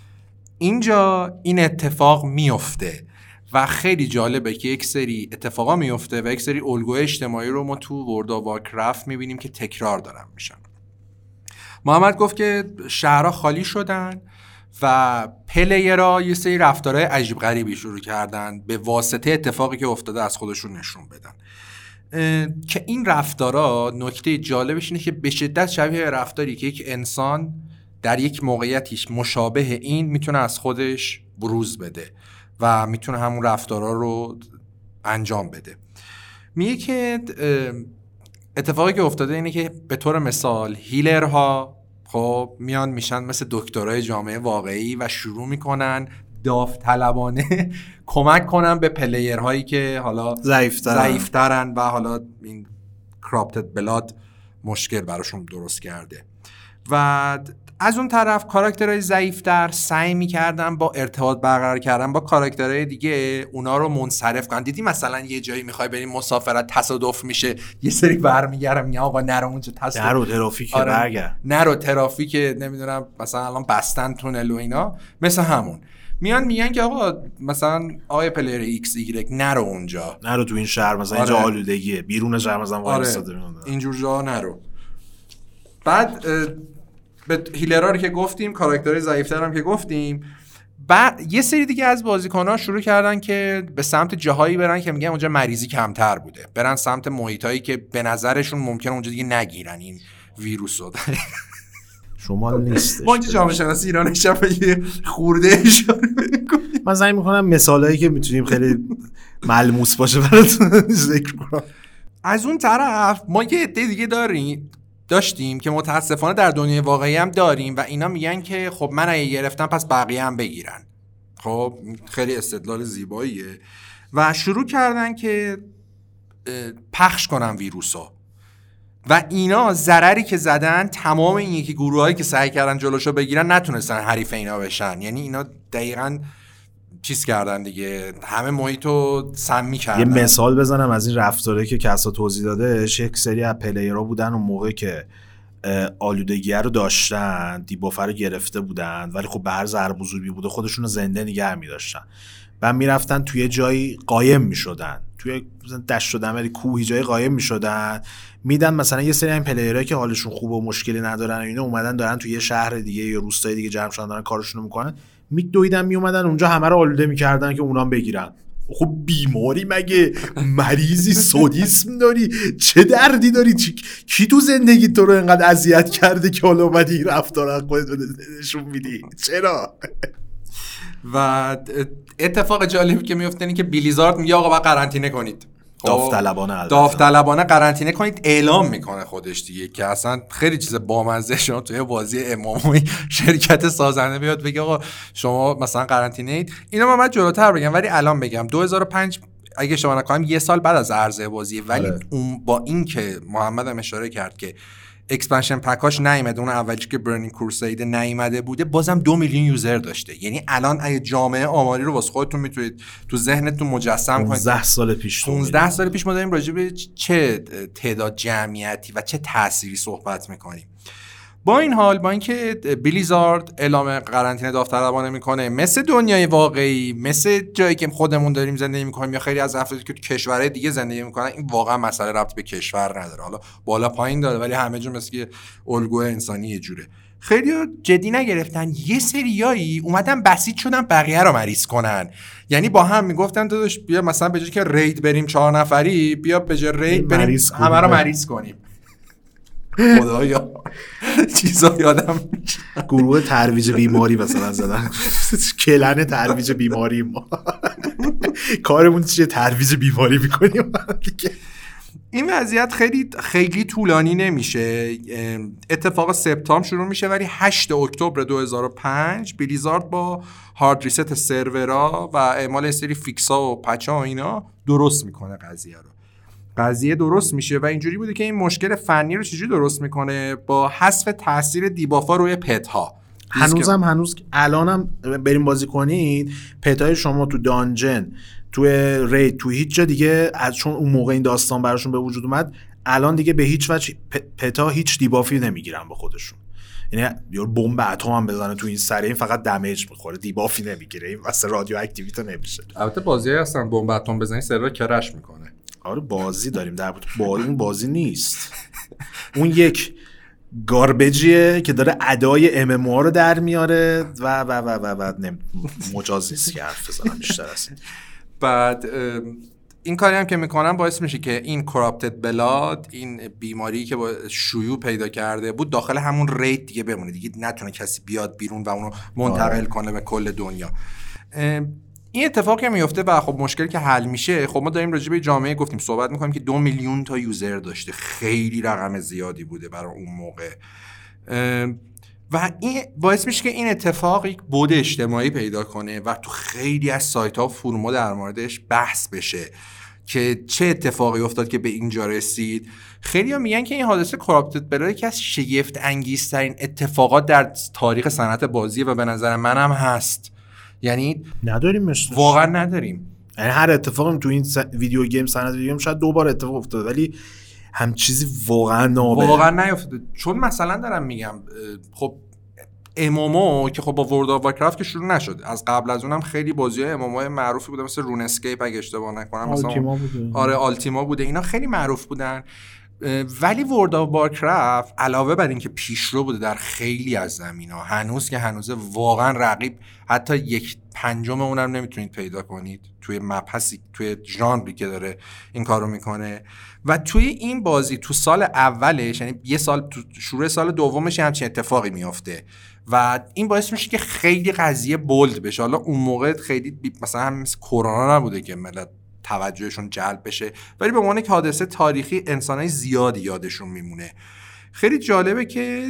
اینجا این اتفاق میفته و خیلی جالبه که یک سری اتفاقا میفته و یک سری الگوی اجتماعی رو ما تو ورلد آف وارکرافت میبینیم که تکرار دارن میشن. محمد گفت که شهرها خالی شدن و پلیرها یه سری رفتارهای عجیب غریبی شروع کردن به واسطه اتفاقی که افتاده از خودشون نشون بدن که این رفتارها نکته جالبش اینه که به شدت شبیه رفتاری که یک انسان در یک موقعیتیش مشابه این میتونه از خودش بروز بده و میتونه همون رفتارا رو انجام بده. میگه که اتفاقی که افتاده اینه که به طور مثال هیلرها خب میان میشن مثل دکترای جامعه واقعی و شروع میکنن داوطلبانه کمک کنن به پلیرهایی که حالا ضعیفترن ضعیفترن و حالا این کراپتد بلاد مشکل براشون درست کرده. و از اون طرف کاراکترهای ضعیفتر سعی میکردن با ارتباط برقرار کردن با کاراکترهای دیگه اونا رو منصرف کنن. دیدی مثلا یه جایی میخوای بریم مسافرت تصادف میشه یه سری برمیگردن میگن آقا نرو اونجا تصادف نرو ترافیک آره برگرد نرو ترافیک نمیدونم مثلا الان بستن تونل و اینا مثل همون میان میگن که آقا مثلا آقای پلیر ایکس ایگرگ نرو اونجا نرو تو این شهر مثلا آره. اینجا آلودگیه بیرون شهر مثلا وایساده آره. اینجور جا نرو. بعد به هیلرها رو که گفتیم کاراکترهای ضعیف‌تر هم که گفتیم بعد یه سری دیگه از بازیکن‌ها شروع کردن که به سمت جاهایی برن که میگن اونجا مریضی کمتر بوده برن سمت محیطایی که به نظرشون ممکنه اونجا دیگه نگیرن این ویروس رو. شمال نیستش ما اینجا جامعه شناسی ایران شب یه خورده اشاره می‌کنیم. من سعی می‌کنم مثالایی که میتونیم خیلی ملموس باشه براتون ذکر کنم. از اون طرف ما یه عده دیگه داریم داشتیم که متاسفانه در دنیای واقعی هم داریم و اینا میگن که خب من اگه گرفتم پس بقیه هم بگیرن. خب خیلی استدلال زیباییه و شروع کردن که پخش کنن ویروسا و اینا ضرری که زدن تمام این یکی گروهایی که سعی کردن جلوشو بگیرن نتونستن حریف اینا بشن. یعنی اینا دقیقاً چیز کردن دیگه همه محیطو سمی کردن. یه مثال بزنم از این رفتاره که کسا توضیح داده. یک سری از پلیرها بودن اون موقع که آلودگی رو داشتن دیبافه رو گرفته بودن ولی خب به هر ضرب و ضربی بوده خودشون رو زنده نگه می‌داشتن. بعد میرفتن توی جایی قایم میشدن توی مثلا دشت و دمر کوهی جایی قایم میشدن میدن مثلا یه سری این پلیرها که حالشون خوبه و مشکلی ندارن اینا اومدن دارن توی یه شهر دیگه یا روستای دیگه جمع شدن دارن کارشون رو میکنن میدویدن میومدن اونجا همه رو آلوده میکردن که اونام بگیرن. خب بیماری مگه مریضی سودیسم داری چه دردی داری چی... کی تو زندگی تو رو اینقدر اذیت کرده که حالا اومدی این رفتار خودت نشون میدی چرا؟ و اتفاق جالبی که میفته اینه که بلیزارد میگه آقا باید قرنطینه کنید داوطلبانه داوطلبانه قرنطینه کنید اعلام میکنه خودش دیگه که اصلا خیلی چیز بامزه شما توی بازی اماموی شرکت سازنده بیاد بگه آقا شما مثلا قرنطینه اید. اینا من جلوتر بگم ولی الان بگم دو هزار و پنج اگه شما نکنم یه سال بعد از عرضه بازی ولی آره. اون با این که محمد هم اشاره کرد که اکسپنشن پکاش نیومده اون اولیش که برنینگ کروسید نیومده بوده بازم دو میلیون یوزر داشته. یعنی الان اگه جامعه آماری رو واسه خودتون میتونید تو ذهنتون مجسم کنید پانزده سال پیش پانزده سال پیش ما داریم راجع به چه تعداد جمعیتی و چه تأثیری صحبت میکنیم. با این حال با اینکه بلیزارد اعلام قرنطینه داوطلبانه میکنه مثل دنیای واقعی مثل جایی که خودمون داریم زندگی میکنیم یا خیلی از افرادی که تو کشورهای دیگه زندگی میکنن این واقعا مسئله ربط به کشور نداره. حالا بالا پایین داره ولی همه جا مثل که الگوی انسانی یه جوره. خیلی جدی نگرفتن. یه سریایی اومدن بسیط شدن بقیه رو مریض کنن. یعنی با هم میگفتن داداش بیا مثلا به جای که رید بریم چهار نفری بیا به جای رید بریم همه رو مریض کنیم. خدایا چیزا یادم گروه ترویج بیماری مثلا زدن کلن ترویج بیماری ما کارمون چیه ترویج بیماری میکنیم. این وضعیت خیلی خیلی طولانی نمیشه. اتفاق سپتامبر شروع میشه ولی هشت اکتبر دو هزار و پنج بلیزارد با هارد ریست سرورها و اعمال سری فیکسا و پچا و اینا درست میکنه قضیه رو. قضیه درست میشه و اینجوری بوده که این مشکل فنی رو چجوری درست میکنه با حذف تاثیر دیبافا روی پت ها. هنوزم هنوز الانم بریم بازی کنید پتای شما تو دانجن تو رید تو هیچ جا دیگه از چون اون موقع این داستان براشون به وجود اومد الان دیگه به هیچ وجه پتا هیچ دیبافی نمیگیرن به خودشون. یعنی یه بمب اتم هم بزنه تو این سری این فقط دمیج میخوره دیبافی نمیگیره این واسه رادیو اکتیویته نمیشه. البته بازیایی هستن بمب اتم بزنی سرور کرش میکنه. آره بازی داریم در باری اون بازی نیست. اون یک گاربیجیه که داره ادای ام ام او رو در میاره و و و و, و مجاز نیست که حرف بزنم بیشتر از این. بعد این کاری هم که میکنن باعث میشه که این کراپتد بلاد، این بیماری که با شیوع پیدا کرده بود داخل همون ریت دیگه بمونه، دیگه نتونه کسی بیاد بیرون و اونو منتقل کنه به کل دنیا. این اتفاقی که میفته و خب مشکلی که حل میشه، خب ما داریم راجع به جامعه گفتیم صحبت میکنیم که دو میلیون تا یوزر داشته، خیلی رقم زیادی بوده برای اون موقع و این باعث میشه که این اتفاق یک بعد اجتماعی پیدا کنه و تو خیلی از سایت ها و فروم در موردش بحث بشه که چه اتفاقی افتاد که به اینجا رسید. خیلی ها میگن که این حادثه کراپتد بلاد یکی از شگفت انگیزترین اتفاقات در تاریخ صنعت بازیه و به نظر منم هست. یعنی نداریم مثلش، واقعا نداریم. یعنی هر اتفاقی تو این س... ویدیو گیم صنعت ویدیو گیم شاید دو بار اتفاق افتاده ولی هم چیزی واقعا نابه واقعا نیفتاده. چون مثلا دارم میگم خب امومو که خب با ورلد آف وارکرافت که شروع نشد، از قبل از اونم خیلی بازی‌های امومو معروفی بوده مثل رون اسکیپ اگه اشتباه نکنم، مثلا آلتیما بوده. آره آلتیما بوده، اینا خیلی معروف بودن. ولی ورلد آف وارکرافت علاوه بر این که پیشرو بوده در خیلی از زمینه‌ها، هنوز که هنوز واقعا رقیب حتی یک پنجم اونم نمیتونید پیدا کنید توی مبحثی توی ژانری که داره این کارو میکنه. و توی این بازی تو سال اولش، یعنی یه سال تو شروع سال دومش همچین اتفاقی میفته و این باعث میشه که خیلی قضیه بولد بشه. حالا اون موقع خیلی مثلا هم مثل کرونا نبوده که ملت توجهشون جلب بشه، ولی به عنوان یک حادثه تاریخی انسانای زیادی یادشون میمونه. خیلی جالبه که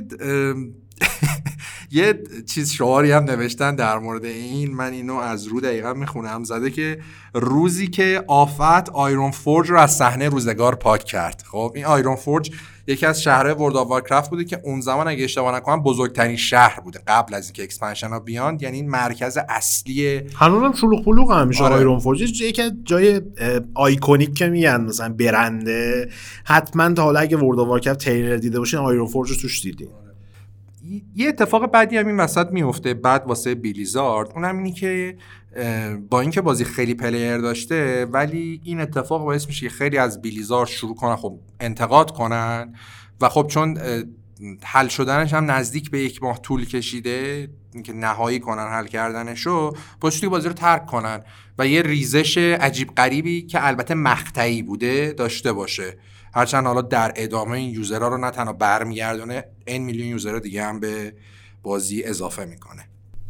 یه چیز شعاری هم نوشتن در مورد این، من اینو از رو دقیقا میخونم، زده که روزی که آفت آیرون فورج رو از صحنه روزگار پاک کرد. خب این آیرون فورج یکی از شهرهای ورلد آف وارکرافت بوده که اون زمان اگه اشتباه نکنم بزرگترین شهر بوده قبل از اینکه اکسپنشن ها بیان، یعنی این مرکز اصلی. هنوزم شلوغ پلوغ همیشه. آره. آیرون فورج یکی از جای آیکونیک که میگن مثلا برنده، حتما تا حالا اگه ورلد آف وارکرافت تریلر دیده باشین آیرون فورج رو توش دیدین. یه اتفاق بعدی هم این وسط میفته بعد واسه بلیزارد، اونم اینی که با اینکه بازی خیلی پلیر داشته ولی این اتفاق باعث میشه که خیلی از بلیزارد شروع کنن خب انتقاد کنن و خب چون حل شدنش هم نزدیک به یک ماه طول کشیده اینکه نهایی کنن حل کردنشو، باعث شده بازی رو ترک کنن و یه ریزش عجیب غریبی که البته مقطعی بوده داشته باشه. هرچند حالا در ادامه این یوزرها رو نه تنها برمیگردونه، این میلیون یوزر دیگه هم به بازی اضافه میکنه.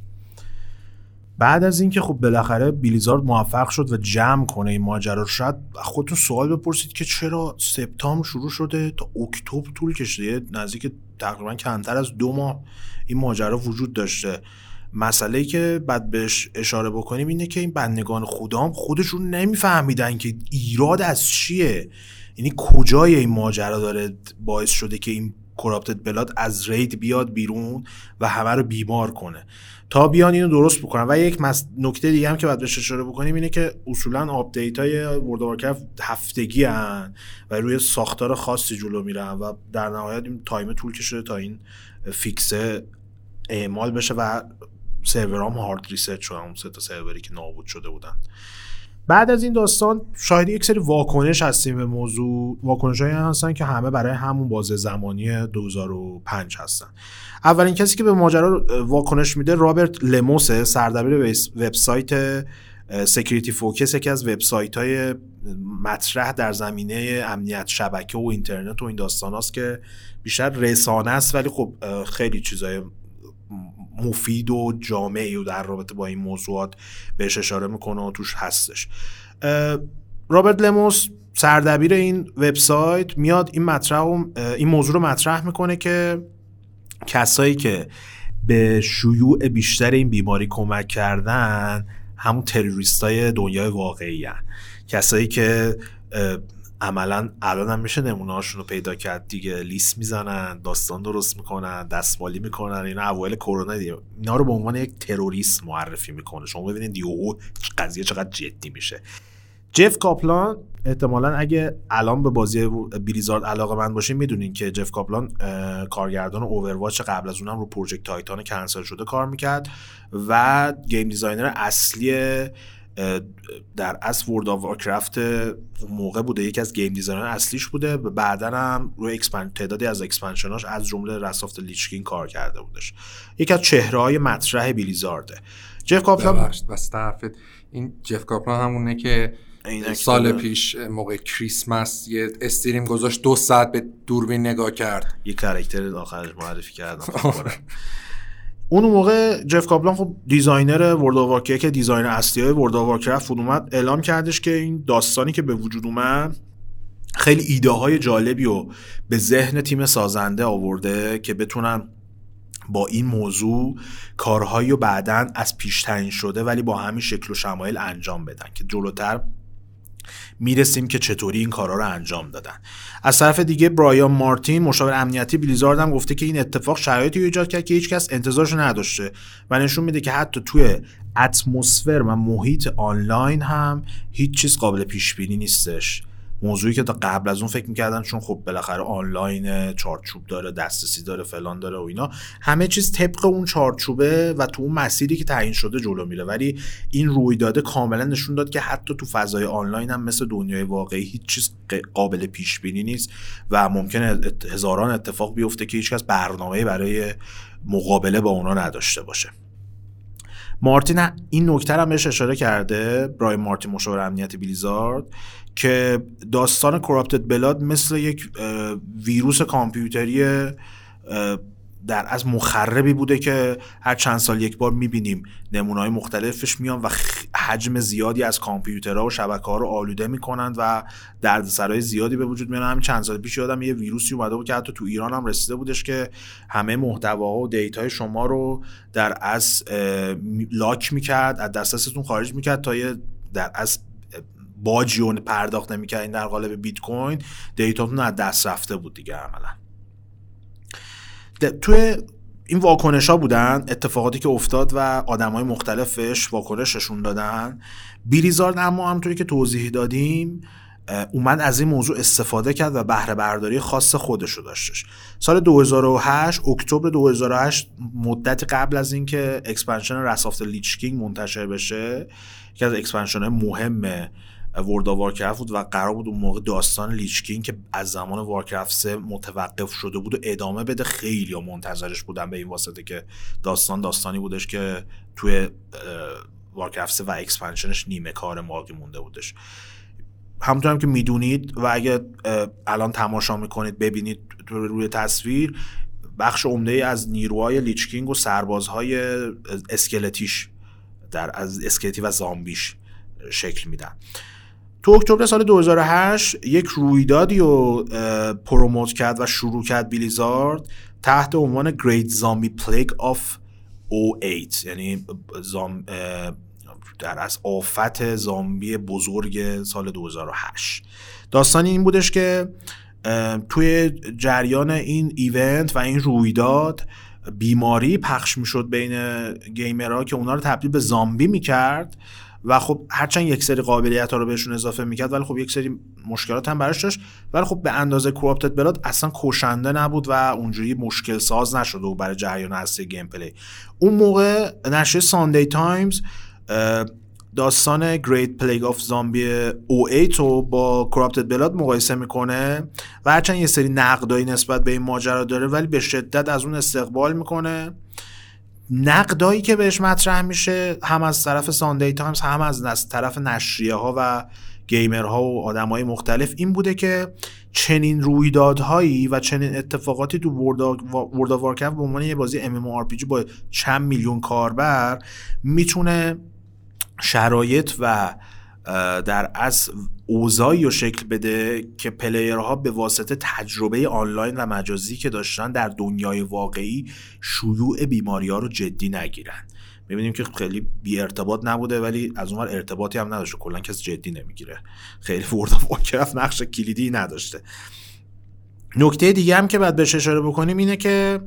بعد از اینکه خب بالاخره بلیزارد موفق شد و جمع کنه این ماجرا رو، شاید خودتون سوال بپرسید که چرا سپتامبر شروع شده تا اکتبر طول کشیده، نزدیک تقریبا کمتر از دو ماه این ماجرا وجود داشته. مسئله‌ای که بعد بهش اشاره بکنیم اینه که این بندگان خدام خودشون نمیفهمیدن که ایراد از چیه، یعنی کجای این ماجرا داره باعث شده که این کراپتد بلاد از رید بیاد بیرون و همه رو بیمار کنه تا بیان اینو درست بکنن. و یک مس... نکته دیگه هم که باید بهش اشاره بکنیم اینه که اصولا آپدیت‌های ورلد آف وارکرافت هفتگی ان و روی ساختار خاصی جلو میرن و در نهایت این تایم طول کشیده تا این فیکس اعمال بشه و سرورام هارد ریست شدن، اون سه تا سروری که نابود شده بودن. بعد از این داستان شاهد یک سری واکنش هستیم به موضوع. واکنش‌هایی هستن که همه برای همون بازه زمانی دو هزار و پنج هستن. اولین کسی که به ماجرا واکنش میده رابرت لموس، سردبیر وبسایت سکیوریتی فوکس، یکی از وبسایت‌های مطرح در زمینه امنیت شبکه و اینترنت و این داستاناست که بیشتر رسانه است ولی خب خیلی چیزای مفید و جامعی و در رابطه با این موضوعات بهش اشاره میکنه و توش هستش. رابرت لموس سردبیر این وبسایت میاد این مطرح و این موضوع رو مطرح میکنه که کسایی که به شیوع بیشتر این بیماری کمک کردن همون تروریستای دنیای واقعی هن. کسایی که عملاً الان هم میشه نمونه هاشون رو پیدا کرد دیگه، لیست میزنن، داستان درست میکنن، دستمالی میکنن، اینا اوایل کرونا دیگه اینا رو به عنوان یک تروریست معرفی میکنه. شما ببینید یهو قضیه چقدر جدی میشه. جف کاپلان احتمالاً اگه الان به بازی بلیزارد علاقه‌مند باشین میدونین که جف کاپلان کارگردان اوورواچ قبل از اونم رو پروژکت تایتان کنسل شده کار میکرد و گیم دیزاینر اصلی در اصل ورلد آف وارکرافت موقع بوده، یکی از گیم دیزاینر اصلیش بوده و بعداً هم روی اکسپن تعدادی از اکسپنشناش از جمله رست آف لیچکین کار کرده بودش. یکی از چهره‌های مطرح بلیزارده. جف کاپلان ببخشید بس طرفت این جف کاپلان همونه که سال پیش موقع کریسمس یه استریم گذاشت دو ساعت به دوربین نگاه کرد، یه کاراکتر آخرش معرفی کردم. اون موقع جف کاپلان خب دیزاینر ورلد آف وارکرافت که دیزاینر اصلیای ورلد آف وارکرافت اومد اعلام کردش که این داستانی که به وجود اومد خیلی ایده های جالبی رو به ذهن تیم سازنده آورده که بتونن با این موضوع کارهایی رو بعداً از پیش تعیین شده ولی با همین شکل و شمایل انجام بدن که جلوتر میرسیم که چطوری این کارها رو انجام دادن. از طرف دیگه برایان مارتین مشاور امنیتی بلیزارد هم گفته که این اتفاق شرایطی ایجاد کرد که هیچ کس انتظارش نداشته و نشون میده که حتی توی اتمسفر و محیط آنلاین هم هیچ چیز قابل پیش بینی نیستش. موضوعی که تا قبل از اون فکر میکردن چون خب بالاخره آنلاین چارچوب داره، دسترسی داره، فلان داره و اینا، همه چیز طبق اون چارچوبه و تو اون مسیری که تعیین شده جلو میره، ولی این رویداد کاملا نشون داد که حتی تو فضای آنلاین هم مثل دنیای واقعی هیچ چیز قابل پیش بینی نیست و ممکنه هزاران اتفاق بیفته که هیچکس برنامه‌ای برای مقابله با اونا نداشته باشه. مارتین این نکته هم بهش اشاره کرده، برایان مارتین مشاور امنیتی بلیزارد، که داستان کراپتد بلاد مثل یک ویروس کامپیوتری در از مخربی بوده که هر چند سال یک بار میبینیم نمونه‌های مختلفش میان و حجم زیادی از کامپیوترها و شبکه‌ها رو آلوده میکنند و دردسرای زیادی به وجود میاد. همین چند سال پیش یادم یه ویروسی اومده بود که حتی تو ایران هم رسیده بودش که همه محتواها و دیتاهای شما رو در از لاک میکرد، از دسترستون خارج میکرد تا یه در از باجی رو پرداخت نمی‌کردین در قالب بیت کوین، دیتاتون از دست رفته بود دیگه. عملا توی این واکنش‌ها بودن اتفاقاتی که افتاد و آدم‌های مختلفش واکنششون دادن. بلیزارد اما همونطوری که توضیح دادیم اومد از این موضوع استفاده کرد و بهره برداری خاص خودش رو داشتش. سال دو هزار و هشت، اکتبر دو هزار و هشت، مدت قبل از اینکه اکسپنشن رس آف دی لیچ کینگ منتشر بشه، که از اکسپنشن‌های مهم ورلد آف وارکرافت بود و قرار بود اون موقع داستان لیچ کینگ که از زمان وارکرافت سه متوقف شده بود و ادامه بده. خیلی ها منتظرش بودن به این واسطه که داستان داستانی بودش که توی وارکرافت سه و اکسپنشنش نیمه کار باقی مونده بودش. همونطور هم که میدونید و اگه الان تماشا میکنید ببینید روی تصویر، بخش عمده از نیروهای لیچ کینگ و سربازهای اسکلتیش در از اسکلتی و زامبیش شکل میدن. تو اکتبر سال دو هزار و هشت یک رویدادی رو پروموت کرد و شروع کرد بلیزارد تحت عنوان Great Zombie Plague of او هشت، یعنی زام در از آفت زامبی بزرگ سال دو هزار و هشت. داستان این بودش که توی جریان این ایونت و این رویداد بیماری پخش میشد بین گیمرها که اونا رو تبدیل به زامبی میکرد و خب هرچند یک سری قابلیت ها رو بهشون اضافه میکرد ولی خب یک سری مشکلات هم براش داشت، ولی خب به اندازه کراپتد بلاد اصلا کشنده نبود و اونجوری مشکل ساز نشد و برای جریان اصلی گیم پلی. اون موقع نشریه ساندی تایمز داستان Great Plague of Zombie او هشت رو با کراپتد بلاد مقایسه میکنه و هرچند یه سری نقدایی نسبت به این ماجرا داره ولی به شدت از اون استقبال میکنه. نقدایی که بهش مطرح میشه هم از طرف ساندی تایمز هم از طرف نشریه ها و گیمرها و آدمای مختلف این بوده که چنین رویدادهایی و چنین اتفاقاتی تو ورلد آف وارکرافت به عنوان یه بازی ام ام او آر پی جی با چند میلیون کاربر میتونه شرایط و در از اوضاعی رو شکل بده که پلیرها به واسطه تجربه آنلاین و مجازی که داشتن در دنیای واقعی شیوع بیماری‌ها رو جدی نگیرن. می‌بینیم که خیلی بی ارتباط نبوده ولی از اونور ارتباطی هم نداشته، کلا کسی جدی نمیگیره. خیلی ورلد آف وارکرافت نقش کلیدی نداشته. نکته دیگه هم که باید بهش اشاره بکنیم اینه که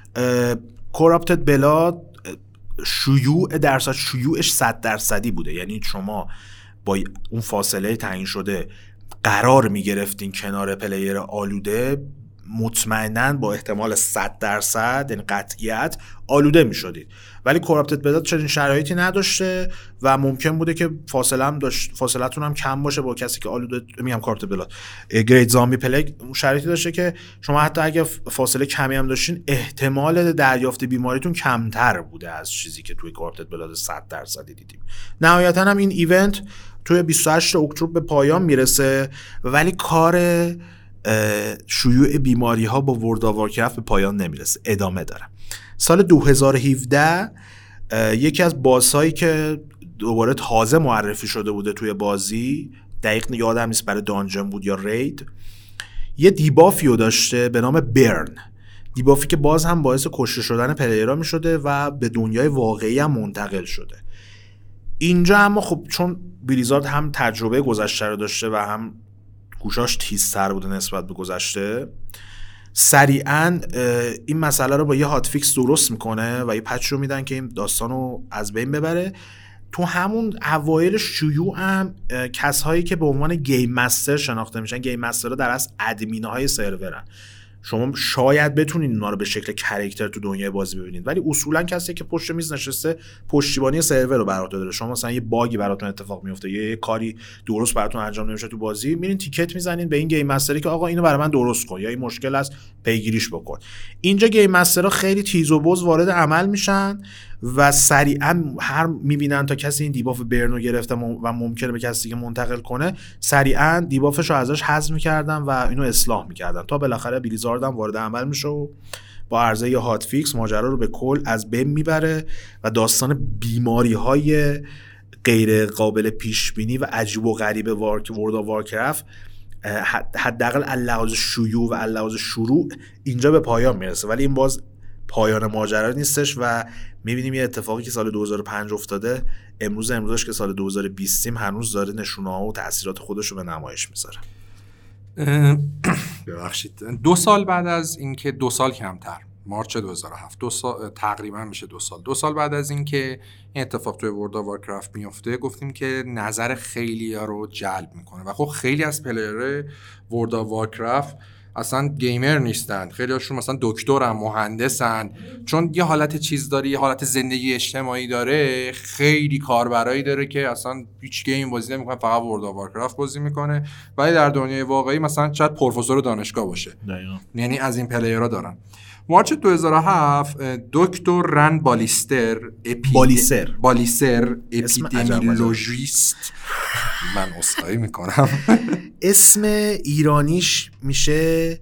کراپتد بلاد شیوع درصد شیوعش صد درصدی بوده، یعنی شما با اون فاصله تعیین شده قرار میگرفتین کنار پلیر آلوده مطمئناً با احتمال صد درصد یعنی قطعیت آلوده می‌شدید. ولی کراپتد بلاد چنین شرایطی نداشته و ممکن بوده که فاصله هم داشت فاصله‌تون هم کم باشه با کسی که آلوده میگم کراپتد بلاد. گرید زامبی پلگ شرایطی داشته که شما حتی اگه فاصله کمی هم داشتین احتمال دریافت بیماریتون کمتر بوده از چیزی که توی کراپتد بلاد صد درصد دیدیم. نهایتاً هم این ایونت توی بیست و هشت اکتبر به پایان میرسه، ولی کار شیوع بیماری ها با ورلد آف وارکرافت به پایان نمیرسه، ادامه داره. سال دو هزار و هفده یکی از بازهایی که دوباره تازه معرفی شده بوده توی بازی، دقیق یادم نیست برای دانجن بود یا رید، یه دیبافیو داشته به نام برن. دیبافی که باز هم باعث کشته شدن پلیرها می شده و به دنیای واقعی هم منتقل شده. اینجا اما خب چون بلیزارد هم تجربه گذشته رو داشته و هم گوشاش تیزتر بوده نسبت به گذشته، سریعا این مسئله رو با یه هات فیکس درست میکنه و یه پچ رو میدن که این داستان رو از بین ببره. تو همون اوایل شیوع هم کسایی که به عنوان گیم مستر شناخته میشن، گیم مسترها در اصل ادمین های سرورن، شما شاید بتونید اونا رو به شکل کاراکتر تو دنیای بازی ببینید، ولی اصولا کسی که پشت میز نشسته پشتیبانی سرور رو براتون داره. شما مثلا یه باگی براتون اتفاق میفته، یه کاری درست براتون انجام نمیشه تو بازی، میرین تیکت میزنین به این گیم مستری که آقا اینو برای من درست کن یا این مشکل است پیگیریش بکن. اینجا گیم مسترها خیلی تیز و بز وارد عمل میشن و سریعا هر میبینن تا کسی این دیباف برنو گرفته و ممکنه به کسی که منتقل کنه، سریعا دیبافش رو ازش حذف میکردن و اینو اصلاح میکردن تا بالاخره بلیزارد هم وارد عمل میشه و با عرضه یا هات فیکس ماجرا رو به کل از بین میبره و داستان بیماری های غیر قابل پیش بینی و عجیب و غریب ورلد آف وارکرافت حداقل اللحاظ شیوع و اللحاظ شروع اینجا به پایان میرسه. ولی این باز پایان ماجرا نیستش و میبینیم یه اتفاقی که سال دو هزار و پنج افتاده امروز امروزش که سال دو هزار و بیست هنوز داره نشونه‌ها و تأثیرات خودش رو به نمایش میذاره. ببخشید دو سال بعد از اینکه دو سال کمتر مارچ دو هزار و هفت دو سال تقریبا میشه دو سال دو سال بعد از اینکه این اتفاق توی ورلد آف وارکرافت میفته، گفتیم که نظر خیلی‌ها رو جلب میکنه و خب خیلی از پلیرهای ورلد آف وارکرافت اصلا گیمر نیستن، خیلی هاشون مثلا دکترن، مهندسن، چون یه حالت چیز داره، یه حالت زندگی اجتماعی داره، خیلی کاربرایی داره که اصلا هیچ گیم بازی نمیکنه، فقط ورلد آف وارکرافت بازی میکنه، ولی در دنیای واقعی مثلا شاید پروفسور دانشگاه باشه. دقیقاً. یعنی از این پلیرها دارن. مارچ دو هزار و هفت دکتر رن بالیستر اپید... بالیسر بالیسر اپیدمیولوژیست من عذرخواهی میکنم اسم ایرانیش میشه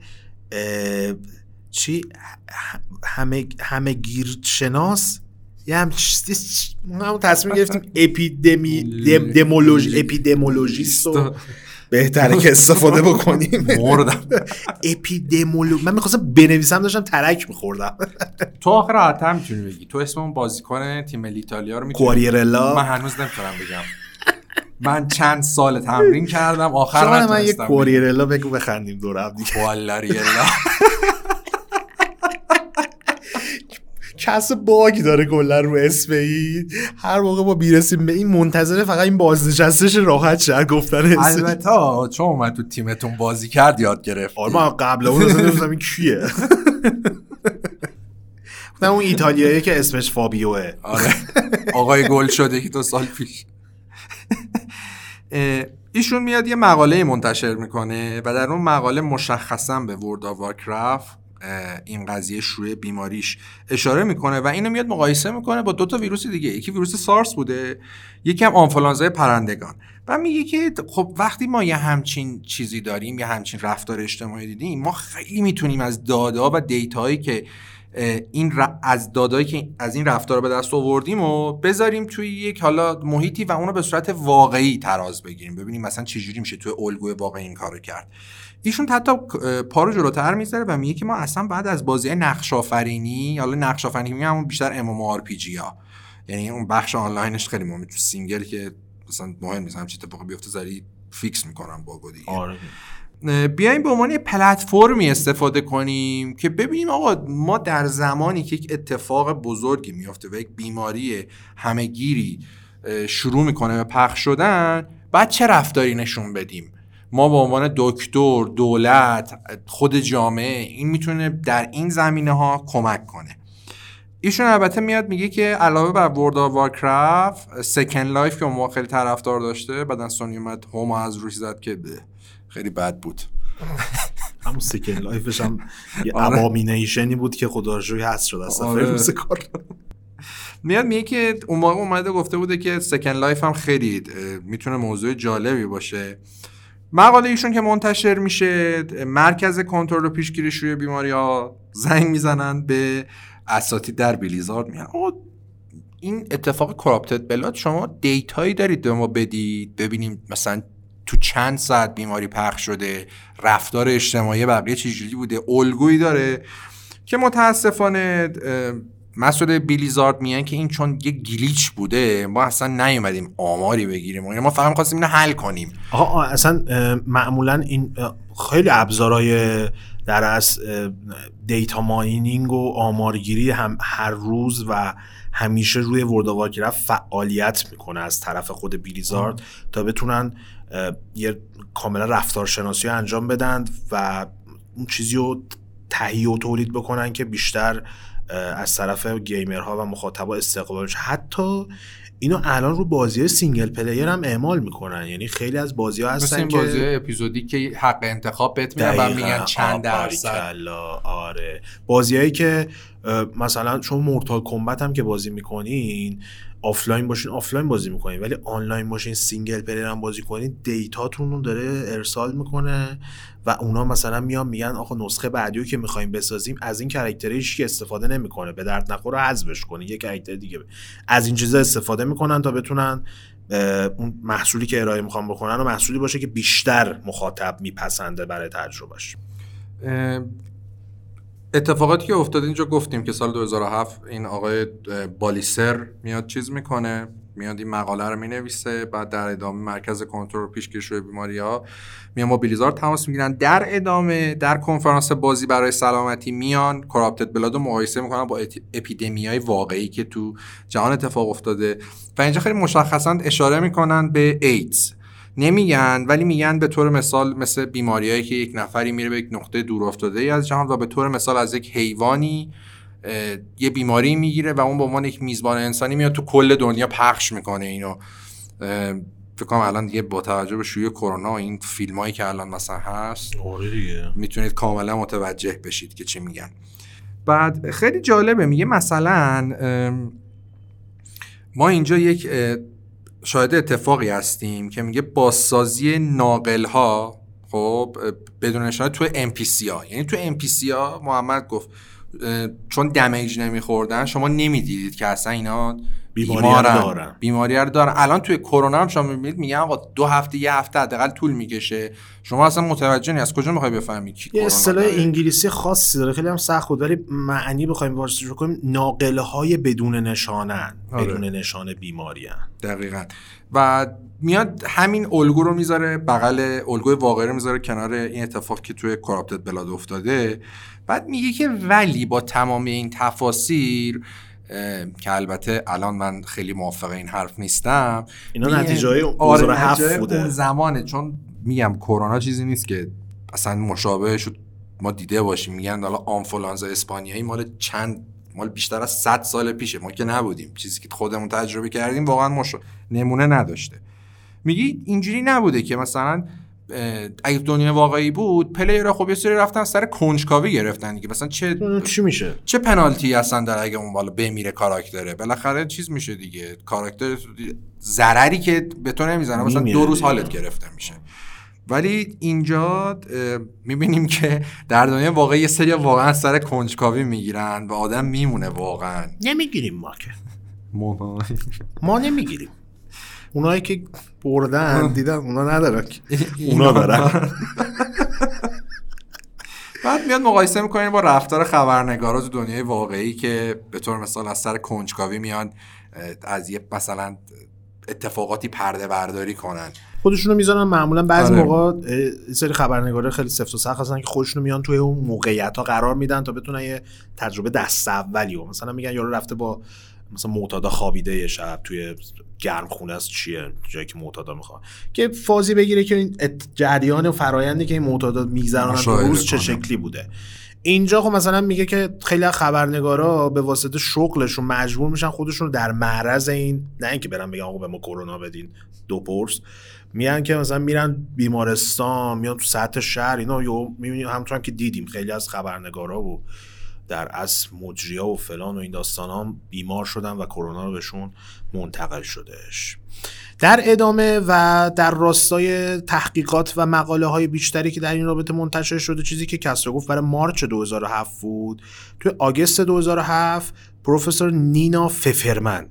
چی همه همه گیر شناس یه هم ما تصمیم گرفتیم اپیدمی دمولوژی اپیدمولوژیست رو بهتره که استفاده بکنیم. مردم اپیدمولو من می‌خواستم بنویسم داشتم ترک می‌خوردم. تو آخر راحت هم می‌تونی بگی تو اسم اون بازیکن تیم ایتالیا رو می‌تونی کوریرلا. من هنوز نمی‌تونم بگم. من چند سال تمرین کردم آخر نتونستم. من یه کوریرلا بگو بخندیم دور هم دیگه. والاریلا کس باگی داره کلا رو اسم این. هر موقع ما میرسیم به این منتظره فقط این بازنشستش راحت شه گفتن اسم. البته چون اومد تو تیمتون بازی کرد یاد گرفت. آره ما قبل اون اصلا نمی‌دونم این کیه. نه اون ایتالیایی که اسمش فابیوه. آره آقای گل شده که تو سال پیش. ایشون میاد یه مقاله منتشر میکنه و در اون مقاله مشخصا به ورلد آف وارکرافت این قضیه شروع بیماریش اشاره میکنه و اینو میاد مقایسه میکنه با دو تا ویروس دیگه. یکی ویروس سارس بوده، یکی هم آنفولانزای پرندگان. و میگه که خب وقتی ما یه همچین چیزی داریم، یه همچین رفتار اجتماعی دیدیم، ما خیلی میتونیم از دادا و دیتایی که این ر... از دادایی که از این رفتار به دست آوردیم و بذاریم توی یک حالا محیطی و اونو به صورت واقعی تراز بگیریم، ببینیم مثلا چجوری میشه توی الگوی واقعی این کارو کرد. ایشون حتی پارو جلوتر میذاره و میگه که ما اصلا بعد از بازی نقش آفرینی، حالا نقش آفرینی همون بیشتر ام ام آر پی جی ها، یعنی اون بخش آنلاینش خیلی مهمه، تو سینگل که مثلا مهم نیست همچین اتفاقی بیفته زری فیکس میکنن باگو دیگه. آره. بیایم به عنوان یه پلتفرمی استفاده کنیم که ببینیم آقا ما در زمانی که یک اتفاق بزرگی میفته و یک بیماری همه‌گیری شروع میکنه به پخش شدن، بعد چه رفتاری نشون بدیم ما به عنوان دکتر، دولت، خود جامعه، این میتونه در این زمینه ها کمک کنه. ایشون البته میاد میگه که علاوه بر ورد آف وارکرافت، سکند لایف که اون خیلی طرفدار داشته، بعدن سونی اومد هوم از روش زد که خیلی بد بود. همون سکند لایفش هم یه ابامینیشنی بود که خدا رو شکر هست شد از سفر روز کار. میاد میگه که اون موقع اومده گفته بوده که سکند لایف هم خیلی میتونه موضوع جالبی باشه. مقاله ایشون که منتشر میشه، مرکز کنترل و پیشگیری شیوع بیماری‌ها زنگ میزنن به اساتید در بلیزارد، میگن آقا این اتفاق کراپتد بلاد شما دیتایی دارید به ما بدید ببینیم مثلا تو چند ساعت بیماری پخش شده، رفتار اجتماعی بقیه چجوری بوده، الگویی داره؟ که متاسفانه مسئول بلیزارد میگن که این چون یه گلیچ بوده ما اصلا نیومدیم آماری بگیریم، ما فقط می‌خواستیم اینو حل کنیم. آها اصلا معمولا این خیلی ابزارهای در از دیتا ماینینگ و آمارگیری هم هر روز و همیشه روی ورد آف وارکرافت فعالیت میکنه از طرف خود بلیزارد تا بتونن یه کاملا رفتارشناسی رو انجام بدن و اون چیزی رو تهیه و تولید بکنن که بیشتر از طرف گیمرها و مخاطبا استقبال بشه. حتی اینو الان رو بازی‌های سینگل پلیر هم اعمال میکنن، یعنی خیلی از بازی‌ها هستن که بازی‌های اپیزودی که حق انتخاب بهت میدن و میگن چند درصد. آره بازی‌هایی که مثلا شما مورتال کمبت هم که بازی میکنین آفلاین باشین آفلاین بازی میکنین، ولی آنلاین باشین سینگل پلیر هم بازی کنین دیتاتون رو داره ارسال میکنه و اونا مثلا میان میگن آخه نسخه بعدیو که میخوایم بسازیم از این کاراکتره هیچ کی استفاده نمیکنه، به درد نخوره حذفش کنین، یه کاراکتر دیگه از این چیزا استفاده میکنن تا بتونن اون محصولی که ارائه میخوام بکنن و محصولی باشه که بیشتر مخاطب میپسنده برای تجربهش. اتفاقاتی که افتاد اینجا گفتیم که سال دو هزار و هفت این آقای بالیسر میاد چیز میکنه، میاد این مقاله رو مینویسه، بعد در ادامه مرکز کنترل و پیشگیری شیوع بیماری‌ها میان با بلیزارد تماس میگیرن، در ادامه در کنفرانس بازی برای سلامتی میان کراپتد بلاد رو مقایسه میکنن با اپیدمیای واقعی که تو جهان اتفاق افتاده و اینجا خیلی مشخصا اشاره میکنن به ایدز. نمیگن ولی میگن به طور مثال مثل بیماریایی که یک نفری میره به یک نقطه دور افتاده ای از جهان و به طور مثال از یک حیوانی یه بیماری میگیره و اون به عنوان یک میزبان انسانی میاد تو کل دنیا پخش میکنه اینو. فکر کنم الان دیگه با توجه به شیوع کرونا این فیلمایی که الان مثلا هست میتونید کاملا متوجه بشید که چی میگن. بعد خیلی جالبه میگه مثلا ما اینجا یک شاهد اتفاقی هستیم که میگه بازسازی ناقل‌ها خب بدون اشاره تو ام پی سی ها، یعنی تو ام پی سی ها محمد گفت چون دمیج نمیخوردن شما نمیدیدید که اصلا اینا بیماری رو دارن بیماری رو دارن. الان توی کرونا هم شما میبینید میگن آقا دو هفته یه هفته حداقل طول میکشه، شما اصلا متوجه نیست از کجا میخوای بفهمی کی کرونا. یه اصطلاح انگلیسی خاصی داره خیلی هم سخت بود ولی معنی بخوایم وارسش کنیم ناقل‌های بدون نشانه، بدون نشانه بیماری ان. دقیقاً. و میاد همین الگو رو میذاره بغل الگوی واقعی رو میذاره کنار این اتفاق که توی کراپتد بلاد افتاده. بعد میگه که ولی با تمام این تفاسیر که البته الان من خیلی موافق این حرف نیستم، اینا نتیجه‌های اوضاع هفت بوده اون زمانه، چون میگم کرونا چیزی نیست که اصلا مشابهش ما دیده باشیم. میگن حالا آنفولانزا اسپانیایی مال چند مال بیشتر از صد سال پیشه، ما که نبودیم، چیزی که خودمون تجربه کردیم واقعا مش... نمونه نداشته. میگی اینجوری نبوده که مثلا اگه دنیا واقعی بود پلیرها خب یه سری رفتن سر کنجکاوی گرفتن دیگه، مثلا چه چی میشه، چه پنالتی هستن در اگه اون بالا بمیره کاراکتره، بالاخره چیز میشه دیگه، کاراکتر ضرری که به تو نمیزنه مثلا دو روز حالت گرفته میشه. ولی اینجا میبینیم که در دنیا واقعی یه سری واقعا سر کنجکاوی میگیرن و آدم میمونه. واقعا نمیگیریم ما که ما ما نمیگیریم، اونایی که بردن دیدن اونا ندارن اونا دارن. بعد میاد مقایسه میکنه با رفتار خبرنگارا تو دنیای واقعی که به طور مثال از سر کنجکاوی میان از یه مثلا اتفاقاتی پرده برداری کنن، خودشونو میذارن. معمولا بعضی آره. موقع این سری خبرنگارا خیلی سفت و سخت هستن که خودشونو میان توی اون موقعیت‌ها قرار میدن تا بتونن یه تجربه دست اولیو، مثلا میگن یارو رفته با مثلا معتادا خوابیده یه شب توی گرم خونه است چیه جایی که معتادا میخواد که فازی بگیره که این جریان و فرایندی که این معتادا میگذرونن تو روز چه شکلی بوده. اینجا خب مثلا میگه که خیلی از خبرنگارا به واسطه شغلشون مجبور میشن خودشون رو در معرض این، نه اینکه برن بگن آقا به ما کرونا بدین دو پرس، میان که مثلا میرن بیمارستان، میان تو سطح شهر اینا، یا میبینیم همونطور هم که دیدیم خیلی از خبرنگارا و در اصل مجریا و فلان و این داستانا هم بیمار شدن و کرونا رو بهشون منتقل شدهش. در ادامه و در راستای تحقیقات و مقاله های بیشتری که در این رابطه منتشر شده، چیزی که کسرا گفت برای مارچ دو هزار و هفت بود، توی آگوست دو هزار و هفت پروفسور نینا ففرمن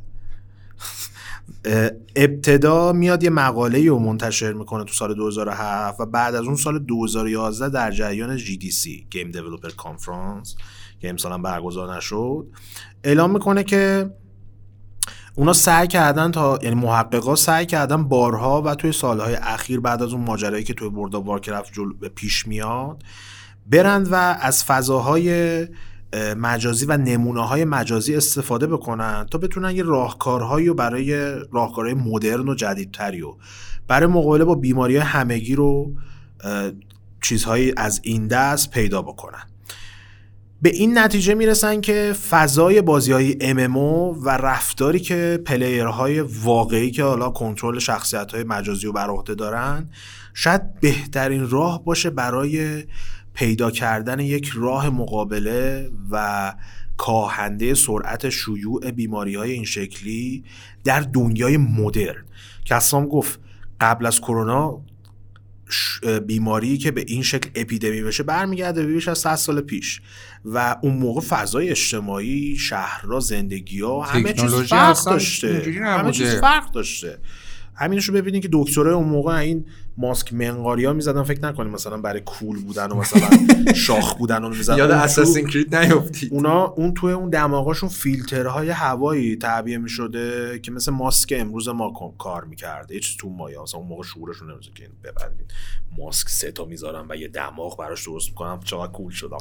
ابتدا میاد یه مقاله‌ای رو منتشر میکنه تو سال دو هزار و هفت و بعد از اون سال دو هزار و یازده در جریان جی دی سی Game Developer Conference که امسال هم برگزار نشد اعلام میکنه که اونا سعی کردن تا یعنی محققا سعی کردن بارها و توی سالهای اخیر بعد از اون ماجرایی که توی ورلد آف وارکرافت جلو پیش میاد برند و از فضاهای مجازی و نمونه‌های مجازی استفاده بکنن تا بتونن یه راهکارهایی رو برای راهکارهای مدرن و جدیدتری و برای مقابله با بیماری‌های همگی رو چیزهایی از این دست پیدا بکنن. به این نتیجه میرسن که فضای بازی‌های ام ام او و رفتاری که پلیرهای واقعی که حالا کنترل شخصیت‌های مجازی رو بر عهده دارن شاید بهترین راه باشه برای پیدا کردن یک راه مقابله و کاهنده سرعت شیوع بیماری‌های این شکلی در دنیای مدرن. کسام گفت قبل از کرونا بیماری که به این شکل اپیدمی بشه برمیگرده به بیش از صد سال پیش و اون موقع فضای اجتماعی، شهرها، زندگی‌ها همه چیز فرق داشته. همه چیز فرق داشته. همینشو ببینید که دکترای اون موقع این ماسک منقاریا میزدن، فکر نکنید مثلا برای کول بودن و مثلا شاخ بودن اون میزدن. یاد اساسین کرید نیافتید. اونا اون توی اون دماغاشون فیلترهای هوایی تعبیه میشده که مثل ماسک امروز ما کار میکرده. هیچ تو مایه اصلا اون موقع شعورشون نمیشه که ببندید ماسک سه تا میذارن و یه دماغ براش درست میکنن. چقدر کول شدم.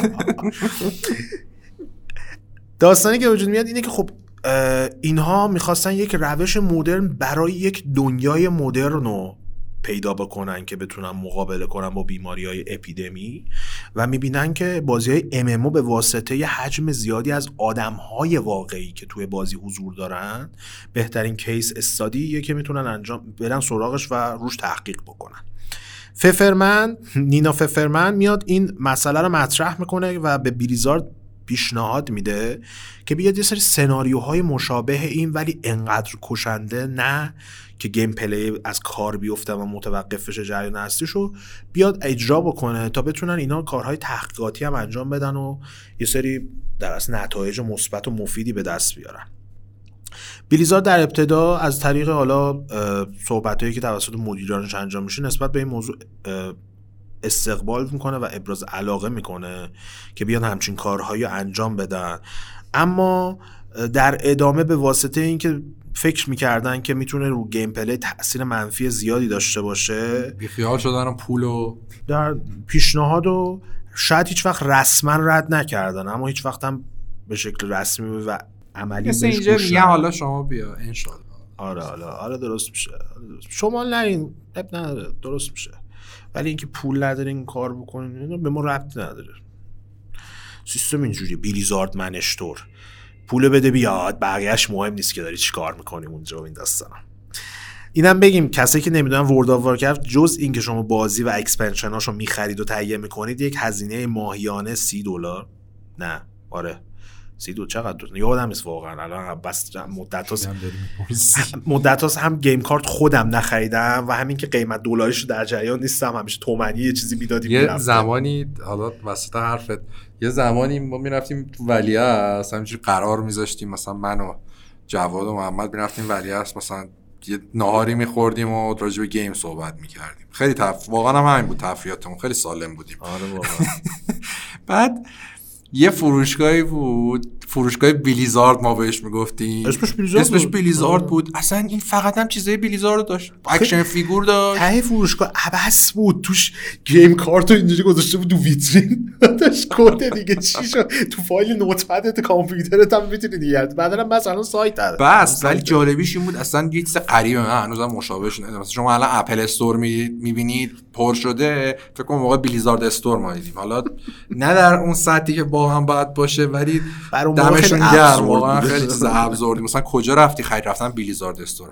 داستانی که وجود میاد اینه که خب اینها میخواستن یک روش مدرن برای یک دنیای مدرن رو پیدا بکنن که بتونن مقابله کنن با بیماری‌های اپیدمی و میبینن که بازی‌های ام ام او به واسطه یه حجم زیادی از آدم‌های واقعی که توی بازی حضور دارن بهترین کیس استادیه که میتونن انجام برن سراغش و روش تحقیق بکنن. ففرمن نینا ففرمن میاد این مسئله رو مطرح میکنه و به بلیزارد پیشنهاد میده که بیاد یه سری سناریوهای مشابه این ولی انقدر کشنده نه که گیم پلی از کار بیفته و متوقف بشه جریان اصلیشو بیاد اجرا بکنه تا بتونن اینا کارهای تحقیقاتی هم انجام بدن و یه سری در اصل نتایج مثبت و مفیدی به دست بیارن. بلیزارد در ابتدا از طریق حالا صحبتایی که توسط مدیرانش انجام میشه نسبت به این موضوع استقبال میکنه و ابراز علاقه میکنه که بیان همچین کارهایی انجام بدن، اما در ادامه به واسطه اینکه فکر میکردن که میتونه رو گیم پلی تأثیر منفی زیادی داشته باشه بیخیال شدن و پولو در پیشنهاد و شاید هیچ وقت رسما رد نکردن اما هیچ وقت هم به شکل رسمی و عملی بهش گوش ندادن. میگه حالا شما بیا انشالله. آره آره آره درست میشه. شما نرین اب نداره درست میشه، ولی اینکه پول ندارین این کار بکنین اینا به ما ربطی نداره. سیستم اینجوریه. بلیزارد منشتور پول بده بیاد، بقیه‌اش مهم نیست که داری چی کار میکنی اونجا و این داستانا. اینم بگیم کسایی که نمیدونن ورلد آف وارکرافت جز این که شما بازی و اکسپنشناشو میخرید و تهیه میکنید یک هزینه ماهیانه سی دلار نه آره سی دو چقدر دو یادم نیست واقعا الان بس مدت هاست مدت هاست هم گیم کارت خودم نخریدم و همین که قیمت دلاریشو در جریان نیستم، همیشه تومنی یه چیزی میدادیم. یه زمانی حالا وسط حرفت یه زمانی ما میرفتیم تو ولیعصر همینجوری قرار میذاشتیم مثلا من و جواد و محمد میرفتیم ولیعصر مثلا یه ناهاری میخوردیم و راجع به گیم صحبت میکردیم. خیلی تف... واقعا هم همین بود تفریحاتمون، خیلی سالم بودیم. آره واقعا. بعد یه فروشگاهی بود فروشگاه بلیزارد ما بهش میگفتیم، اسمش بلیزارد اسمش بود. بلیزارد بود. اصلا این فقط هم چیزای بلیزارد داشت، اکشن فیگور داشت، ته فروشگاه عبس بود، توش گیم کارت رو اینجوری گذاشته بود تو ویترین داشت کد دیگه چی شد تو فایل نوتپدت کامپیوترت هم میتونی دیگه بعدا مثلا سایت هست بس. ولی جالبیش این بود اصلا یه چیز غریبه، من هنوزم مشابهش ندیدم. مثلا شما الان اپل استور میبینید پر شده، فکر کنم موقع بلیزارد استور ما دیدیم، حالا نه در اون سطحی که با هم باید باشه ولی دمشون گرم، واقعا خیلی چیز ابزوردی. مثلا کجا رفتی خرید؟ رفتن بلیزارد استور.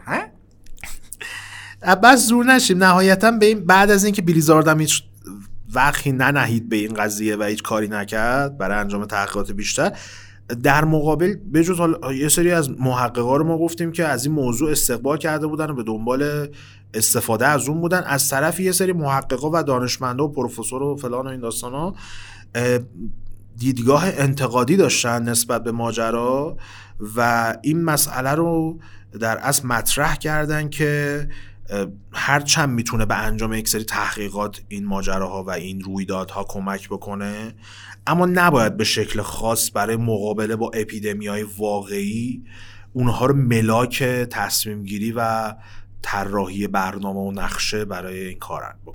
ها بس زور نشیم نهایتا به این بعد از اینکه بلیزارد هم هیچ وقتی ننهید به این قضیه و هیچ کاری نکرد برای انجام تحقیقات بیشتر، در مقابل بجز یه سری از محققا رو ما گفتیم که از این موضوع استقبال کرده بودن و به دنبال استفاده از اون بودن، از طرف یه سری محققا و دانشمندا و پروفسور و فلان و این داستانا دیدگاه انتقادی داشتن نسبت به ماجرا و این مسئله رو در اصل مطرح کردن که هر چند میتونه به انجام یک سری تحقیقات این ماجراها و این رویدادها کمک بکنه، اما نباید به شکل خاص برای مقابله با اپیدمیای واقعی اونها رو ملاک تصمیم گیری و طراحی برنامه و نقشه برای این کار بکنه.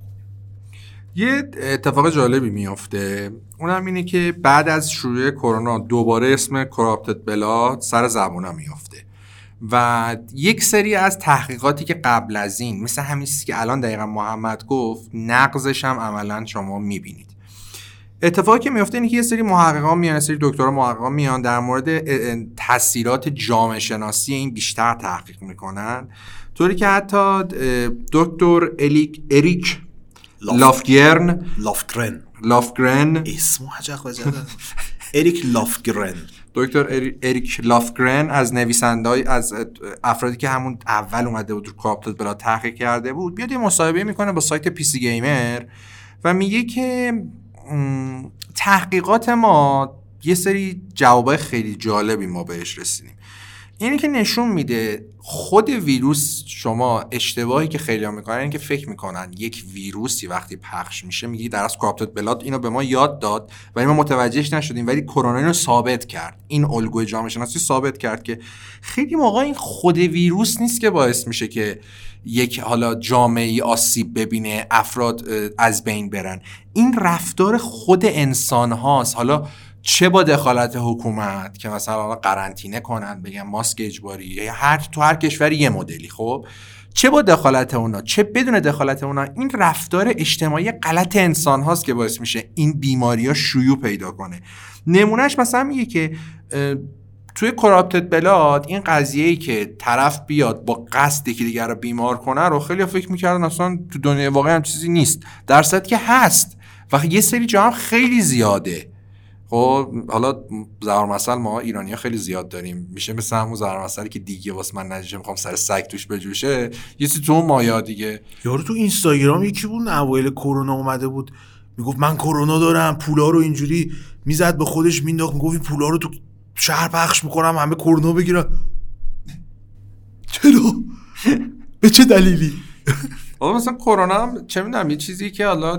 یه اتفاق جالبی میفته، اونم اینه که بعد از شروع کرونا دوباره اسم کراپتد بلاد سر زبونا میفته و یک سری از تحقیقاتی که قبل از این مثل همین چیزی که الان دقیقا محمد گفت نقضش هم عملا شما میبینید. اتفاقی که میفته اینه که یه سری محققان میان، سری دکترا محققان میان در مورد تاثیرات جامعه شناسی این بیشتر تحقیق میکنن، طوری که حتی دکتر الیک اریک لافگرن لافگرن لافگرن اسمو عجق وجه اریک لافگرن دکتر اریک لافگرن از نویسنده‌های از افرادی که همون اول اومده بود رو کراپتد بلاد تحقیق کرده بود، بیاد یه مصاحبه میکنه با سایت پی سی گیمر و میگه که تحقیقات ما یه سری جوابای خیلی جالبی ما بهش رسیدیم. اینی که نشون میده خود ویروس، شما اشتباهی که خیلی‌ها میکنن این که فکر میکنن یک ویروسی وقتی پخش میشه، میگه در اصل کراپتد بلاد اینو به ما یاد داد ولی ما متوجهش نشدیم، ولی کرونا اینو ثابت کرد، این الگوی جامعه شناسی ثابت کرد که خیلی موقع این خود ویروس نیست که باعث میشه که یک حالا جامعه آسیب ببینه، افراد از بین برن، این رفتار خود انسان هاست. حالا چه با دخالت حکومت که مثلا قرنطینه کنن بگن ماسک اجباری، هر تو هر کشوری یه مدلی، خب چه با دخالت اونا چه بدون دخالت اونا، این رفتار اجتماعی غلط انسان هاست که باعث میشه این بیماری ها شیوع پیدا کنه. نمونهش مثلا میگه که توی کراپتد بلاد این قضیه‌ای که طرف بیاد با قصد که دیگر رو بیمار کنه رو خیلی فکر میکردن اصلا تو دنیای واقعی هم چیزی نیست، در صورتی که هست و یه سری جا هم خیلی زیاده. خب حالا ضرب مثل ما ایرانی‌ها خیلی زیاد داریم، میشه مثل همون ضرب مثلی که دیگه واسه من نجیشه میخوام سر سگ توش بجوشه، یه چیزی تو اون مایا دیگه. یارو تو اینستاگرام یکی بود اوایل کرونا اومده بود میگفت من کرونا دارم، پولا رو اینجوری میزد به خودش مینداخت، میگفت این پولا رو تو شهر پخش میکنم همه کرونا بگیرن. چرا؟ به چه دلیلی؟ حالا مثلا کرونا هم چه میدونم یه چیزی که حالا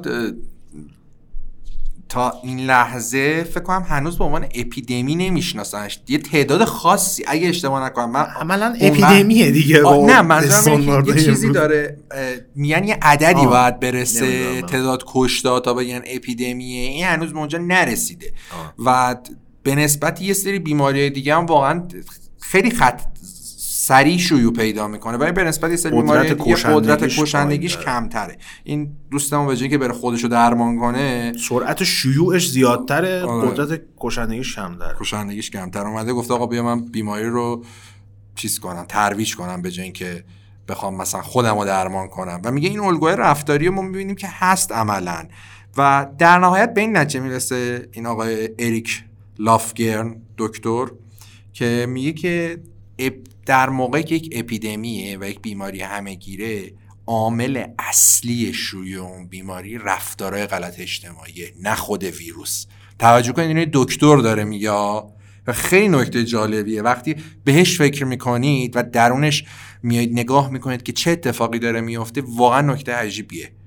تا این لحظه فکر کنم هنوز به عنوان اپیدمی نمیشناسنش، یه تعداد خاصی اگه اشتباه نکنم من عملاً اپیدمیه دیگه. نه منظورم یه چیزی داره میگن یه عددی آه. باید برسه تعداد کشته تا بگن اپیدمیه، این هنوز به اونجا نرسیده آه. و به نسبت یه سری بیماری‌های دیگه هم واقعا خیلی خط سریع شیوع پیدا میکنه ولی به نسبت یه سری بیماری دیگه قدرت کشندگیش کمتره. این دوستمون به جای اینکه بره خودشو درمان کنه سرعت شیوعش زیادتره، قدرت کشندگیش کمتره کشندگیش کمتر اومده گفته آقا بیا من بیماری رو چیز کنم، ترویج کنم به جای اینکه بخوام مثلا خودمو درمان کنم. و میگه این الگوی رفتاری رو ما میبینیم که هست عملاً و در نهایت به این نتیجه میرسه این آقای اریک لافگرن دکتر که میگه که در موقعی که یک اپیدمیه و یک بیماری همه‌گیره، عامل اصلی شیوع اون بیماری رفتارهای غلط اجتماعیه نه خود ویروس. توجه کنید اینو دکتر داره میگه و خیلی نکته جالبیه وقتی بهش فکر میکنید و درونش میایید نگاه میکنید که چه اتفاقی داره میفته، واقعا نکته عجیبیه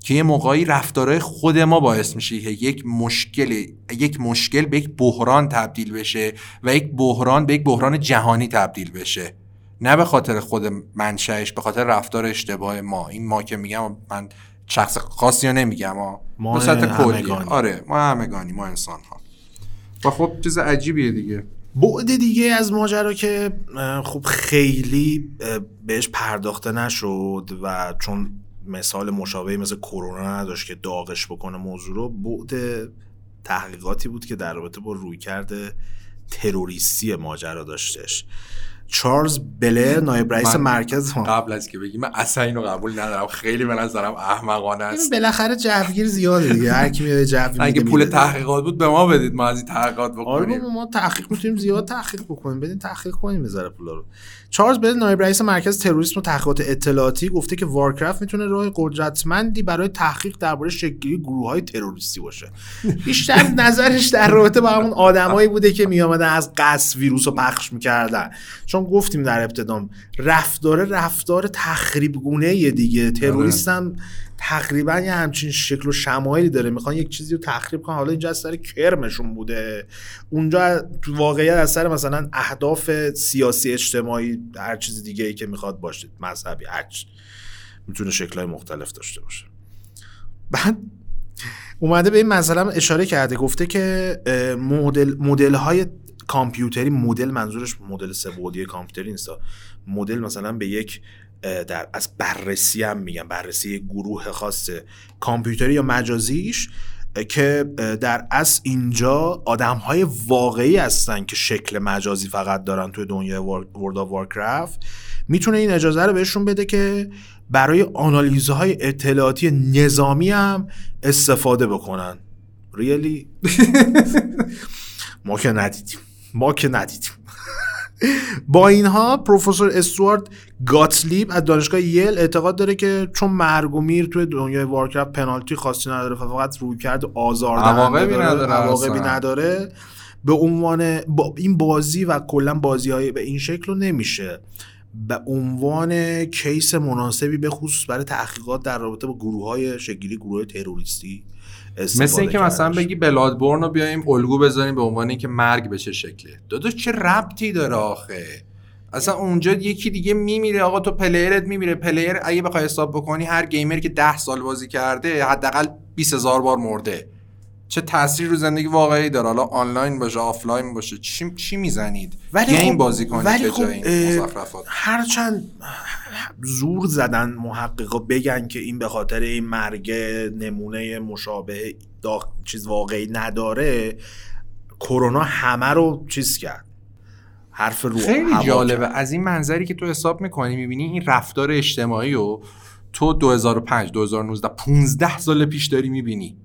که یه موقعی رفتارهای خود ما باعث میشه که یک مشکل یک مشکل به یک بحران تبدیل بشه و یک بحران به یک بحران جهانی تبدیل بشه، نه به خاطر خود منشأش، به خاطر رفتار اشتباه ما. این ما که میگم من شخص خاصی ها نمیگم، ما به صورت کلی، آره ما همگانی، ما انسان ها. و خب چیز عجیبیه دیگه. بعد دیگه از ماجرا که خب خیلی بهش پرداخته نشد و چون مثال مشابهی مثل کرونا نداشت که داغش بکنه موضوع رو، بعد تحقیقاتی بود که در رابطه با رویکرد تروریستی ماجرا داشتش. چارلز بلر نایب رئیس مرکز، قبل از که بگیم من اصلا اینو قبول ندارم، خیلی به نظرم احمقانه است. بالاخره جوگیر زیاده دیگه، هر کی میاد جوگیر میده. اگه پول تحقیقات بود به ما بدید، ما از این تحقیقات بکنیم. آره ما تحقیق میتونیم زیاد تحقیق بکنیم، بدین تحقیق کنیم بذاره پولا رو. چارلز بلر نایب رئیس مرکز تروریسم و تحقیقات اطلاعاتی گفته که وارکرافت میتونه راه قدرتمندی برای تحقیق درباره شکلی گروه‌های تروریستی باشه. بیشتر نظرش در رابطه با همون آدمایی بوده که میامدن از قصد ویروس رو پخش میکردن، چون گفتیم در ابتدا رفتار رفتار تخریبگونه دیگه. تروریست هم تقریبا یه همچین شکل و شمایلی داره، میخوان یک چیزی رو تخریب کنن. حالا اینجا از سر کرمشون بوده، اونجا تو واقعیت از سر مثلا اهداف سیاسی، اجتماعی، هر چیز دیگه ای که میخواد باشه، مذهبی، هرچ میتونه شکل‌های مختلف داشته باشه. بعد اومده به این مسئله اشاره کرده، گفته که مدل مدل‌های کامپیوتری، مدل منظورش مدل سه بعدی کامپیوتری نیست، مدل مثلا به یک در از بررسی هم میگن، بررسی گروه خاص کامپیوتری یا مجازیش، که در اصل اینجا آدم‌های واقعی هستن که شکل مجازی فقط دارن توی دنیای ورلد آف وارکرافت، میتونه این اجازه رو بهشون بده که برای آنالیزهای اطلاعاتی نظامی هم استفاده بکنن. ریلی ما که ندیدیم ما که ندیدیم با اینها پروفسور استوارت گاتلیب از دانشگاه یل اعتقاد داره که چون مرگ و میر توی دنیای وارکرافت پنالتی خاصی نداره، فقط رویکرد آزاردهنده داره، عواقبی نداره، به عنوان با این بازی و کلا بازی‌های به این شکل رو نمیشه به عنوان کیس مناسبی به خصوص برای تحقیقات در رابطه با گروه‌های شکلی گروه تروریستی مثل اینکه مثلا بگی بلادبورن رو بیایم الگو بذاریم به عنوان اینکه مرگ به چه شکله. داداش چه ربطی داره آخه؟ اصلا اونجا یکی دیگه میمیره آقا، تو پلیرت میمیره. پلیر اگه بخوای حساب بکنی هر گیمر که ده سال بازی کرده حداقل بیست هزار بار مرده. چه تأثیری رو زندگی واقعی داره؟ حالا آنلاین باشه آفلاین باشه، چی چی میزنید؟ گیم خب بازی کنید به جای این مزخرفات. هرچند زور زدن محققا بگن که این به خاطر این مرگ نمونه مشابه دا چیز واقعی نداره، کرونا همه رو چیز کرد، حرف رو خیلی جالبه کرد. از این منظری که تو حساب میکنی میبینی این رفتار اجتماعی رو تو دو هزار و پنج دو هزار و نوزده پانزده سال پیش داری میبینی،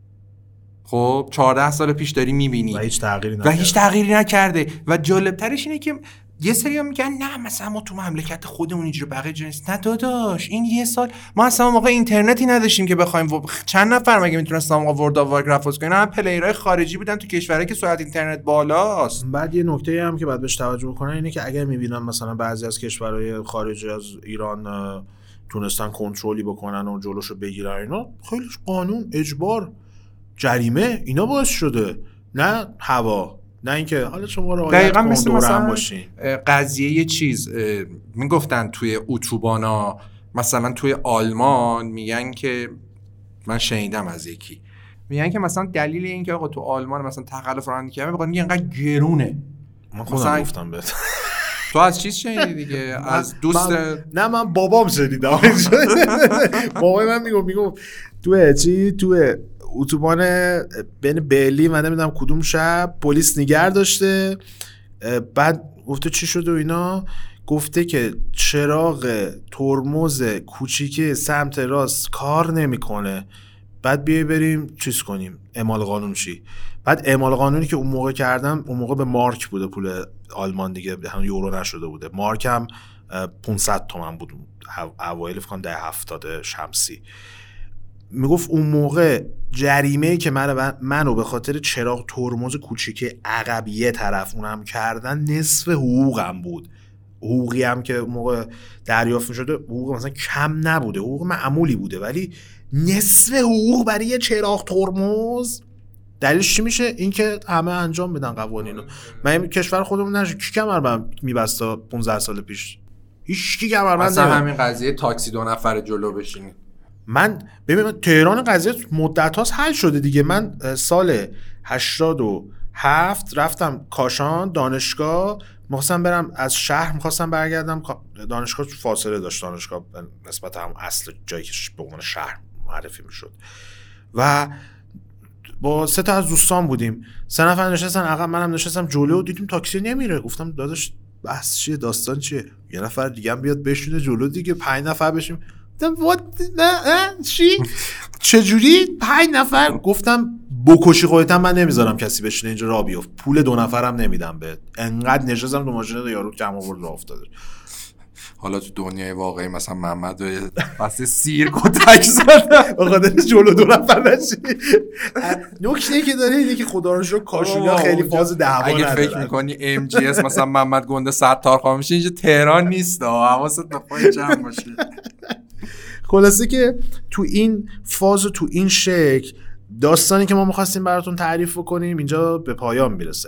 خب چهارده سال پیش داری میبینی و هیچ تغییری نکرده و هیچ تغییری نکرده و جالب ترش اینه که یه سری میگن نه مثلا ما تو مملکت خودمون اینجوری بقیه جا نیست. نه داداش، این یه سال ما اصلا موقع اینترنتی نداشتیم که بخوایم و... چند نفر مگه میتونستن موقع ورلد آف وارکرافت باز کنن؟ هم پلیرهای خارجی بودن تو کشورایی که سرعت اینترنت بالاست. بعد یه نکته هم که بعد بهش توجه کنن اینه که اگر میبینن مثلا بعضی از کشورهای خارجی از ایران تونستن کنترلی بکنن و جلوشو بگیرن، اینا خیلی قانون، اجبار، جریمه اینا باعث شده، نه هوا، نه اینکه حالا شما رو دقیقاً مثل مثلا قضیه یه چیز میگفتن توی اتوبانا، مثلا توی آلمان میگن که من شنیدم از یکی میگن که مثلا دلیل این که آقا تو آلمان مثلا تخلف رانندگی کردن بخاطر اینکه انقدر گرونه. من خودم گفتم بهت تو از چیز شنیدی دیگه؟ از دوست من... نه من بابام شنیدم بابای من میگم میگم تو چی تو اتوبان بین برلین و نمیدونم کدوم شب پلیس نگه داشته، بعد گفته چی شده و اینا، گفته که چراغ ترمز کوچیک سمت راست کار نمیکنه، بعد بیای بریم چیز کنیم اعمال قانون شی. بعد اعمال قانونی که اون موقع کردم، اون موقع به مارک بوده پول آلمان دیگه، هم یورو نشده بوده، مارک هم پانصد تومن بود اوایل فکر کنم ده هفتاد شمسی. میگفت اون موقع جریمه که من منو به خاطر چراغ ترمز کوچیک عقب یه طرف اونم کردن نصف حقوقم بود. حقوقی هم که اون موقع دریافت می‌شده حقوق مثلا کم نبوده، حقوق معمولی بوده، ولی نصف حقوق برای یه چراغ ترمز. دلیلش چی میشه؟ اینکه همه انجام بدن قوانینو. من این کشور خودمون نشه کی کمربند میبست تا پانزده سال پیش؟ هیچ کی کمربند اصلا همین قضیه تاکسی دو نفر جلو بشینید. من ببین تهران قضیه مدت هاست حل شده دیگه. من سال هشتاد و هفت رفتم کاشان دانشگاه، می‌خواستم برم از شهر، می‌خواستم برگردم دانشگاه، فاصله داشت دانشگاه نسبت هم اصل جایی که به عنوان شهر معرفی میشد و با سه تا از دوستان بودیم، سه نفر نشستن عقب، منم نشستم جلو، دیدیم تاکسی نمیره. گفتم داداش بحث چیه، داستان چیه؟ یه نفر دیگه هم بیاد بشینه جلو دیگه، پنج نفر بشیم. گفتم نه چی چجوری پنج نفر؟ گفتم بکشی خودت من نمیذارم کسی بشینه اینجا راه بیفت، پول دو نفرم نمیدم بهت. انقدر نشستم تو ماشین یارو کم آورد راه افتاد. حالا تو دنیای واقعی مثلا محمد و واسه سیر کتک زدن آقا جلو دو نفر نشی. نکته که داره اینه که خدا رو شکر کاشونا خیلی فاز دعوا ندارن. اگه فکر میکنی ام جی اس مثلا محمد گنده ستارخان میشه، اینجا تهران نیست، حواست به پای جمع باشه. خلاصه که تو این فاز و تو این شکل داستانی که ما می‌خواستیم براتون تعریف بکنیم اینجا به پایان میرسه.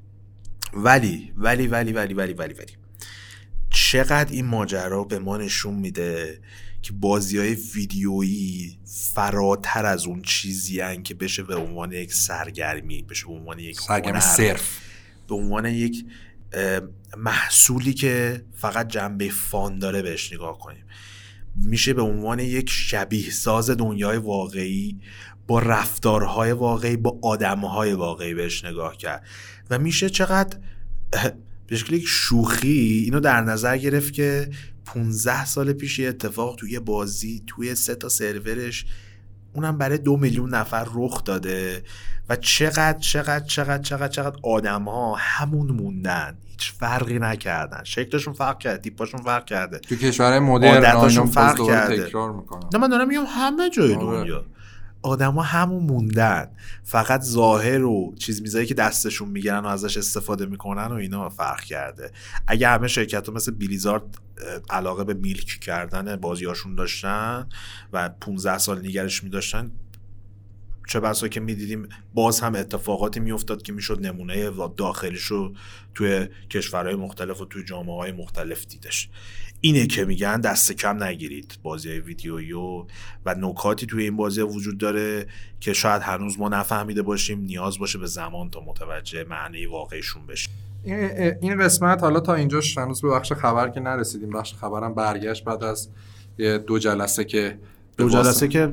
ولی ولی ولی ولی ولی ولی ولی چقدر این ماجرا به ما نشون میده که بازی‌های ویدیویی فراتر از اون چیزی هن که بشه به عنوان یک سرگرمی، بشه به عنوان یک سرگرمی صرف، به عنوان یک محصولی که فقط جنبه فان داره بهش نگاه کنیم. میشه به عنوان یک شبیه ساز دنیای واقعی با رفتارهای واقعی، با آدمهای واقعی بهش نگاه کرد و میشه چقدر به شکل یک شوخی اینو در نظر گرفت که پانزده سال پیش یه اتفاق توی بازی توی سه تا سرورش، اونم برای دو میلیون نفر رخ داده و چقدر چقدر چقدر چقدر چقدر آدم ها همون موندن، هیچ فرقی نکردن، شکلشون فرق کرده، تیپاشون فرق کرده، تو کشورهای مدرن عادتاشون فرق کرده. تکرار میکنن. نه من دارم میگم همه جای دنیا آدم ها همون موندن، فقط ظاهر و چیز میزایی که دستشون میگیرن و ازش استفاده میکنن و اینا فرق کرده. اگه همه شرکت ها مثل بلیزارد علاقه به میلک کردن بازیاشون داشتن و پانزده سال نگرش میداشتن، چه بسا که میدیدیم باز هم اتفاقاتی میافتاد که میشد نمونه داخلیشو توی کشورهای مختلف و توی جامعه‌های مختلف دیدش. اینه که میگن دست کم نگیرید بازی‌های ویدیویی و و نکاتی توی این بازی‌ها وجود داره که شاید هنوز ما نفهمیده باشیم، نیاز باشه به زمان تا متوجه معنی واقعیشون بشیم. این قسمت حالا تا اینجاش هنوز به بخش خبر که نرسیدیم. بخش خبرم برگشت بعد از دو جلسه که دو جلسه که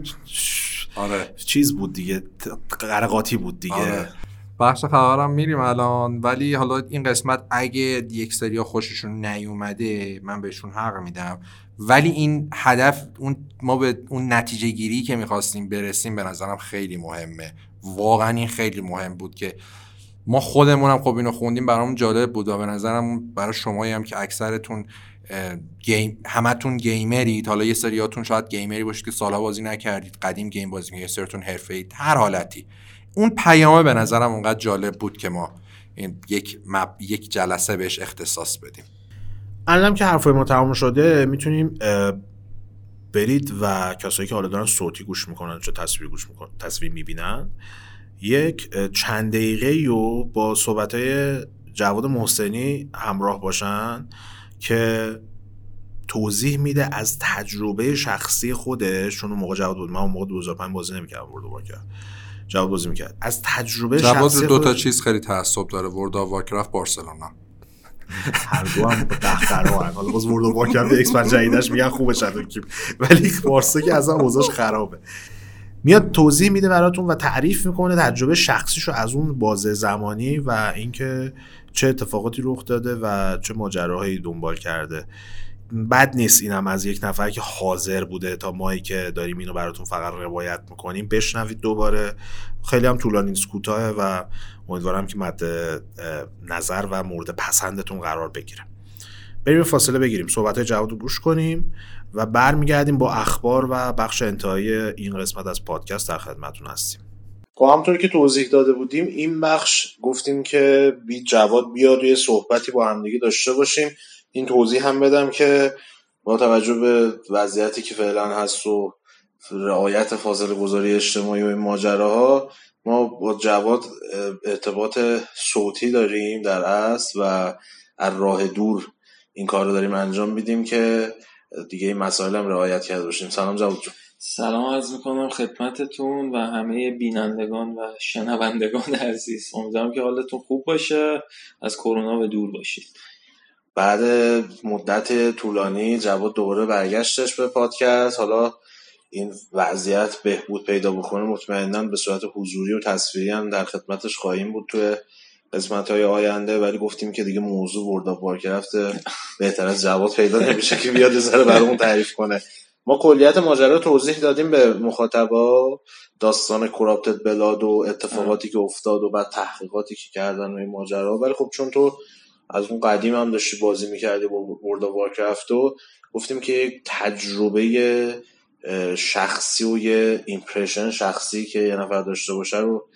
آره چیز بود دیگه، قرقاتی بود دیگه. آره. بخش خبرم میریم الان، ولی حالا این قسمت اگه یک سریا خوششون نیومده من بهشون حق میدم، ولی این هدف اون ما به اون نتیجه گیری که میخواستیم برسیم به نظرم خیلی مهمه. واقعا این خیلی مهم بود که ما خودمونم خب اینو خوندیم، برامون جالب بود و به نظرم برای شمایی هم که اکثرتون گیم همتون گیمرید، حالا یه سریاتون شاید گیمری باشید که سالها بازی نکردید، قدیم گیم بازی می‌کنید، یه سریاتون حرفه‌ای، هر حالتی اون پیامه به نظرم اونقدر جالب بود که ما این یک مب... یک جلسه بهش اختصاص بدیم. الان که حرفای ما تمام شده میتونیم برید و کسایی که حالا دارن صوتی گوش میکنن چه تصویر گوش میکنن، تصویر میبینن، یک چند دقیقه رو با صحبتهای جواد محسنی همراه باشن که توضیح میده از تجربه شخصی خودش، چون اون موقع جواد بود، من اون موقع دو هزار و پنج بازی نمیکردم، ورد وارکرافت جواد بازی میکرد، از تجربه جواد شخصی رو دو تا خودش... چیز خیلی تعصب داره، ورد وارکرافت، بارسلونا، هر دو هم دختران. حالا باز ورد وارکرافت اکسپر جدیدش میگن خوبه شد ولی بارسا که اصلا اوضاعش خرابه. میاد توضیح میده براتون و تعریف میکنه تجربه شخصیشو از اون بازه زمانی و اینکه چه اتفاقاتی رخ داده و چه ماجراهایی دنبال کرده. بد نیست اینم از یک نفر که حاضر بوده تا مایی که داریم اینو براتون فقط روایت میکنیم بشنوید دوباره. خیلی هم طولانی نیست، کوتاهه و امیدوارم که مد نظر و مورد پسندتون قرار بگیره. بریم فاصله بگیریم، صحبت‌های جواد رو گوش کنیم و برمیگردیم با اخبار و بخش انتهایی این قسمت از پادکست در خدمتتون هستیم. خب همونطور که توضیح داده بودیم این بخش گفتیم که بی جواد بیاد یه صحبتی با همدیگه داشته باشیم. این توضیح هم بدم که با توجه به وضعیتی که فعلا هست و رعایت فاصله گذاری اجتماعی و این ماجراها، ما با جواد ارتباط صوتی داریم در اصل و از راه دور این کار رو داریم انجام میدیم که دیگه این مسائل هم رعایت کرده باشیم. سلام جواد جون. سلام عرض میکنم خدمتتون و همه بینندگان و شنوندگان عزیز. امیدوارم که حالتون خوب باشه، از کرونا به دور باشید. بعد مدت طولانی جواد دوباره برگشتش به پادکست. حالا این وضعیت بهبود پیدا بکنه مطمئناً به صورت حضوری و تصویری هم در خدمتش خواهیم بود توی قسمت‌های آینده، ولی گفتیم که دیگه موضوع ورد آف وارکرافت بهتر از جواد پیدا نمیشه که بیاد زره برامون تعریف کنه. ما کلیت ماجرا رو توضیح دادیم به مخاطبا، داستان کراپتد بلاد و اتفاقاتی که افتاد و بعد تحقیقاتی که کردن و این ماجرا. ولی خب چون تو از اون قدیم هم داشتی بازی می‌کردی با ورد آف وارکرافت و گفتیم که یک تجربه شخصی و یه ایمپرشن شخصی که یه نفر داشته باشه رو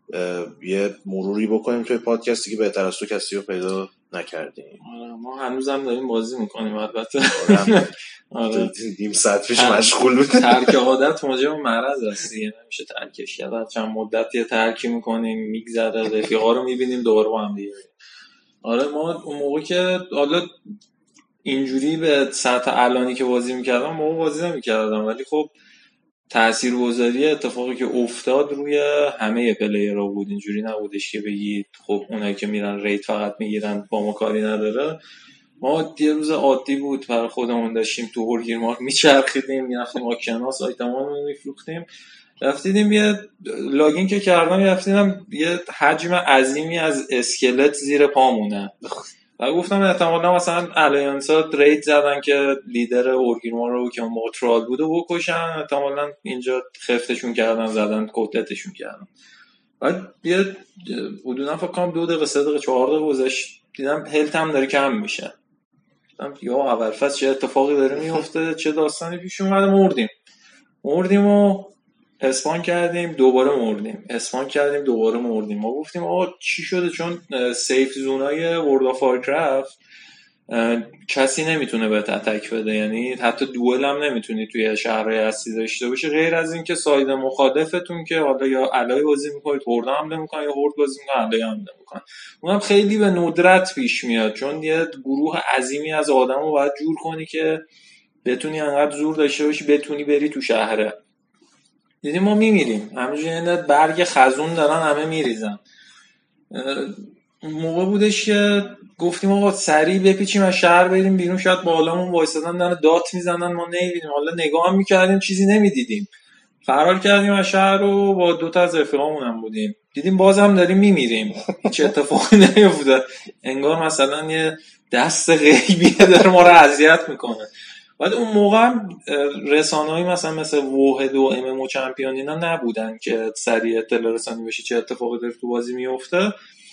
یه مروری بکنیم توی پادکستی که بهتر از تو کسی رو پیدا نکردیم. ما هنوزم داریم بازی میکنیم البته. آره نیم ساعت پیش مشغول بودیم. ترک عادت موجب مرض است دیگه، نمیشه ترکش کرد. چند مدت یه ترکی میکنیم، میگذره، رفیقا رو میبینیم دوباره با هم دیگه. آره ما اون موقع که حالا اینجوری به سطح الانی که بازی میکردم موقع بازی نمیکردم، ولی خب تاثیرگذاری اتفاقی که افتاد روی همه پلیرها بود. اینجوری نبودش که بگید خب اونایی که میرن ریت فقط میگیرن با ما کاری نداره. ما یه روز عادی بود برای خودمون، داشتیم تو هورگیر مارک میچرخیدیم، میرفتیم آکشناس آیتمامون میفروختیم. رفتیدیم یه لاگین که کردم، رفتیدم یه حجم عظیمی از اسکلت زیر پامونه و گفتم احتمالا مثلا الیانسا ریت زدن که لیدر اورگیرما رو که اون موقع ترال بود و بکشن، احتمالا اینجا خفتشون کردن، زدن کتلتشون کردن. بعد یه حدودا فکر کنم دو دقیقه سه دقیقه چهار دقیقه گذشت، دیدم هلت هم داره کم میشه. گفتم یا اولفاز چه اتفاقی داره میفته، چه داستانی پیش اومده. مردیم مردیم و اسپان کردیم، دوباره مردیم، اسپان کردیم، دوباره مردیم. ما گفتیم آقا چی شده؟ چون سیف زونای ورد آف وارکرافت کسی نمیتونه بهت اتک بده، یعنی حتی دوئل هم نمیتونی توی شهرهای اصلی داشته باشی غیر از این که ساید مخالفتون که حالا یا الای بازی میکنید هورد حمله میکنه یا هورد بازی میکنه الای حمله میکنه. اونم خیلی به ندرت پیش میاد، چون یه گروه عظیمی از آدمو باید جور کنی که بتونی انقدر زور داشته باشی بتونی بری تو شهره. دیدیم ما میمیریم همینجوری، یعنی برگ خزون دارن همه میریزن. اون موقع بودش که گفتیم آقا سریع بپیچیم از شهر بریم بیرون، شاید بالامون وایسادن دارن دات میزنن ما نمیبینیم، حالا نگاه هم میکردیم چیزی نمیدیدیم. فرار کردیم از شهر و با دوتا از رفیقامون هم بودیم، دیدیم بازم داریم میمیریم، هیچ اتفاقی نمیفته، انگار مثلا یه دست غیبی داره ما رو اذیت میکنه. بعد اون موقع هم رسانه‌ای مثلا مثل واحد و ام ام او چمپیون اینا نبودن که سریع اطلاع رسانی بشه چه اتفاقی داره تو بازی میفته.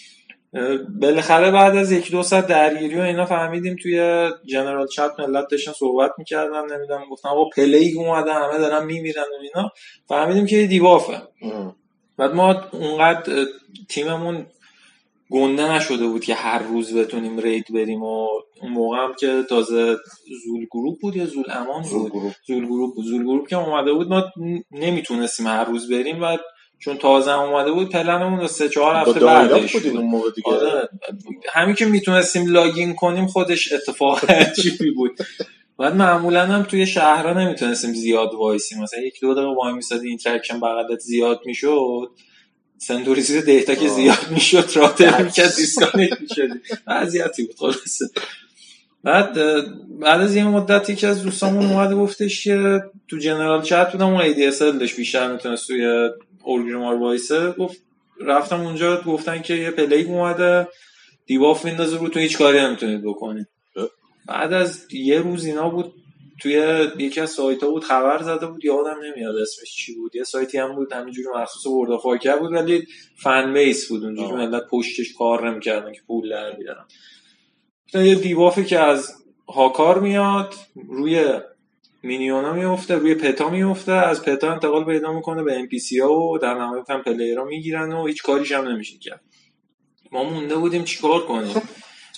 بالاخره بعد از یک دو ساعت درگیری و اینا فهمیدیم توی جنرال چت ملت داشتن صحبت میکردن، نمیدونم گفتن آقا پلیگ اومده همه دارن میمیرن و اینا، فهمیدیم که دیوافه. بعد ما اونقدر تیممون گنده نشده بود که هر روز بتونیم رید بریم و اون موقع هم که تازه زول گروپ بود یا زول امان بود، زول گروپ زول گروپ بود. زول گروپ که اومده بود ما نمیتونستیم هر روز بریم و چون تازه اومده بود پلنمون رو سه چهار هفته بعدش بود. اون موقع دیگه آره همین که میتونستیم لاگین کنیم خودش اتفاق عجیبی بود. بعد معمولا هم توی شهرها نمیتونستیم زیاد وایسیم، مثلا یک دو دقیقه وای میسادی اینتراکشن بغلت زیاد میشد، سنتوریسی دیتا که زیاد میشد راتر میکرد دیسکانکت میشد، وضعیتی بود خلاصه. بعد بعد از یه مدتی که از دوستامون اومده گفتش که تو جنرال چت بودم اون ای دی اس ال داشت بیشتر میتونست توی اورگریمار وایسه، گفت رفتم اونجا گفتن که یه پلیگ اومده دیواف میندازه رو تو هیچ کاری نمیتونید بکنید. بعد از یه روز اینا بود توی یکی از سایت‌ها بود خبر زده بود، یادم نمیاد اسمش چی بود، یه سایتی هم بود همینجوری مخصوص ورد آف وارکرافت بود ولی فن بیس بود اونجوری ملت پشتش کار نمی‌کردن که پول در بیارن. یه دیوافی که از هاکار میاد روی مینیونا میفته، روی پتا میفته، از پتا انتقال پیدا میکنه به ام پی سی ها و در نهایت هم پلیرها میگیرن و هیچ کاریش هم نمیشه کرد. ما مونده بودیم چیکار کنیم.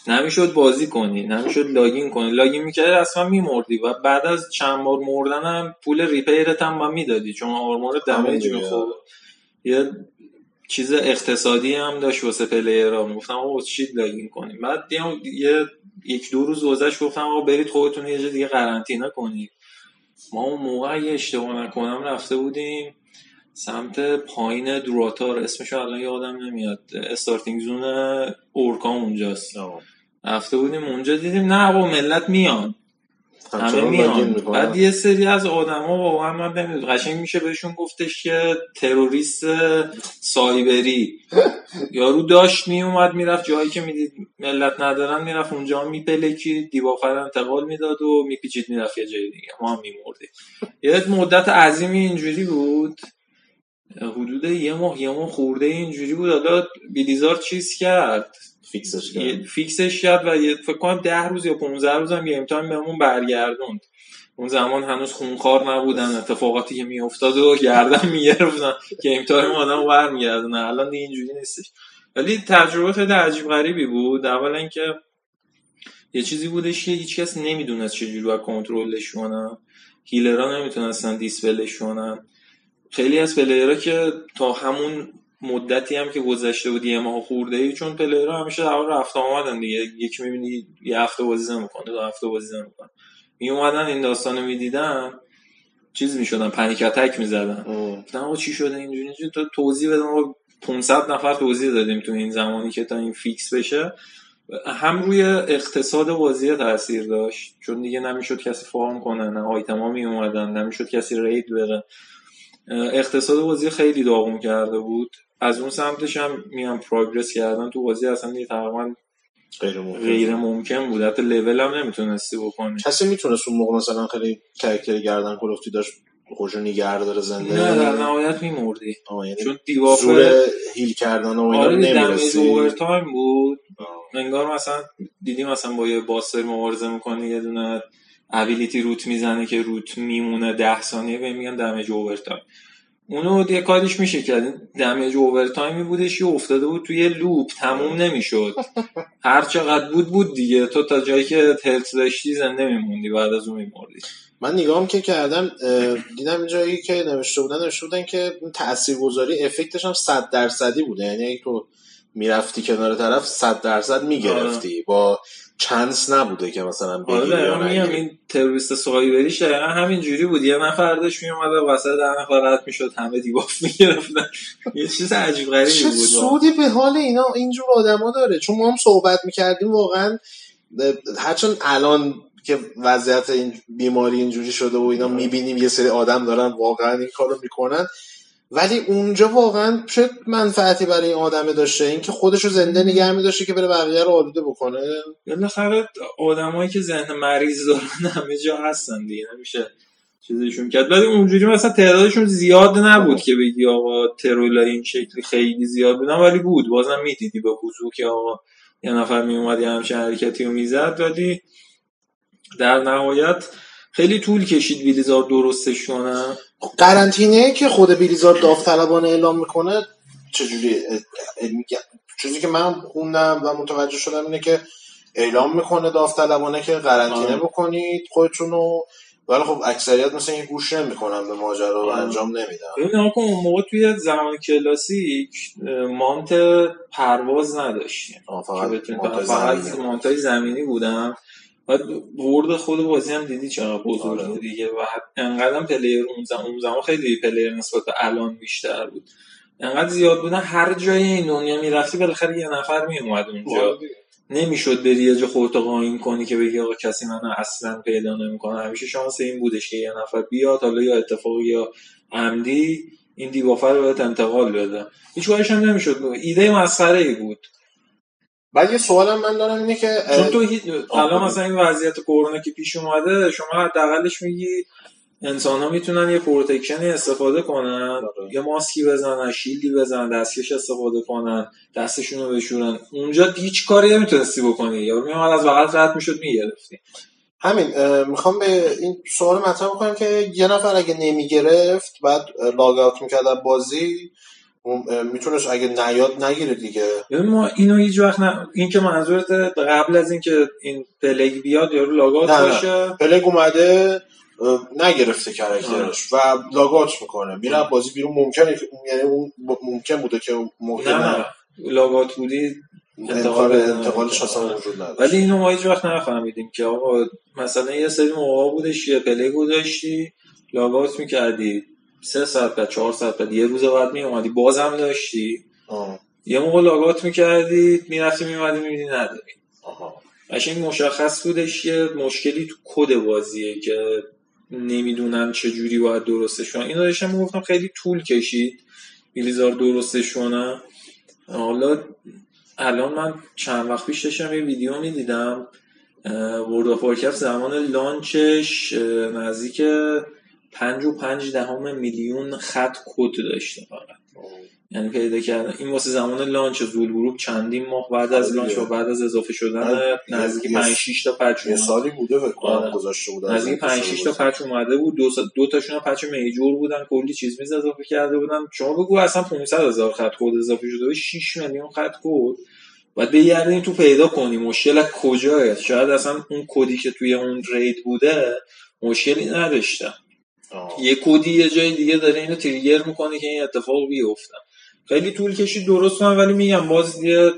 نمیشد بازی کنی، نمیشد لاگین کنی. لاگین میکردی اصلا میمردی و بعد از چند بار مردنم پول ریپیرت هم با میدادی چون آرمور دمیج میخورد. یه چیز اقتصادی هم داشت واسه پلیرها. گفتم آقا چی لاگین کنیم. بعد یه یک دو روز گذشت گفتم آقا برید خودتون یه جا دیگه قرنطینه کنید. ما اون موقع یه اشتباه نکنم رفته بودیم سمت پایین دراتار، اسمش الان یادم نمیاد، استارتینگ زون اورکام اونجاست. رفته بودیم اونجا دیدیم نه آقا ملت میان همه میان. بعد یه سری از آدما واقعا من نمیدونم قشنگ میشه بهشون گفتش که تروریست سایبری. یارو داشت میومد میرفت جایی که میدید ملت ندارن میرفت اونجا میپلکید دیوافر انتقال میداد و میپیچید میرفت یه جای دیگه، ما هم میمردیم. یه مدت عظیمی اینجوری بود، حدود یه ماه یه ماه خورده اینجوری بود. حالا بلیزارد چیز کرد فیکسش کرد فیکسش کرد و یه فکر کنم ده روز یا پانزده روز هم یه امتحان بهمون برگردوند. اون زمان هنوز خونخوار نبودن، اتفاقاتی که میافتاد و گردن میگرفتن که امتحان آدمو برمیگردن. الان دیگه اینجوری نیستش. ولی تجربه خیلی عجیب غریبی بود. اولا اینکه یه چیزی بودش که هیچ کس نمیدونست چجوری باید کنترلش کنن، هیلرها نمیتونستن دیسپلش کنن. خیلی از پلیرها که تا همون مدتی هم که گذشته بود یه ماه خورده ای، چون پلیرها همیشه در حال رفت آمدن دیگه، یکی میبینی یه هفته بازی نمیکنه دو هفته بازی نمیکنه، می اومدن این داستانو میدیدن چیز میشدن، پنیک اتک میزدن. گفتم آقا چی شده اینجوری اینجوری تو توضیح بدم. ما پانصد نفر توضیح دادیم تو این زمانی که تا این فیکس بشه. هم روی اقتصاد بازی تاثیر داشت چون دیگه نمیشد کسی فارم کنه، نه آیتما می اومدن، نمیشد کسی رید بره. اقتصاد بازی خیلی داغون کرده بود. از اون سمتش هم میام پروگرس کردن تو بازی اصلا دیگه تقریبا غیر ممکن, غیر ممکن بود. حتی لول هم نمیتونستی بکنی. کسی میتونست اون موقع مثلا خیلی کرکتر گردن کلوفتی داشت خودشو نگه داره زنده؟ نه در نهایت میمردی یعنی چون دیوافه زور هیل کردن و اینا نمیرسی. آره اوور تایم بود. انگار مثلا دیدی مثلا با یه باستر مبارزه میکنی یه دونه ابیلیتی روت میزنه که روت میمونه ده ثانیه به میگن دمیج اوور تایم. اونو یه کاریش میشه کرد. دمیج اوور تایمی بودش که افتاده بود توی لوپ تموم نمیشد. هر چقدر بود بود دیگه، تو تا جایی که هلت داشتی زنده میموندی، بعد از اون میمردی. من نگاهم که کردم دیدم این جایی که نوشته بودن نوشته بودن که تاثیرگذاری افکتش هم صد درصدی بوده. یعنی اگه تو میرفتی کنار طرف صد درصد میگرفتی، با چانس نبوده که مثلا بگیری یا نگیری. آره این تروریست سایبری دقیقا همین جوری بود. یه نفر داشت میومد وسط ده نفر رد میشد همه دیباف میگرفتن. یه چیز عجیب غریبی بود. چه سودی به حال اینا اینجور آدما داره؟ چون ما هم صحبت میکردیم واقعا هرچند الان که وضعیت این بیماری اینجوری شده و اینا میبینیم یه سری آدم دارن واقعا این کارو میکنن، ولی اونجا واقعا چه منفعتی برای این آدمه داشته؟ این که خودشو زنده نگه می‌داشته که بره بقیه رو آلوده بکنه. بالاخره آدمایی که ذهن مریض دارن همه جا هستن دیگه، نمیشه چیزشون کرد. ولی اونجوری مثلا تعدادشون زیاد نبود که بگی آقا ترولای این شکلی خیلی زیاد بودن، ولی بود بازم میدیدی به وضوح که آقا یه نفر میومد یه همچین حرکتی رو میزد. ولی در نهایت خیلی طول کشید بلیزارد درستش کنه. قرنطینه که خود بلیزارد داوطلبانه اعلام میکنه چجوری؟ چیزی که من خوندم و متوجه شدم اینه که اعلام میکنه داوطلبانه که قرنطینه بکنید خودتونو، ولی خب اکثریت مثلا این گوش نمیکنن به ماجرا و انجام نمیدن. ببین آقا اون موقع توی زمان کلاسیک مانت پرواز نداشتیم، فقط مانتای زمینی بودن. بعد ورد خود بازی هم دیدی چقدر بزرگه دیگه و انقدر پلیر اون زمان اون زمان خیلی پلیر نسبت به الان بیشتر بود، انقدر زیاد بودن. هر جای این دنیا میرفتی بالاخره یه نفر میومد اونجا، نمیشد بری یه جا خودت قایم کنی که بگی آقا کسی منو اصلا پیدا نمیکنه. همیشه شانس این بودش که یه نفر بیاد، حالا یا اتفاقی یا عمدی، این دیوافر رو بهت انتقال بده. هیچ کارش هم نمیشد. ایده مسخره ای بود. بعد یه سوالم من دارم اینه که چون تو الان مثلا این وضعیت کرونا که پیش اومده، شما حداقلش میگی انسان‌ها میتونن یه پروتکشنی استفاده کنن، یا ماسکی بزنن، شیلدی بزنن، دستکش استفاده کنن، دستشون رو بشورن. اونجا هیچ کاری نمیتونستی بکنی، یا میومد از بغل رد میشد میگرفتی. همین میخوام به این سوال مطرح بکنم که یه نفر اگه نمیگرفت بعد لاگ اوت میکرد بازی، میتونست اگه نیاد نگیره دیگه. ما اینو هیچ وقت نه، این که منظورت قبل از این که این پلگ بیاد یارو لاگات باشه؟ پلگ اومده نگرفته کرکترش و لاگات میکنه میره بازی بیرون. ممکنه که یعنی اون ممکن بوده که موقع نه, نه. لاگات بودی انتقال انتقالش اصلا وجود نداشت. ولی اینو ما هیچ وقت نفهمیدیم که آقا مثلا یه سری موقع بودش یه پلگو داشتی لاگات میکردی سه ساعت بعد چهار ساعت بعد یه روز بعد میومدی بازم داشتی آه. یه موقع لاگات میکردی میرفتی میومدی میبینی نداری. قشنگ مشخص بودش یه مشکلی تو کد بازیه که نمیدونن چه جوری باید درستش کنن. اینو داشتم میگفتم خیلی طول کشید بلیزار درستش کنه. حالا الان من چند وقت پیش داشتم یه ویدیو میدیدم ورلد اف وارکرافت زمان لانچش نزدیک پنج و پنج دهم میلیون خط کد داشته فقط. یعنی پیدا کردن این واسه زمان لانچ زول گروپ چندین ماه بعد از لانچ و بعد از اضافه شدن نزدیک پنج شش تا پچ یه سالی بوده فکر کنم گذاشته بودن نزدیک پنج شش تا پچ اومده بود. دو دو تاشون پچ میجور بودن کلی چیز میز اضافه کرده بودن. شما بگو اصلا پانصد هزار خط کد اضافه شده و شش میلیون خط کد بعد بگردین تو پیدا کنی مشکل کجاست. شاید اصلا اون کدی که توی اون رید بوده مشکلی نداشته. یه کدی یه جای دیگه داره اینو تریگر میکنه که این اتفاق بیفته. خیلی طول کشید درست کنم ولی میگم باز یه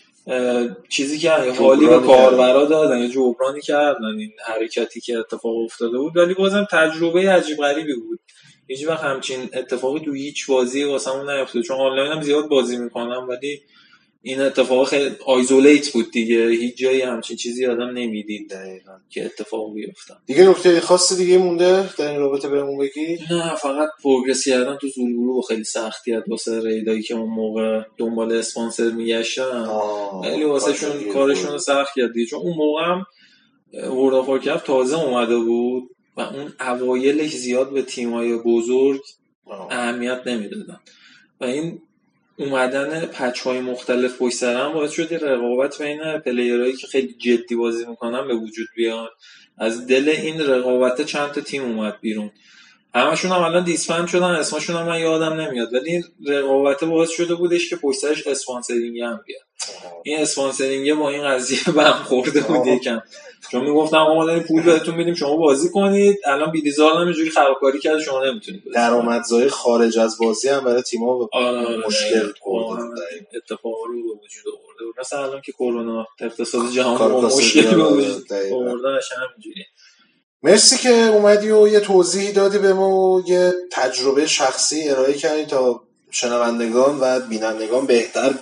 چیزی که حالی به کاربرا دادن یه جبرانی کردن این حرکتی که اتفاق افتاده بود. ولی بازم تجربه عجیب غریبی بود. هیچ وقت همچین اتفاقی تو هیچ بازی واسمون نیفتاد چون آنلاین هم زیاد بازی میکنم ولی این اتفاق خیلی آیزولیت بود دیگه. هیچ جایی همچین چیزی آدم نمیدید دقیقاً که اتفاق بیفته. دیگه نکته خاصی دیگه مونده در این رابطه بهمون بگی؟ نه فقط پروگرس کردن تو زولگروه خیلی سختیات واسه ریدایی که اون موقع دنبال اسپانسر میگشتن خیلی واسهشون کارشون رو سخت کرد دیگه. چون اون موقع هم ورلد اف وارکرافت تازه اومده بود و اون اوایلش زیاد به تیم‌های بزرگ اهمیت نمیدادن و این اومدن پچ‌های مختلف پشت سر هم باعث شد رقابت بین پلیرایی که خیلی جدی بازی میکنن به وجود بیاد. از دل این رقابت چند تا تیم اومد بیرون. همشون هم الان دیسپند شدن اسمشون هم من یادم نمیاد ولی این رقابت باعث شده بودش که پشت سرش اسپانسرینگ هم بیاد. این اسپانسرینگ با این قضیه بهم خورده بود یکم چون میگفتم آقا ما داریم پول بهتون میدیم شما بازی کنید. الان بیلیزارد هم اینجوری خرابکاری کرده شما نمیتونید. درآمدزایی خارج از بازی هم برای تیم‌ها مشکل خورده. اتفاقا رو به وجود آورده. مثلا الان که کرونا اقتصاد جهان رو مشکل به وجود آورده اش همینجوریه. مرسی که اومدی و یه توضیحی دادی به ما و یه تجربه شخصی ارائه کردی تا شنوندگان و بینندگان بهتر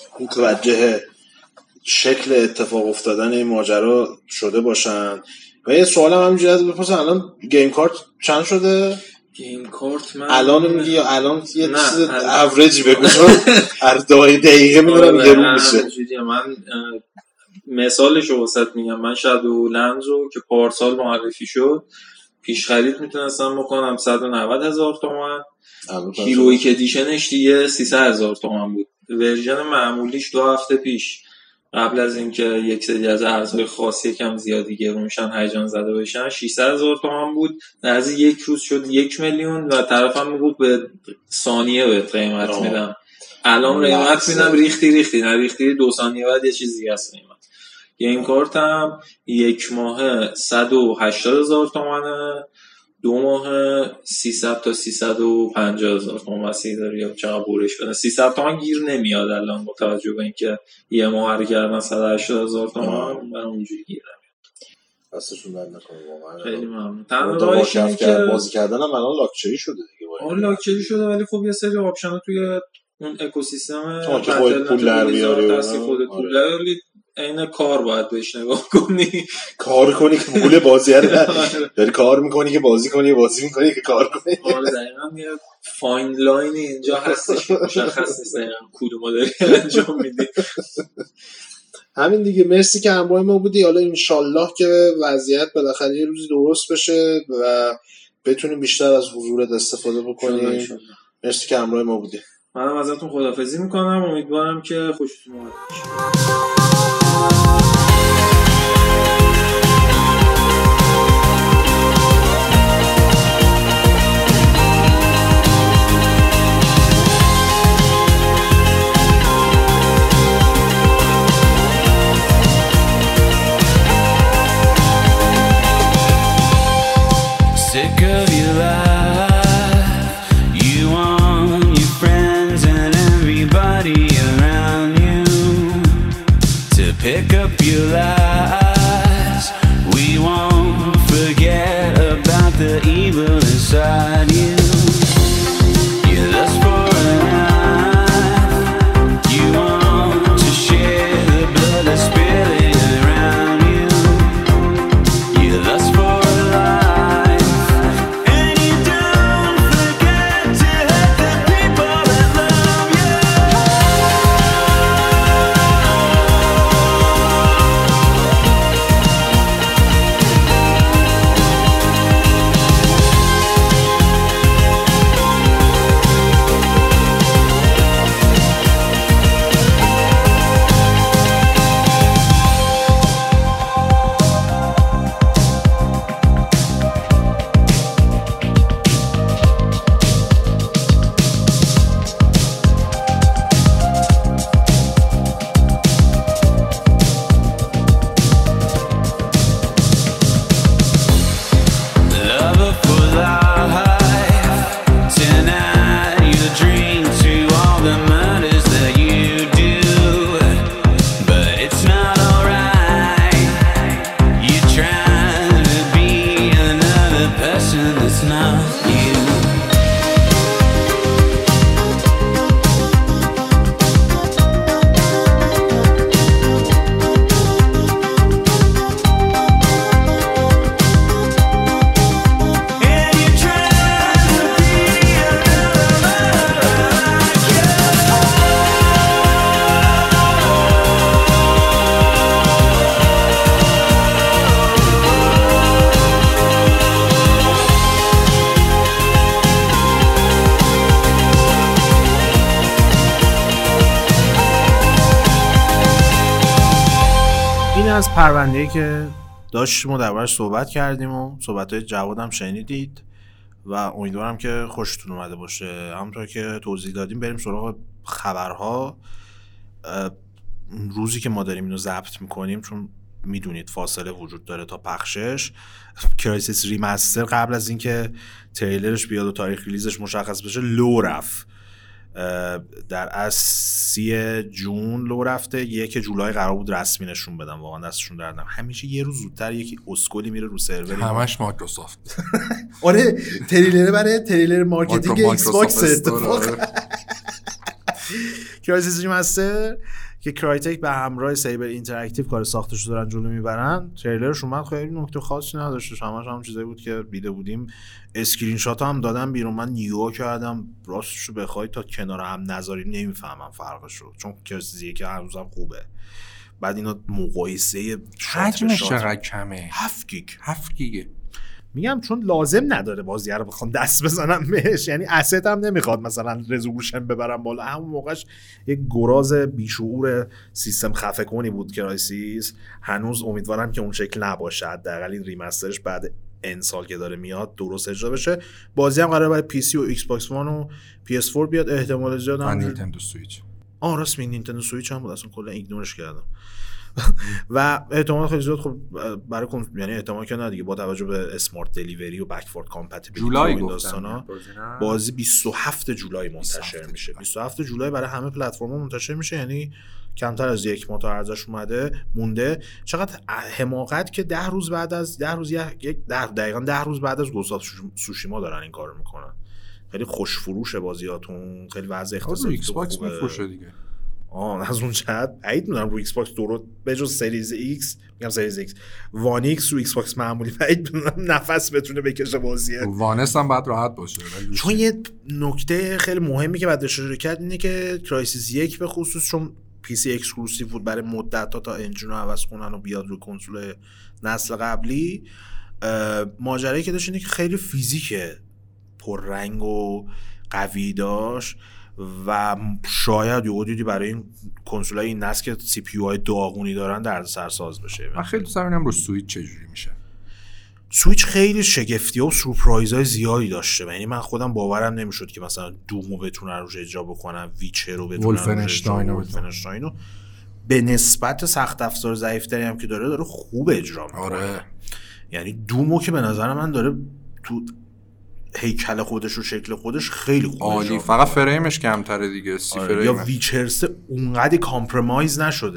متوجه شکل اتفاق افتادن این ماجرا شده باشن. و یه سوالم همینجوری از بپرسم الان گیم کارت چند شده؟ گیم کارت من الان میگی یا الان یه چیز اوریجی بگو هر دو دقیقه میدونم یه رو میشه. من مثالشو واسط میگم. من شادو لنزو که پارسال معرفی شد پیش خرید میتونستم بکنم صد و نود هزار تومان. هیرویک ادیشنش دیگه سیصد هزار تومان بود. ورژن معمولیش دو هفته پیش قبل از اینکه یک سری از ارزهای خاصی کم زیادی گرون میشن هیجان زده بشن ششصد هزار تومان بود. نزدیک یک روز شد یک میلیون و طرفم میگفت به ثانیه به قیمت میدم. الان قیمت میدم ریختی ریختی نه ریختی دو ثانیه بعد یه چیز دیگه است قیمت. گیم کارت هم یک ماه صد و هشتاد هزار تومانه دو ماه سیصد تا سیصد و پنجاه هزار تومان واسه داره یا چقدر بورش بدن. سیصد تومان گیر نمیاد الان با توجه به اینکه یه ماه رو کردن صد و هشتاد هزار تومان من اونجوری گیر نمیاد. دستشون درد نکنه واقعا. خیلی ممنون. تنها راهش اینه که بازی کردن هم الان لاکچری شده دیگه. آره لاکچری شده ولی خب یه سری آپشن توی اون اکوسیستم تو خودت پول در بیاری و خودت پول داری این کار باید بهش نگاه کنی کار کنی که پول بازی رو داری کار میکنی که بازی کنی بازی میکنی که کار کنی. آره دقیقاً یه فاین لاین اینجا هستش مشخص نیست دقیقاً کدومو داری انجام میدی. همین دیگه. مرسی که همراه ما بودی. حالا انشالله که وضعیت بالاخره یه روزی درست بشه و بتونیم بیشتر از حضورت استفاده بکنیم. مرسی که همراه ما بودی. منم ازتون خداحافظی میکنم. امیدوارم که خوشتون اومد باشه. pick up your lies. We won't forget about the evil inside you. You lust for a life. You want to share the blood that's spilling around you. You lust for a life. And you don't forget to hurt the people that love you. Lover for life. Tonight you drink to all the murders that you do, but it's not alright. You're trying to be another person that's not you. And you're trying to be another like you. این از پرونده‌ای که داشتیم و دربارش صحبت کردیم و صحبت‌های جواد هم شنیدید و امیدوارم که خوشتون اومده باشه. همونطور که توضیح دادیم بریم سراغ خبرها. اه، روزی که ما داریم اینو ضبط میکنیم، چون میدونید فاصله وجود داره تا پخشش، کرایسیس ریمستر قبل از اینکه تریلرش بیاد و تاریخ ریلیزش مشخص بشه لو رفت. اه، در از سی جون لو رفته، یک جولای قرار بود رسمی نشون بدم. واقعا دستشون دردم. همیشه یه روز زودتر یکی اسکلی میره رو سروری. همش مایکروسافت. آره تریلر برای تریلر مارکتینگ ایکس باکس اتفاق. کرایسیس ریمستر که کرایتک به همراه سیبر اینتراکتیو کار ساختش رو دارن جلو میبرن، تریلرش اومد خیلی نکته خاصی نداشتش، همش هم چیزایی بود که دیده بودیم. اسکرین شات هم دادم بیرون، من نیو کردم راستش رو بخوای تا کنار هم نذاریم نمیفهمم فرقش رو، چون کرایسیس که هنوزم خوبه. بعد اینا مقایسه حجمش چقدر کمه؟ هفت گیگ. هفت گیگه. میگم چون لازم نداره بازی رو بخوام دست بزنم بهش، یعنی اسست هم نمیخواد مثلا رزولوشن ببرم بالا. همون موقعش یک گراز بیشعور سیستم خفه کنی بود کرایسیس. هنوز امیدوارم که اون شکل نباشه، حداقل این ریمسترش بعد ان سال که داره میاد درست اجرا بشه. بازی هم قراره برای پی سی و ایکس باکس وان و پی اس فور بیاد، احتمال زیاد هم نینتندو سویچ. آه راست می نینتندو سویچ هم بود، اصلا کلا ایگنورش کردم. و احتمال خیلی زیاد خب برای کن... یعنی احتمال که نه دیگه، با توجه به اسمارت دلیوری و بکوارد کامپتیبیلیتی جولای و این داستانا، بازی بیست و هفت جولای منتشر میشه. بیست و هفت جولای برای همه پلتفرم‌ها منتشر میشه، یعنی کمتر از یک ماه تا ارزش اومده مونده. چقدر حماقت که ده روز بعد از ده روز یک ده دقیقاً ده روز بعد از گوست آف سوشیما دارن این کارو میکنن. خیلی خوش فروشه بازیاتون، خیلی وضع اقتصادی ایکس باکس میفروشه دیگه. آه از اون جهت بعید میدونم رو ایکس باکس درو به جز سریز ایکس، میگم سریز ایکس، وان ایکس رو ایکس باکس معمولی بعید میدونم نفس بتونه بکشه بازیه. وانس هم باید راحت باشه. چون یه نکته خیلی مهمی که بعد اشاره کرد اینه که کرایسیس یک به خصوص چون پی سی اکسکلوسیو بود برای مدت تا تا انجین رو عوض کنن و بیاد رو کنسول نسل قبلی، ماجرایی که داشت اینه که خیلی فیزیکه پررنگ و قوی داشت و شاید یه دیدی برای این کنسولای این نسل که سی پی یو های داغونی دارن دردسر ساز بشه. من خیلی دوست دارم رو سویچ چجوری میشه. سویچ خیلی شگفتی و سورپرایزهای زیادی داشته، یعنی من خودم باورم نمیشد که مثلا دومو بتونن روش اجرا بکنن، ویچر رو بتونن ولفنشتاین رو ولفنشتاین رو به نسبت سخت افزار ضعیف‌تری هم که داره داره خوب اجرا میکنه. آره. یعنی دومو که به نظر من داره تو هیکل خودش و شکل خودش خیلی خوب عالی، فقط فریمش کمتره دیگه، سی آره. فریم. یا ویچرس اونقدی کامپرمایز نشده،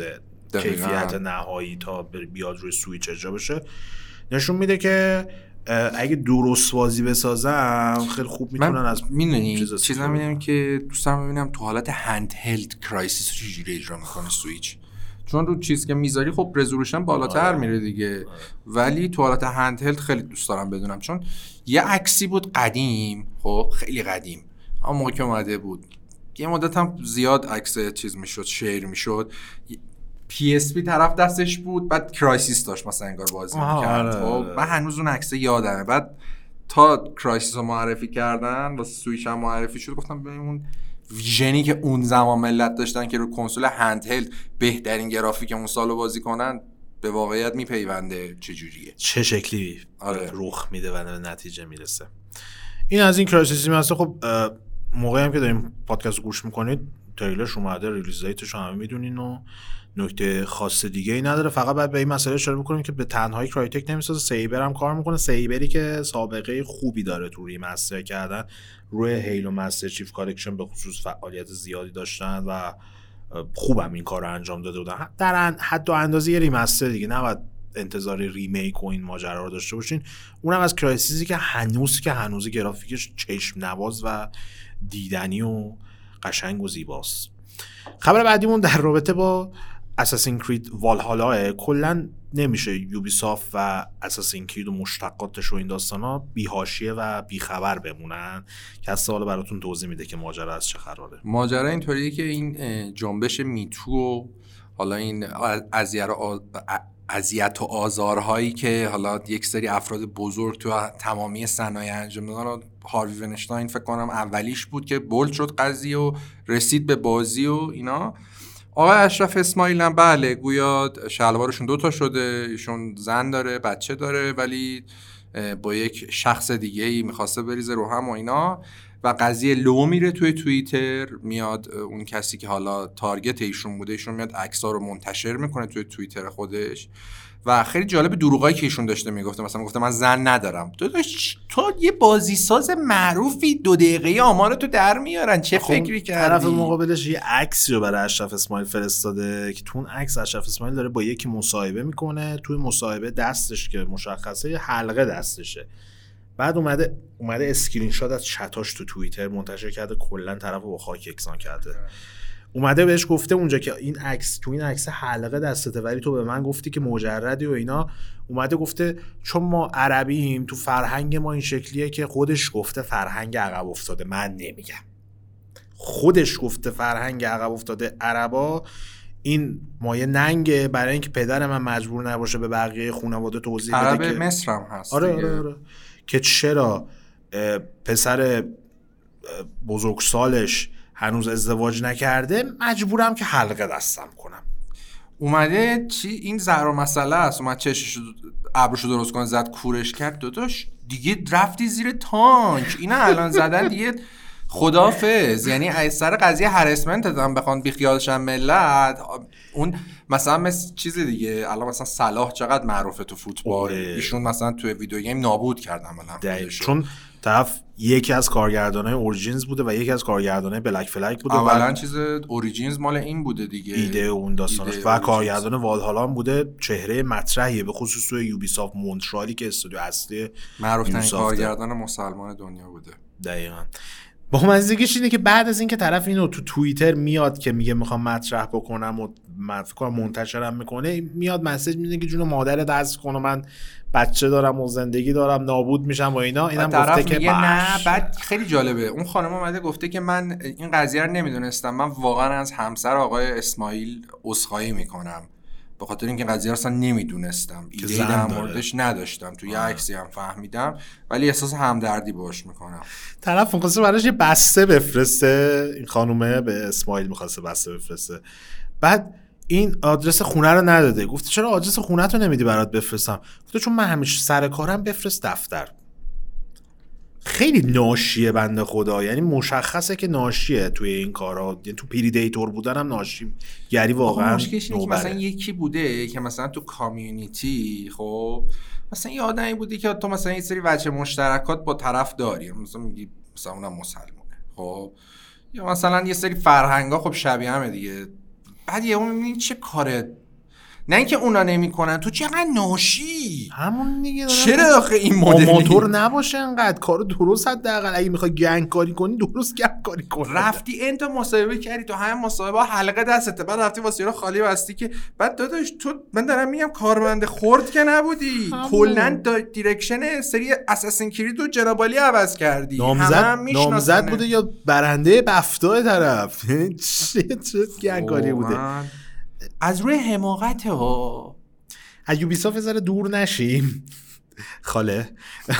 کیفیت نهایی تا بیاد روی سویچ اجرا بشه نشون میده که اگه درست بازی بسازم خیلی خوب میتونن از میدونی چیزا میگم که دوستم ببینم تو حالت هند هلد کرایسیس رو چجوری اجرا میکنه سویچ، چون رو چیز که میذاری خب رزولوشن بالاتر میره دیگه، ولی تو حالت هند هلد خیلی دوست دارم بدونم، چون یه عکسی بود قدیم، خب خیلی قدیم اما موقع که اومده بود یه مدت هم زیاد عکس چیز میشد شیر میشد، پی اس پی طرف دستش بود بعد کرایسیس داشت مثلا انگار بازی میکرد. خب من هنوز اون عکس یادمه، بعد تا کرایسیس رو معرفی کردن واسه سویچ هم معرفی شد گفتم ببین اون ویژنی که اون زمان ملت داشتن که رو کنسول هند هلد بهترین گرافیک اون سالو بازی کنن به واقعیت میپیونده چجوریه، چه شکلی آره. رخ میده و به نتیجه میرسه. این از این کرایسیس هست. خب موقعی هم که داریم پادکست رو گوش میکنید تریلرش اومده، ریلیز دیتش رو همه میدونین و نکته خاص دیگه ای نداره، فقط باید به این مسئله اشاره بکنیم که به تنهایی کرایتک نمیسازه، سیبر هم کار میکنه، سیبری که سابقه خوبی داره تو ریمستر کردن روی هیلو مستر چیف کالکشن به خصوص فعالیت زیادی داشتن و خوبم این کار رو انجام داده بودن در حد و اندازه یه ریمستر دیگه، نباید انتظار ریمیک و این ماجرا رو داشته باشین. اونم از کرایسیسی که هنوز که هنوز گرافیکش چشم نواز و دیدنی و قشنگ و زیباست. خبر بعدیمون در رابطه با اساسین کرید والهالا، کلا نمیشه یوبیسافت و اساسین کرید و مشتقاتش و این داستانا بی‌حاشیه و بیخبر بمونن که از سوال براتون توضیح میده که ماجرا از چه قراره. ماجرا اینطوریه که این جنبش میتو و حالا این اذیت و آزارهایی که حالا یک سری افراد بزرگ تو تمامی صنایع انجام دادن، هاروی ونشتاین فکر کنم اولیش بود که بولد شد قضیه و رسید به بازی و اینا. آقای اشرف اسماعیل هم بله گویا شلوارشون دوتا شده، ایشون زن داره بچه داره ولی با یک شخص دیگه ای میخواسته بریزه رو هم و اینا و قضیه لو میره توی توییتر، میاد اون کسی که حالا تارگت ایشون بوده ایشون میاد عکس‌ها رو منتشر میکنه توی توییتر خودش و خیلی جالب دروغایی که ایشون داشته میگفته، مثلا میگفته من زن ندارم. تو داشت تو یه بازیساز معروفی دو دقیقه آمار تو در میارن، چه فکری کردی؟ طرف مقابلش یه عکسی رو برای اشرف اسماعیل فرستاده که تو اون عکس اشرف اسماعیل داره با یکی مصاحبه میکنه، توی مصاحبه دستش که مشخصه یه حلقه دستشه، بعد اومده اومده اسکرین شات از چتاش تو توییتر منتشر کرده، کلا طرفو با خاک یکسان کرده. اومده بهش گفته اونجا که این عکس تو این عکس حلقه دستته ولی تو به من گفتی که مجردی و اینا، اومده گفته چون ما عربیم تو فرهنگ ما این شکلیه که خودش گفته فرهنگ عقب افتاده، من نمیگم، خودش گفته فرهنگ عقب افتاده عربا این مایه ننگه برای اینکه پدر من مجبور نباشه به بقیه خانواده توضیح بده که عرب مصر هم هست. آره آره آره که چرا پسر بزرگسالش هنوز ازدواج نکرده مجبورم که حلقه دستم کنم. اومده چی این زهرا مسئله است، اومد چشش ابروشو درست کنه زد کورش کرد، داداش دیگه رفتی زیر تانک، اینا الان زدن دیگه خدافظ. یعنی از سر قضیه هرسمنت هم بخوان بیخیالشن ملت، اون مثلا مثل چیز دیگه الان مثلا صلاح چقدر معروفه تو فوتبال، ایشون مثلا تو ویدیو گیم نابود کرد عملا، چون طرف یکی از کارگردانای اورجینز بوده و یکی از کارگردانای بلک فلگ بوده. اولا چیز اورجینز مال این بوده دیگه، ایده اون داستانش و کارگردان والهالا بوده، چهره مطرحیه به خصوص تو یوبیسافت مونترالی که استودیو اصلی معروف ترین کارگردان مسلمان دنیا بوده. دقیقاً. با مزدیگیش اینه که بعد از اینکه طرف اینو تو توییتر میاد که میگه میخوام مطرح بکنم و فکر منتشرم میکنه، میاد مسیج میده که جون مادر دست کنه من بچه دارم و زندگی دارم نابود میشم و اینا. اینم گفته که نه. بعد خیلی جالبه اون خانم اومده گفته که من این قضیه رو نمیدونستم، من واقعا از همسر آقای اسماعیل عذرخواهی میکنم به خاطر اینکه قضیه اصلا نمیدونستم، ایده در موردش نداشتم، تو یه عکسی هم فهمیدم ولی احساس همدردی باهاش میکنم. طرف می‌خواسته براش یه بسته بفرسته، این خانومه به اسماعیل می‌خواسته بسته بفرسته، بعد این آدرس خونه رو نداده، گفته چرا آدرس خونه تو نمیدی برات بفرستم؟ گفته چون من همیشه سر کارم، بفرست دفتر. خیلی ناشیه بنده خدا، یعنی مشخصه که ناشیه توی این کارا، یعنی تو پریدیتور بودن هم ناشی گری واقعا مشکلش اینه که مثلا یکی بوده که مثلا تو کامیونیتی خب مثلا یه آدمی بوده که تو مثلا یه سری وجه مشترکات با طرف داری، مثلا میگی مثلا اونم مسلمانه خب، یا مثلا یه سری فرهنگا خب شبیه همه دیگه، بعد یهو میبینی چه کار نه اینکه اونا نمیکنن. تو چقدر ناشی همون دیگه. چرا آخه این مدلی موتور نباشه انقدر کارو درست حداقل اگه میخوای گنگ کاری کنی درست گنگ کاری کن. رفتی این تا مصاحبه کردی تو همه مصاحبه حلقه دستته، بعد رفتی واسه رو خالی بستی که بعد داداش تو من دارم میگم کارمند خرد که نبودی، کلا دایرکشن سری اساسین کرید و جنابالی عوض کردی. نامزد هم نامزد بوده یا برنده بفتا طرف. چه چه گنگ کاری بوده. از روی حماقت ها. از یوبیسافت یه ذره دور نشیم خاله.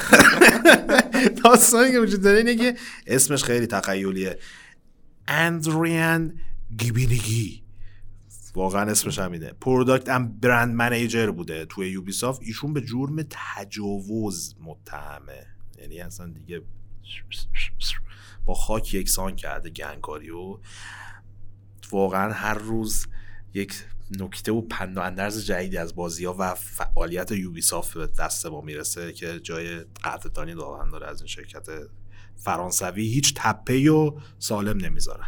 داستانی که وجود داره اینه که اسمش خیلی تخیلیه. اندریان گیبینگی، واقعا اسمش همینه. پروداکت ام برند منیجر بوده توی یوبیسافت. ایشون به جرم تجاوز متهمه، یعنی اصلا دیگه با خاک یکسان کرده گنگکاری و واقعا هر روز یک نکته و پند و اندرز جدیدی از بازی‌ها و فعالیت یوبیسافت به دست ما میرسه که جای قدردانی واقعا داره از این شرکت فرانسوی. هیچ تپه‌ای و سالم نمیذارن.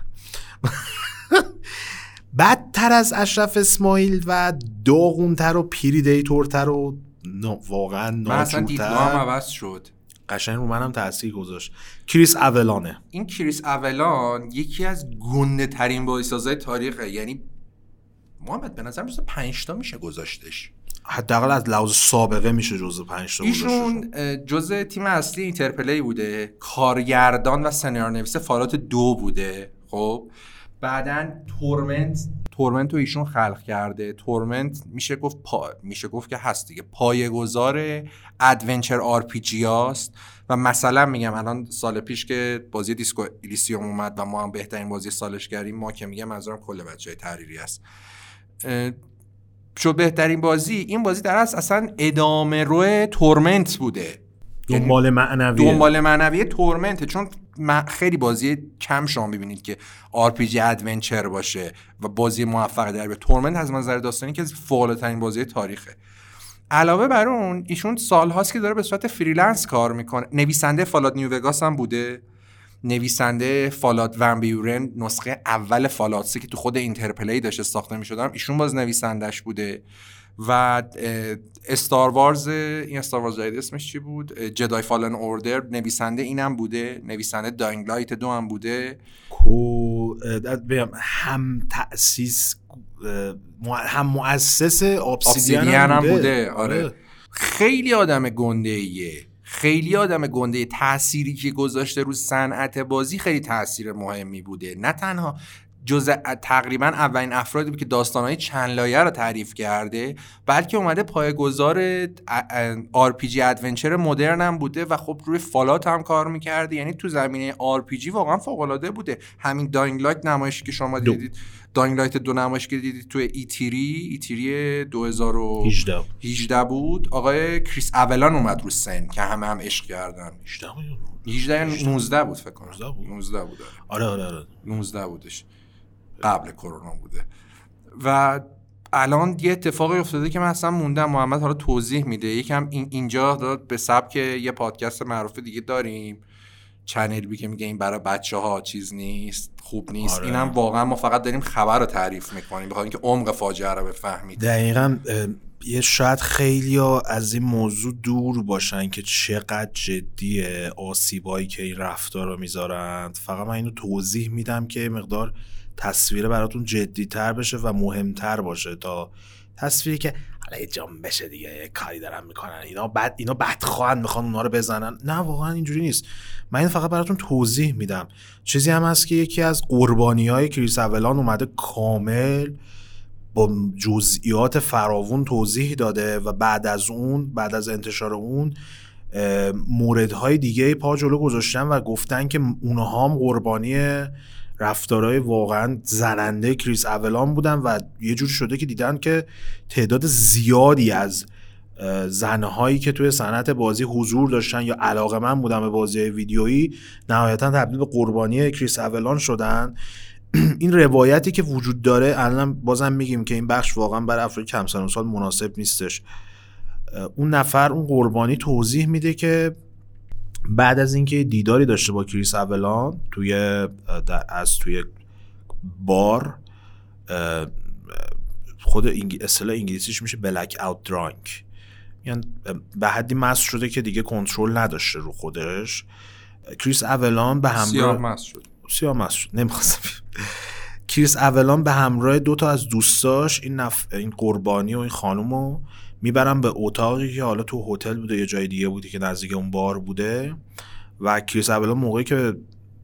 بدتر از اشرف اسماعیل و داغونتر و پیریدیتورتر و واقعا ناجورتر. من اصلا دیدگاه هم عوض شد. قشنگ رو منم تاثیر گذاشت. کریس اولانه. این کریس اولان یکی از گنده ترین بازیسازهای تاریخه. یعنی محمد به نظرم جزو پنج تا میشه گذاشتش، حداقل از لحاظ سابقه میشه جزو پنج تا گذاشتش. ایشون جزء تیم اصلی اینترپلی بوده، کارگردان و سناریو نویس فالات دو بوده. خب بعدن تورمنت تورمنت رو ایشون خلق کرده. تورمنت میشه گفت پا... میشه گفت که هست دیگه پایه‌گذار ادونچر آر پی جی هاست. و مثلا میگم الان سال پیش که بازی دیسکو الیسیوم اومد و ما هم بهترین بازی سالش کردیم، ما که میگم منظورم کل بچهای تحریری است، شو بهترین بازی. این بازی در اصل اصلا ادامه رو تورمنت بوده، دنبال معنویه دنبال معنویه تورمنت. چون خیلی بازی کم شما ببینید که آر پی جی ادونچر باشه و بازی موفق در بیاد. تورمنت از منظر داستانی که فوق‌العاده‌ترین بازی تاریخه. علاوه بر اون ایشون سال‌هاست که داره به صورت فریلنس کار میکنه. نویسنده فالات نیو وگاس هم بوده، نویسنده فالات ومبیورن نسخه اول فالات سه که تو خود اینترپلی داشته ساخته می‌شد ایشون باز نویسندش بوده. و استار وارز، این استار وارز جدید اسمش چی بود؟ جدای فالن اوردر، نویسنده اینم بوده. نویسنده داینگ لایت دو هم بوده. کو هم تأسیس هم مؤسس ابسیدین هم بوده, بوده. آره. آره خیلی آدم گنده‌ایه، خیلی آدم گنده. تأثیری که گذاشته رو صنعت بازی خیلی تأثیر مهمی بوده. نه تنها جزء تقریبا اولین افرادی بود که داستانهای چند لایه رو تعریف کرده، بلکه اومده پایه‌گذار آر پی جی ادونچر مدرن هم بوده و خب روی فالات هم کار میکرده. یعنی تو زمینه آر پی جی واقعا فوق‌العاده بوده. همین داینگ لایت نمایشی که شما دیدید، داینگ لایت دو نمایشی که دیدید تو ایتیری ایتیری دو هزار و هجده بود. آقای کریس اولان اومد رو سن که همه هم عشق کردن. هجده یا نوزده بود فکر کنم. نوزده بود. آره آره آره نوزده بودش، قبل کرونا بوده. و الان یه اتفاقی افتاده که من اصلا موندم. محمد حالا توضیح میده. یکم این اینجا داد به سبک یه پادکست معروف دیگه داریم، چنل بی، که میگه این برای بچه‌ها چیز نیست، خوب نیست. آره. اینم واقعا ما فقط داریم خبر رو تعریف میکنیم بخاطر اینکه عمق فاجعه رو بفهمید. دقیقاً. یه شاید خیلیا از این موضوع دور باشن که چقدر جدیه آسیبایی که این رفتار رو میذارن. فقط من اینو توضیح میدم که مقدار تصویر براتون جدی‌تر بشه و مهمتر باشه تا تصویری که حالا یه جام بشه دیگه یه کاری دارن میکنن اینا بعد اینا بدخواهن میخوان اونا رو بزنن. نه واقعا اینجوری نیست. من این فقط براتون توضیح میدم. چیزی هم هست که یکی از قربانی‌های کریس اولان اومده کامل با جزئیات فراوون توضیح داده و بعد از اون بعد از انتشار اون موردهای دیگه پا جلو گذاشتن و گفتن که اونها هم قربانی رفتارهای واقعا زننده کریس اولان بودن و یه جوری شده که دیدن که تعداد زیادی از زنهایی که توی صنعت بازی حضور داشتن یا علاقه‌مند بودن به بازی ویدیویی نهایتا تبدیل به قربانی کریس اولان شدن. این روایتی که وجود داره الان بازم میگیم که این بخش واقعا برای افراد کم سن و سال مناسب نیستش. اون نفر اون قربانی توضیح میده که بعد از اینکه دیداری داشته با کریس اولان توی از توی بار خود انگ... اصطلاح انگلیسیش میشه بلک اوت درانک، یعنی به حدی مست شده که دیگه کنترل نداشته رو خودش. کریس اولان به همراه سیاه مست شد سیاه مست شد نمیخواستم کریس اولان به همراه دو تا از دوستاش این نف... این قربانی و این خانومو میبرن به اتاقی که حالا تو هتل بوده یا جای دیگه بوده که نزدیک اون بار بوده و کریس اولان موقعی که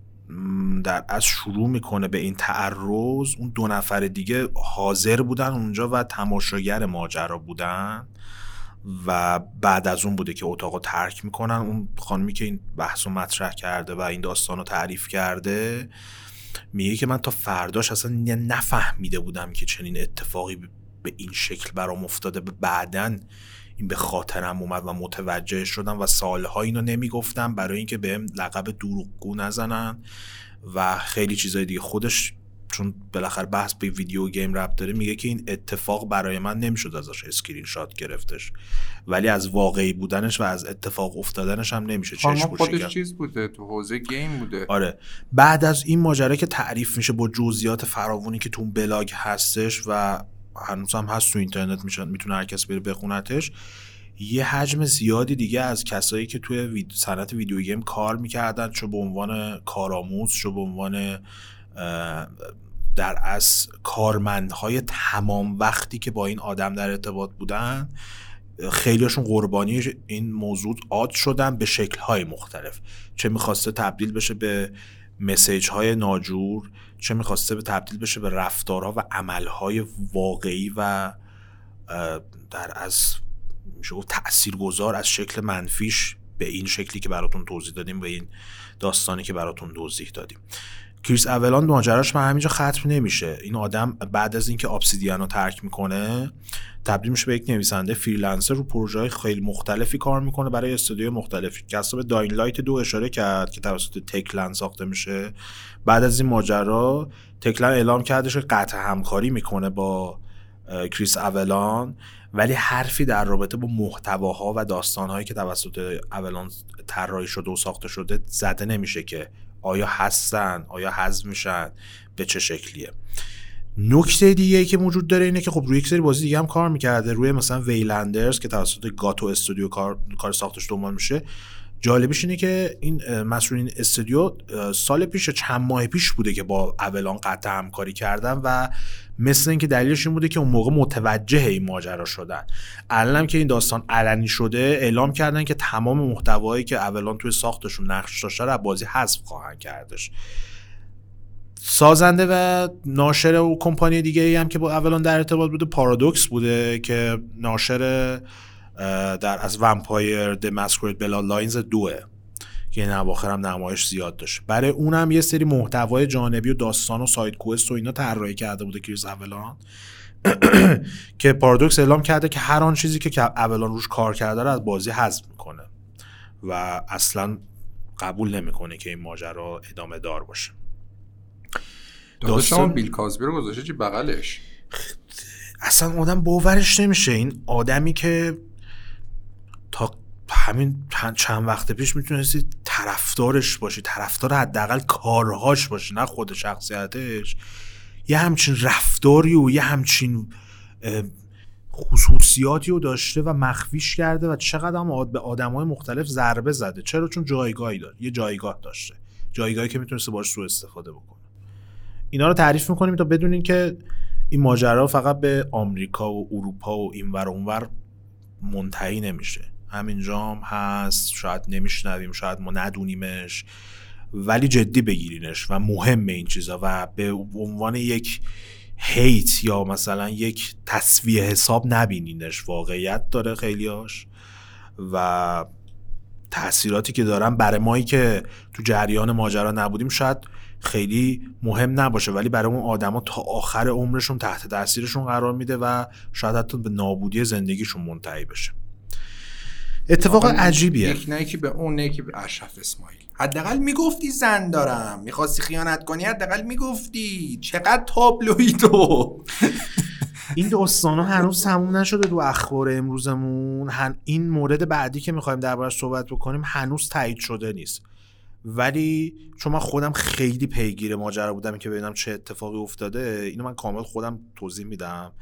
در از شروع میکنه به این تعرض، اون دو نفر دیگه حاضر بودن اونجا و تماشاگر ماجرا بودن و بعد از اون بوده که اتاقو ترک میکنن. اون خانمی که این بحثو مطرح کرده و این داستانو تعریف کرده میگه که من تا فرداش اصلا نفهمیده بودم که چنین اتفاقی به این شکل برام افتاده، به بعدن این به خاطرم اومد و متوجه شدم و سالها اینو نمیگفتم برای اینکه بهم لقب دروغگو نزنن و خیلی چیزای دیگه. خودش چون بالاخره بحث به ویدیو گیم ربط داره میگه که این اتفاق برای من نمیشد ازش اسکرین شات گرفتش، ولی از واقعی بودنش و از اتفاق افتادنش هم نمیشه چشم پوشی کرد. خودش چیز بوده، تو حوزه گیم بوده. آره. بعد از این ماجرا که تعریف میشه با جزئیات فراوانی که تو اون بلاگ هستش و هنوز هم هست تو اینترنت، میشه میتونه هر کس بره بخونتش، یه حجم زیادی دیگه از کسایی که توی وید... صنعت ویدیو گیم کار میکردن، چه به عنوان کارآموز، چه به عنوان در از کارمندهای تمام وقتی که با این آدم در ارتباط بودن، خیلیشون قربانی این موضوع عاد شدن به شکل‌های مختلف، چه میخواسته تبدیل بشه به مسیج‌های ناجور، چه میخواسته به تبدیل بشه به رفتارها و عملهای واقعی و در از میشه گفت تأثیرگذار از شکل منفیش به این شکلی که براتون توضیح دادیم، به این داستانی که براتون توضیح دادیم. کریس اولان ماجراش من همینجا ختم نمیشه. این آدم بعد از اینکه ابسیدیان رو ترک میکنه تبدیل میشه به یک نویسنده فریلنسر، رو پروژه‌های خیلی مختلفی کار میکنه برای استودیوهای مختلفی. که اصلا به داین لایت دو اشاره کرد که توسط تکلند ساخته میشه. بعد از این ماجرا تکلند اعلام کردش که قطع همکاری میکنه با کریس اولان، ولی حرفی در رابطه با محتواها و داستانهایی که توسط اولان طراحی شده و ساخته شده زده نمیشه که آیا هستن، آیا حذف میشن، به چه شکلیه. نکته دیگه‌ای که وجود داره اینه که خب روی یک سری بازی دیگه هم کار میکرده، روی مثلا ویلندرز که توسط گاتو استودیو کار کار ساختش دنبال میشه. جالبش اینه که این مسئولین استودیو سال پیش، چند ماه پیش بوده که با اولان قطع همکاری کردن و مثل اینکه دلیلش این بوده که اون موقع متوجه این ماجرا شدن. الانم که این داستان علنی شده اعلام کردن که تمام محتوایی که اولان توی ساختشون نقش داشته رو از بازی حذف خواهند کردش. سازنده و ناشر و کمپانی دیگه ای هم که با اولان در ارتباط بوده پارادوکس بوده که ناشر در از ومپایر د ماسکرید بلادلاینز دوه که این اواخر هم نمایش زیاد داشت. برای اونم یه سری محتوای جانبی و داستان و ساید کوست و اینا طراحی کرده بوده کریس اولان که پارادوکس اعلام کرده که هر آن چیزی که اولان روش کار کرده رو از بازی حذف میکنه و اصلا قبول نمیکنه که این ماجرا ادامه دار باشه. داستان بیل کازبی رو گذاشته چی بغلش؟ اصلا آدم باورش نمیشه. این آدمی که تا همین چند وقت پیش میتونستی طرفدارش باشی، طرفدار حداقل کارهاش باشی نه خود شخصیتش، یه همچین رفتاری و یه همچین خصوصیاتی رو داشته و مخفیش کرده و چقدر هم به آدم‌های مختلف ضربه زده. چرا؟ چون جایگاهی داشت، یه جایگاه داشته، جایگاهی که میتونسته باهاش سوء استفاده بکنه. اینا رو تعریف میکنیم تا بدونین که این ماجرا فقط به آمریکا و اروپا و اینور و اونور منتهی نمیشه، همینجا هم هست. شاید نمیشنویم، شاید ما ندونیمش، ولی جدی بگیرینش و مهمه این چیزا و به عنوان یک هیت یا مثلا یک تسویه حساب نبینینش. واقعیت داره خیلیاش و تأثیراتی که دارن برای مایی که تو جریان ماجرا نبودیم شاید خیلی مهم نباشه، ولی برای اون آدما تا آخر عمرشون تحت تاثیرشون قرار میده و شاید حتی به نابودی زندگیشون منتهی بشه. اتفاق عجیبیه. یک نه یکی به اون، نه یکی به اشرف اسماعیل. حداقل میگفتی زن دارم، میخواستی خیانت کنی حداقل میگفتی. چقدر تابلویی تو. این داستانا هنوز تموم نشده تو اخبار امروزمون. هن این مورد بعدی که میخوایم دربارش صحبت بکنیم هنوز تایید شده نیست، ولی چون من خودم خیلی پیگیر ماجرا بودم که ببینم چه اتفاقی افتاده، اینو من کامل خودم توضیح میدم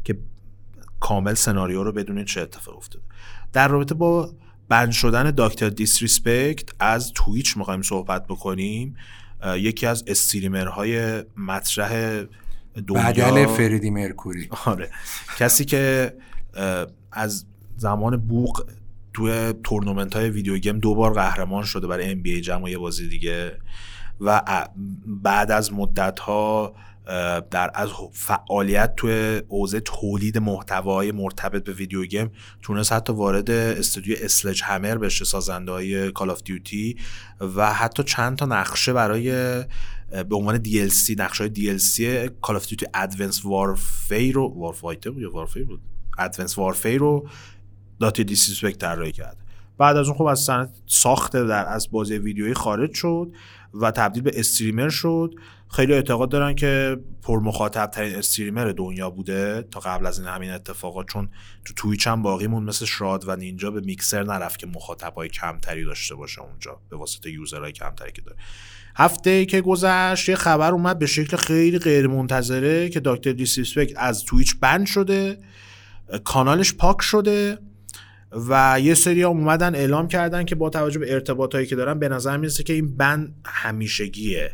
که کامل سناریو رو بدونید چه اتفاق افتاده. در رابطه با بند شدن دکتر دیسریسپکت از توییچ میخوایم صحبت بکنیم. یکی از استریمرهای مطرح دنیا، بدل فردی مرکوری، آره، کسی که از زمان بوق توی تورنمنت های ویدیو گیم دو بار قهرمان شده برای ام بی ای جم و یه بازی دیگه و بعد از مدت ها در از فعالیت توی حوزه تولید محتوای مرتبط به ویدیو گیم تونست حتی وارد استودیو اسلج همر بشه، سازنده های کال آف دیوتی، و حتی چند تا نقشه برای به عنوان دی ال سی، نقشه های دی ال سی کال آف دیوتی ادوانس وارفیر رو وارفایتر بود یا وارفیر بود ادوانس وارفیر رو داتی دیسریسپکت طراحی کرد. بعد از اون خب از صنعت ساخت در از بازی ویدیویی خارج شد و تبدیل به استریمر شد. خیلی اعتقاد دارن که پر مخاطب ترین استریمر دنیا بوده تا قبل از این همین اتفاقات، چون تو توییچ هم باقی مون مثل شراد و نینجا به میکسر نرفت که مخاطبای کمتری داشته باشه اونجا به واسطه یوزرهای کمتری که داره. هفته که گذشت یه خبر اومد به شکل خیلی غیر منتظره که دکتر دیسریسپکت از توییچ بند شده، کانالش پاک شده و یه سری هم اومدن اعلام کردن که با توجه به ارتباطایی که دارن به نظر میرسه که این بند همیشگیه،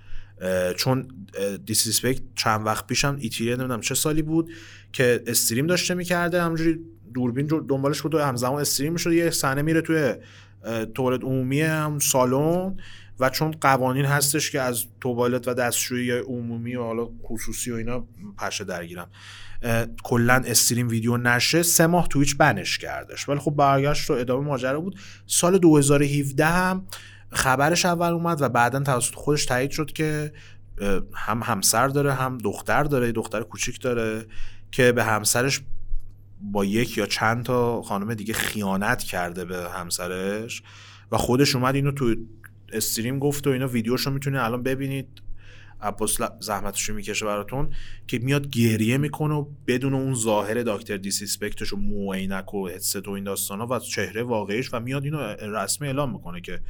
چون دیسریسپکت چند وقت پیشم ایتیره نمیدونم چه سالی بود که استریم داشته میکرده، همونجوری دوربین دنبالش بود و همزمان استریم میشد، یه صحنه میره توی توالت عمومی هم سالن و چون قوانین هستش که از توالت و دستشویی عمومی و حالا خصوصی و اینا پشه درگیرم، کلن استریم ویدیو نشه، سه ماه توییچ بنش کردش. ولی خب برگشت و ادامه ماجرا بود. سال دو هزار و هفده هم خبرش اول اومد و بعداً توسط خودش تایید شد که هم همسر داره هم دختر داره، دختر کوچیک داره که به همسرش با یک یا چند تا خانم دیگه خیانت کرده به همسرش و خودش اومد اینو تو استریم گفت و اینا ویدیوشو میتونید الان ببینید. عباس زحمتشو میکشه براتون که میاد گریه میکنه و بدون اون ظاهر دکتر دیسریسپکتش و مو عینک و هدست و این داستانا و چهره واقعیش و میاد اینو رسمی اعلام میکنه که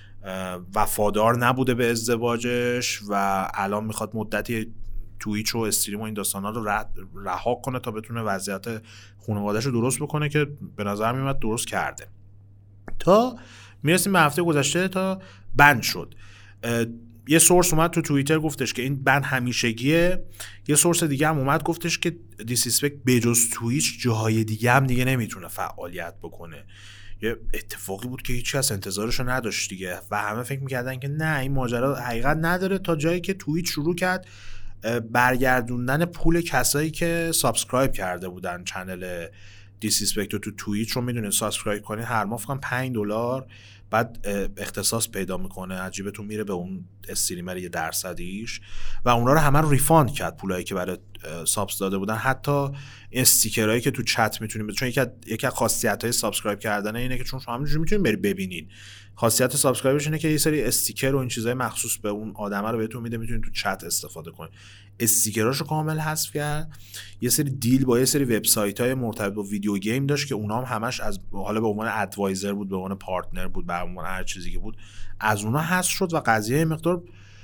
وفادار نبوده به ازدواجش و الان میخواد مدتی توییچ و استریم و این داستانا رو رها کنه تا بتونه وضعیت خانواده‌اش رو درست بکنه که به نظر میاد درست کرده. تا میرسیم به هفته گذشته تا بند شد. یه سورس اومد تو توییتر گفتش که این بند همیشگیه، یه سورس دیگه هم اومد گفتش که دیسریسپکت بجز توییچ جاهای دیگه هم دیگه نمیتونه فعالیت بکنه. یه اتفاقی بود که هیچ کس انتظارشو نداشت دیگه و همه فکر میکردن که نه این ماجرا حقیقت نداره تا جایی که توییچ شروع کرد برگردوندن پول کسایی که سابسکرایب کرده بودن چنل دیسریسپکت رو تو توییچ رو میدونید سابسکرایب کنید هر ماه فقط پنج دلار بعد اختصاص پیدا میکنه، عجیبتون میره به اون استریمر یه درصدیش و اونا رو همه رو ریفاند کرد پولایی که برای سابس داده بودن، حتی استیکرایی که تو چت میتونید، چون یکی از یکی از خاصیت‌های سابسکرایب کردن اینه که چون شما همینجوری میتونید بری ببینین، خاصیت سابسکرایبش اینه که یه سری استیکر و این چیزای مخصوص به اون آدمه رو بهتون میده، میتونید تو چت استفاده کنید. استیکراشو کامل حذف کرد. یه سری دیل با یه سری وبسایت‌های مرتبط با ویدیو گیم داشت که اونها هم همش از حالا به عنوان ادوایزر بود، به عنوان پارتنر بود، به عنوان هر چیزی که بود از اونها حذف شد و قضیه مقدار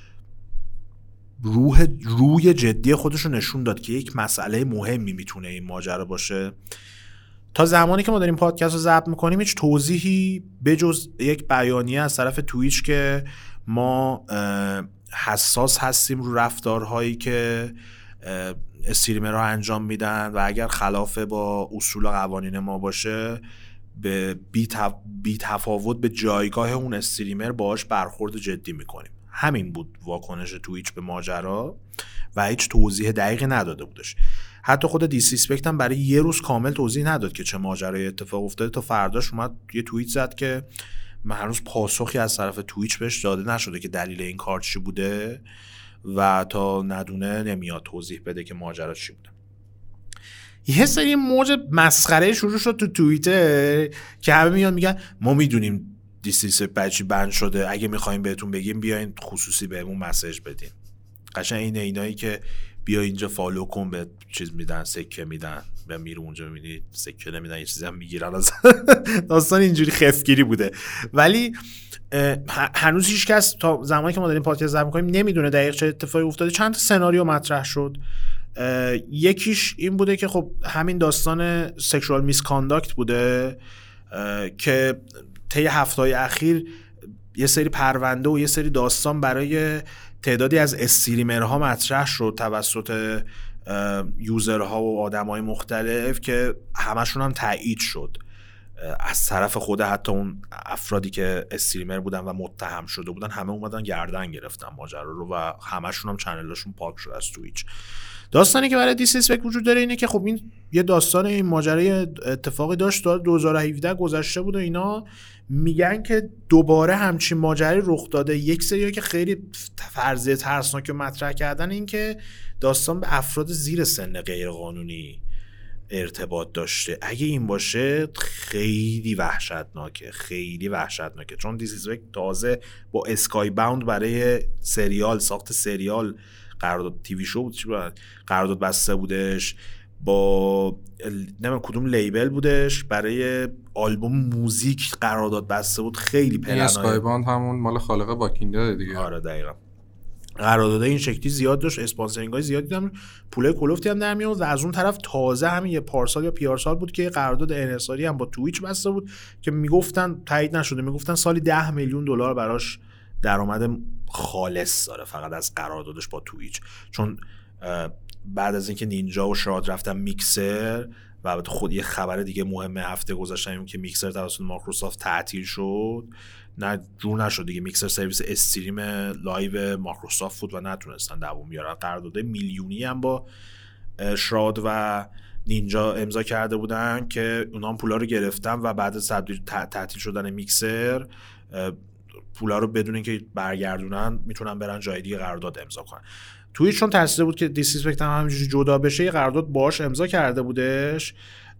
روح روی جدی خودش رو نشون داد که یک مسئله مهمی میتونه این ماجرا باشه. تا زمانی که ما داریم پادکست رو ضبط میکنیم هیچ توضیحی بجز یک بیانیه از طرف توییچ که ما حساس هستیم رو رفتارهایی که استریمرها انجام میدن و اگر خلاف با اصول و قوانین ما باشه به بی تفاوت به جایگاه اون استریمر باهاش برخورد جدی میکنیم. همین بود واکنش توییچ به ماجرا و هیچ توضیح دقیقی نداده بودش. حتی خود دیسریسپکت هم برای یه روز کامل توضیح نداد که چه ماجرای اتفاق افتاده تا فرداش اومد یه توییت زد که هنوز پاسخی از طرف توییچ بهش داده نشده که دلیل این کار چی بوده و تا ندونه نمیاد توضیح بده که ماجرا چی بوده. یه سری موج مسخره شروع شد تو توییتر که همه میان میگن ما میدونیم دیسریسپکت بچی بند شده، اگه میخوایم بهتون بگیم بیاین خصوصی بهمون مسیج بدین. قشنگ این اینایی که بیا اینجا فالو کن به چیز میدن، سکه میدن و میره اونجا میبینی سکه نمیدن یه چیزی هم میگیرن. داستان اینجوری خفگیری بوده ولی هنوز هیچ کس تا زمانی که ما داریم پادکست ضبط می‌کنیم نمیدونه دقیق چه اتفاقی افتاده. چند تا سناریو مطرح شد یکیش این بوده که خب همین داستان سکشوال میسکانداکت بوده که طی هفته‌های اخیر یه سری پرونده و یه سری داستان برای تعدادی از استریمرها مطرح شد توسط یوزرها و آدمای مختلف که همشون هم تایید شد از طرف خود حتی اون افرادی که استریمر بودن و متهم شده بودن، همه اومدن گردن گرفتن ماجرا رو و همشون هم چنلاشون پاک شد از تویچ. داستانی که برای دیسریسپکت وجود داره اینه که خب این یه داستان این ماجرای اتفاقی داشت دو هزار و هفده گذشته بود و اینا میگن که دوباره همچین ماجرای رخ داده. یک سری که خیلی فرضیه ترسناک مطرح کردن این که داستان به افراد زیر سن غیر قانونی ارتباط داشته. اگه این باشه خیلی وحشتناکه، خیلی وحشتناکه، چون دیسریسپکت تازه با اسکای باوند برای سریال ساخت سریال قرارداد تیوی شو بود، قرارداد بسته بودش با نمیدونم کدوم لیبل بودش، برای آلبوم موزیک قرارداد بسته بود. خیلی پلنای اسکای باند همون مال خالق واکینگ دد دیگه. آره دقیقاً. قرارداد این شکلی زیاد داشت، اسپانسرینگ‌های زیادی داشت، پول کلوفتی هم در میاد و از اون طرف تازه همین یه پارسال یا پیار سال بود که قرارداد انحصاری هم با تویچ بسته بود که میگفتن تایید نشده، میگفتن سالی ده میلیون دلار براش درآمد خالص داره فقط از قراردادش با تویچ. چون بعد از اینکه نینجا و شراد رفتن میکسر و البته خود یه خبر دیگه مهم هفته گذشته این که میکسر توسط مایکروسافت تعطیل شد، نه جور نشد دیگه. میکسر سرویس استریم لایو مایکروسافت بود و نتونستن دووم بیارن. قرارداد میلیونی هم با شراد و نینجا امضا کرده بودن که اونا هم پولا رو گرفتن و بعد از تعطیل شدن میکسر پولا رو بدون اینکه برگردونن میتونن برن جای دیگه قرارداد امضا کنن. تویچ چون ترسیده بود که دیسریسپکت هم همینجوری جدا بشه یه قرارداد باهاش امضا کرده بودش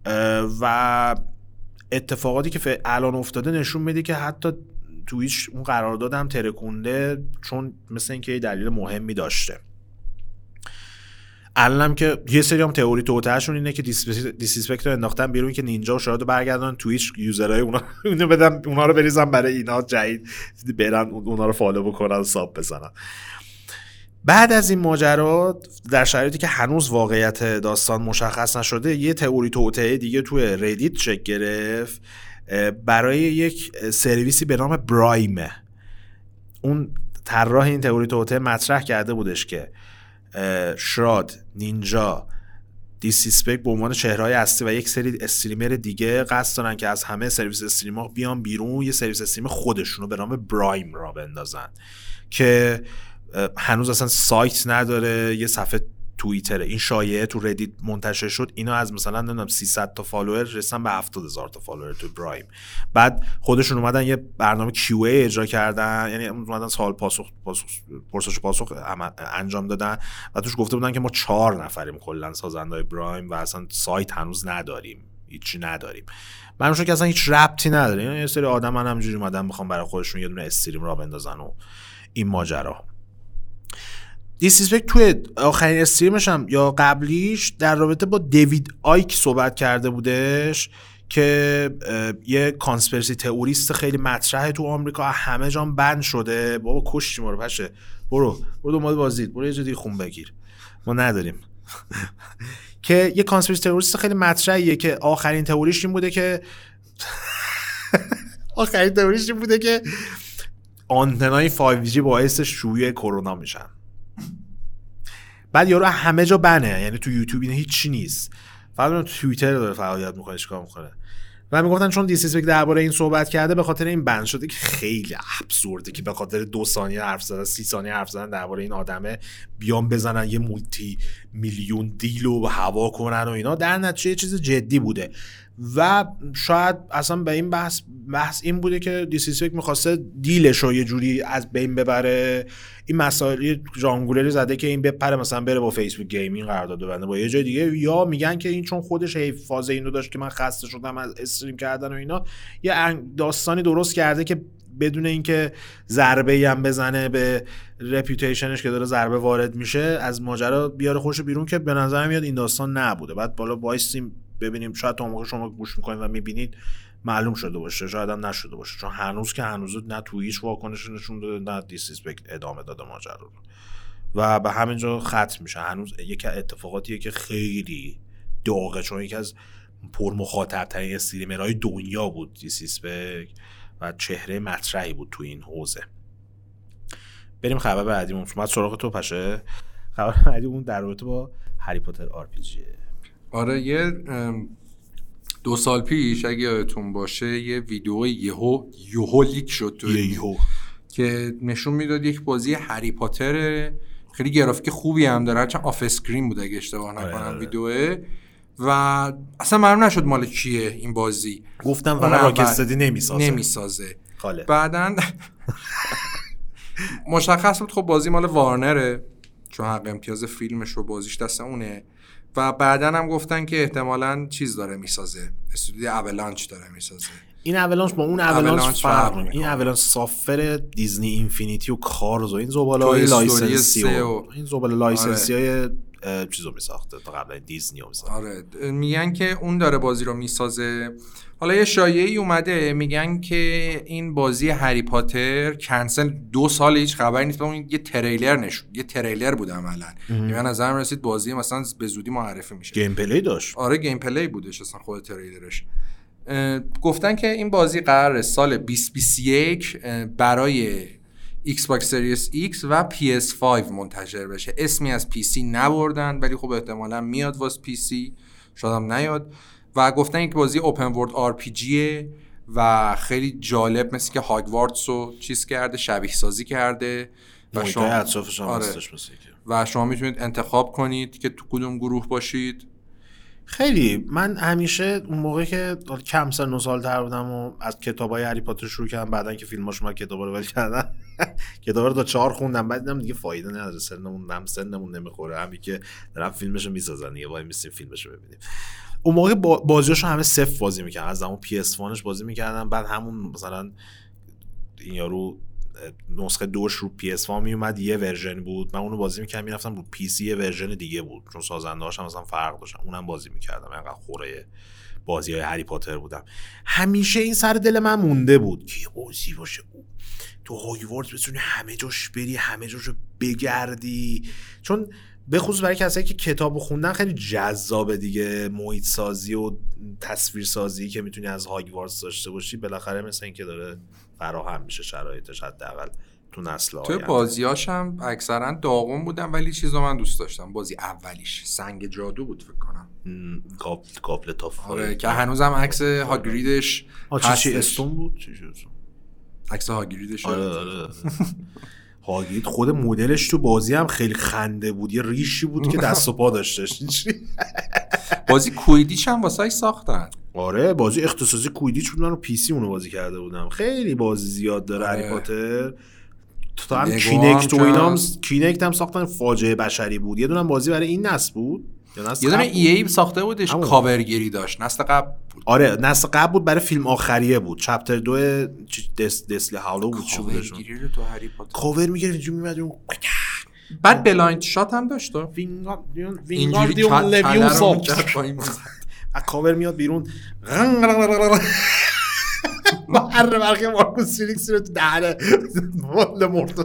و اتفاقاتی که الان افتاده نشون میده که حتی تویچ اون قرارداد هم ترکونده، چون مثل اینکه یه دلیل مهمی داشته. الانم که یه سری هم تئوری توطئه‌شون اینه که دیسریسپکت رو انداختن بیرون که نینجا و شراد برگردن تویچ یوزرهای اونا اونو بدن اونا رو بریزن برای اینا جدید برن اونا رو فالو بکنن و ساب بزنن. بعد از این ماجرا در شرایطی که هنوز واقعیت داستان مشخص نشده یه تئوری توطئه دیگه توی ردیت شکل گرفت برای یک سرویسی به نام برایم. اون طراح این تئوری توطئه مطرح کرده بودش که شراد، نینجا، دیسریسپکت به عنوان چهره‌های اصلی و یک سری استریمر دیگه قصد دارن که از همه سرویس استریم‌ها بیان بیرون، یه سرویس استریم خودشونو به نام برایم را بندازن که هنوز اصلا سایت نداره، یه صفحه توییتره. این شایعه تو ردیت منتشر شد، اینا از مثلا نمیدونم سیصد تا فالوور رسیدن به هفتاد هزار تا فالوور تو برایم. بعد خودشون اومدن یه برنامه کیو ای اجرا کردن، یعنی اومدن سوال پاسخ پاسخ پرسش پاسخ انجام دادن و توش گفته بودن که ما چهار نفریم کلا سازنده‌های برایم و اصلا سایت هنوز نداریم، هیچی نداریم. منوشه که اصلا هیچ ربطی نداره. یعنی یه سری آدم من همینجوری اومدن میخوام برای خودشون یه دونه استریم را بندازن و این ماجرا. دیسریسپکت توی آخرین استریمش هم یا قبلیش در رابطه با دیوید آیک صحبت کرده بودش که یه کانسپیرسی تئوریست خیلی مطرحه تو آمریکا، همه جام بند شده. بابا کشتی ما رو پشه، برو برو دنبال بازید، برو یه جا دیگه خون بگیر، ما نداریم. که یه کانسپیرسی تئوریست خیلی مطرحیه که آخرین تئوریش این بوده که آخرین تئوریش این بوده که آنتنای فایو جی باعث شیوع کرونا میشن. بعد یارو همه جا بنه، یعنی تو یوتیوب اینا هیچ چی نیست، فقط تو توییتر داره فعالیت میکنه، چیکار میکنه. و میگفتن چون دیسریسپکت درباره این صحبت کرده به خاطر این بند شده، که خیلی ابسورده که به خاطر دو ثانیه حرف زدن، سی ثانیه حرف زدن درباره این آدمه بیان بزنن یه مولتی میلیون دیلو هوا کنن و اینا. در نتیجه یه چیز جدی بوده و شاید اصلا به این بحث بحث این بوده که دیسریسپکت می‌خواسته دیلش رو یه جوری از بین ببره. این مسائل جانگولری زده که این بپره مثلا بره با فیسبوک گیمینگ قرارداد ببنده با یه جای دیگه، یا میگن که این چون خودش هی فاز اینو داشت که من خسته شدم از استریم کردن و اینا، یه داستانی درست کرده که بدون اینکه ضربه‌ای هم بزنه به رپیوتیشنش که داره ضربه وارد میشه از ماجرا بیاره خوش بیرون، که به نظر میاد این داستان نبوده. بعد بالا وایسیم ببینیم، شاید تا موقع شما گوش میکنید و میبینید معلوم شده باشه، شاید هم نشده باشه، چون هنوز که هنوز نه تو هیچ واکنشی نشون داده نه دیسریسپکت ادامه داده ماجرا رو. و به همینجا ختم میشه. هنوز یک اتفاقاتیه که خیلی داغه، چون یکی از پر مخاطب ترین استریمرهای دنیا بود دیسیسپک و چهره مطرحی بود تو این حوزه. بریم خبر بعدیمون. اومد سراغ تو پشه. خبر بعدیمون در رابطه با هری پاتر آر پی جی. آره یه دو سال پیش اگه یادتون باشه یه ویدیو یهو یهو لیک شد تو یهو که نشون میداد یک بازی هری پاتر خیلی گرافیک خوبی هم داره، هرچند آف اسکرین بود اگه اشتباه نکنم ویدیوه، و اصلا معلوم نشد مال کیه این بازی. گفتم فقط راکستدی نمیسازه نمیسازه خاله. بعدن مشخص بود خب بازی مال وارنره چون حق امتیاز فیلمش و بازیش دست اونه، و بعدن هم گفتن که احتمالاً چیز داره میسازه، استودیو اولانچ داره میسازه. این اولانچ با اون اولانچ فرق میکنه. این اولانچ سافر دیزنی اینفینیتی و کارز و این زباله‌های لایسنسی و این زباله لایسنسی های چیزو میساخته تا قبل دیزنی رو میساخته. آره میگن که اون داره بازی رو میسازه. حالا یه شایعه‌ای اومده میگن که این بازی هری پاتر کنسل دو سال هیچ خبری نیست، اون یه تریلر نشون یه تریلر بود عملاً. یعنی من نظرم رسید بازی مثلا به زودی معرفی میشه. گیم پلی داشت. آره گیم پلی بودش اصلا خود تریلرش. گفتن که این بازی قراره سال بیست بیست و یک برای ایکس باکس سریس ایکس و پی اس پنج منتشر بشه. اسمی از پی سی نبردن ولی خب احتمالاً میاد واسه پی سی، شاید هم نیاد. و گفتن یک بازی اوپن ورلد آر پی جیه و خیلی جالب، مثل که هاگوارتس رو چیز کرده، شبیه سازی کرده و شما اطرافش هم هستش مثل که و شما میتونید انتخاب کنید که تو کدوم گروه باشید. خیلی من همیشه اون موقع که کم سن و سال‌تر بودم و از کتابای هری پاتر شروع کردم، بعدن که فیلماش اومد کتابا رو ول کردم کتابا رو تا چهار خوندم، بعد دیدم دیگه فایده نداره، سنمون هم سنمون نمیخوره، همین که دارن فیلمشو میسازن دیگه وای میسیم فیلمشو ببینیم. اون موقع بازیاشو همه صفر بازی میکردن، از زمان پی اس پنج بازی میکردن، بعد همون مثلا این یارو نسخه دوش رو پی اس پنج میومد یه ورژن بود، من اونو بازی میکردم، میرفتم رو پی سی یه ورژن دیگه بود چون سازنده‌هاش هم مثلا فرق داشتن، اونم بازی میکردم. انقدر خوره بازی‌های هری پاتر بودم. همیشه این سر دل من مونده بود که بازی باشه تو هاگوارتس بتونی همه جاش بری، همه جاشو بگردی، چون به خصوص برای کسایی که کتابو خوندن خیلی جذابه دیگه، محیط سازی و تصویر سازی که میتونی از هاگوارتس داشته باشی بالاخره مثلا این که داره فراهم میشه شرایطش حداقل تو نسل آینده. تو بازیاش هم اکثرا داغون بودن ولی چیزا من دوست داشتم. بازی اولیش سنگ جادو بود فکر کنم، گاب گابلت اف آره که هنوزم عکس هاگریدش هستش. چی استون بود چی شد عکس هاگریدش؟ آره آره هاگرید خود مدلش تو بازی هم خیلی خنده بود، یه ریشی بود که دست و پا داشتش. بازی کویدیچ هم واسه ساختن. آره بازی اختصاصی کویدیچ بود، من رو پی سی اونو بازی کرده بودم. خیلی بازی زیاد داره هری پاتر. تو هم کینکت و اینا هم کینکت هم ساختن، فاجعه بشری بود. یه دونه بازی برای این نسل بود یا نسل یه دونه ای ای ساخته بودش کاورگیری داشت، نسل قبل بود. آره نسل قبل بود، برای فیلم آخریه بود، چپتر دو دس دسلی هالو بود. چی بودش کاورگیری رو تو هری پاتر کاور میگرفت اینجوری میمد اون، بعد بلایند شات هم داشت، اینجوری لویوسا کاور میاد بیرون هر برخی مارکوس فیلیکس رو تو دهنه ولدمورت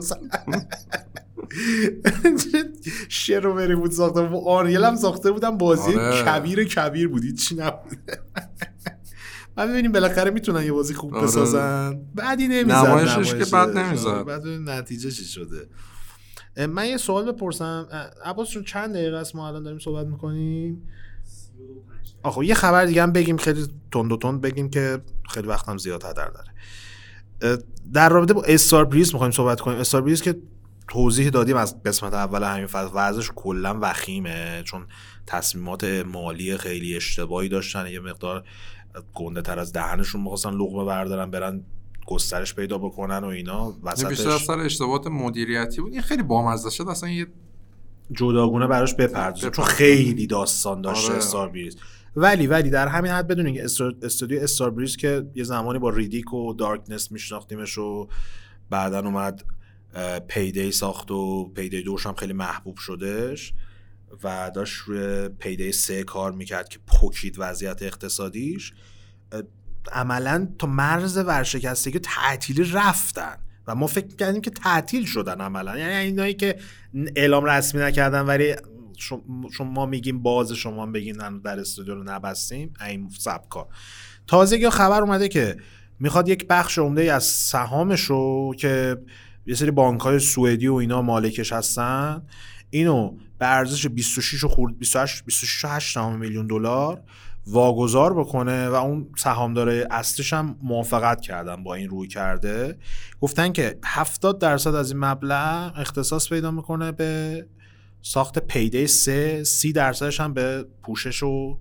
شیر رو بری بود ساخته و آریل هم ساخته بودم. بازی آره. کبیر کبیر بودی چی نبود. بعد ببینیم بالاخره میتونن یه بازی خوب آره. بسازن. بعدی نمیزد نمایشش که بعد نمیزد، بعد نتیجه چی شده. من یه سوال بپرسم عباس جون، چند دقیقه است ما الان داریم صحبت میکنیم؟ آخه یه خبر دیگه هم بگیم، خیلی تند و تند بگیم که خیلی وقت هم زیاد هدر داره. در رابطه با استار بریز میخوایم صحبت کنیم. استار بریز که توضیح دادیم از قسمت اول همین فصل، وضعش کلا وخیمه چون تصمیمات مالی خیلی اشتباهی داشتن، یه مقدار گنده تر از دهنشون می‌خواستن لقمه بردارن برن گسترش پیدا بکنن و اینا. وسطش بیشتر اصلا اشتباهات مدیریتی بود. این خیلی بامزه شد اصلا یه جداگونه براش بپردازه چون خیلی داستان داشته آره. استار بریز. ولی ولی در همین حد بدونین که استودیو استار بریز که یه زمانی با ریدیک و دارکنس میشناختیمش و بعدن اومد پیدی ساخت و پیدی دوش هم خیلی محبوب شدش و داشت روی پیدی سه کار میکرد که پوکید وضعیت اقتصادیش، عملا تا مرز ورشکستگی تعطیلی رفتن و ما فکر می‌کردیم که تعطیل شدن عملا، یعنی اینایی که اعلام رسمی نکردن ولی شما ما میگیم باز، شما بگین در استودیو رو نبستیم، این سبکا. تازگی خبر اومده که میخواد یک بخش عمده از سهامش رو که یه سری بانک‌های سوئدی و اینا مالکش هستن، اینو به ارزش بیست و شش و خورد بیست و هشت بیست و شش و هشت میلیون دلار واگذار بکنه و اون سهامدار اصلیش هم موافقت کردن با این روی کرده. گفتن که هفتاد درصد از این مبلغ اختصاص پیدا میکنه به ساخت پیدی سه، سی درصدش هم به پوشش و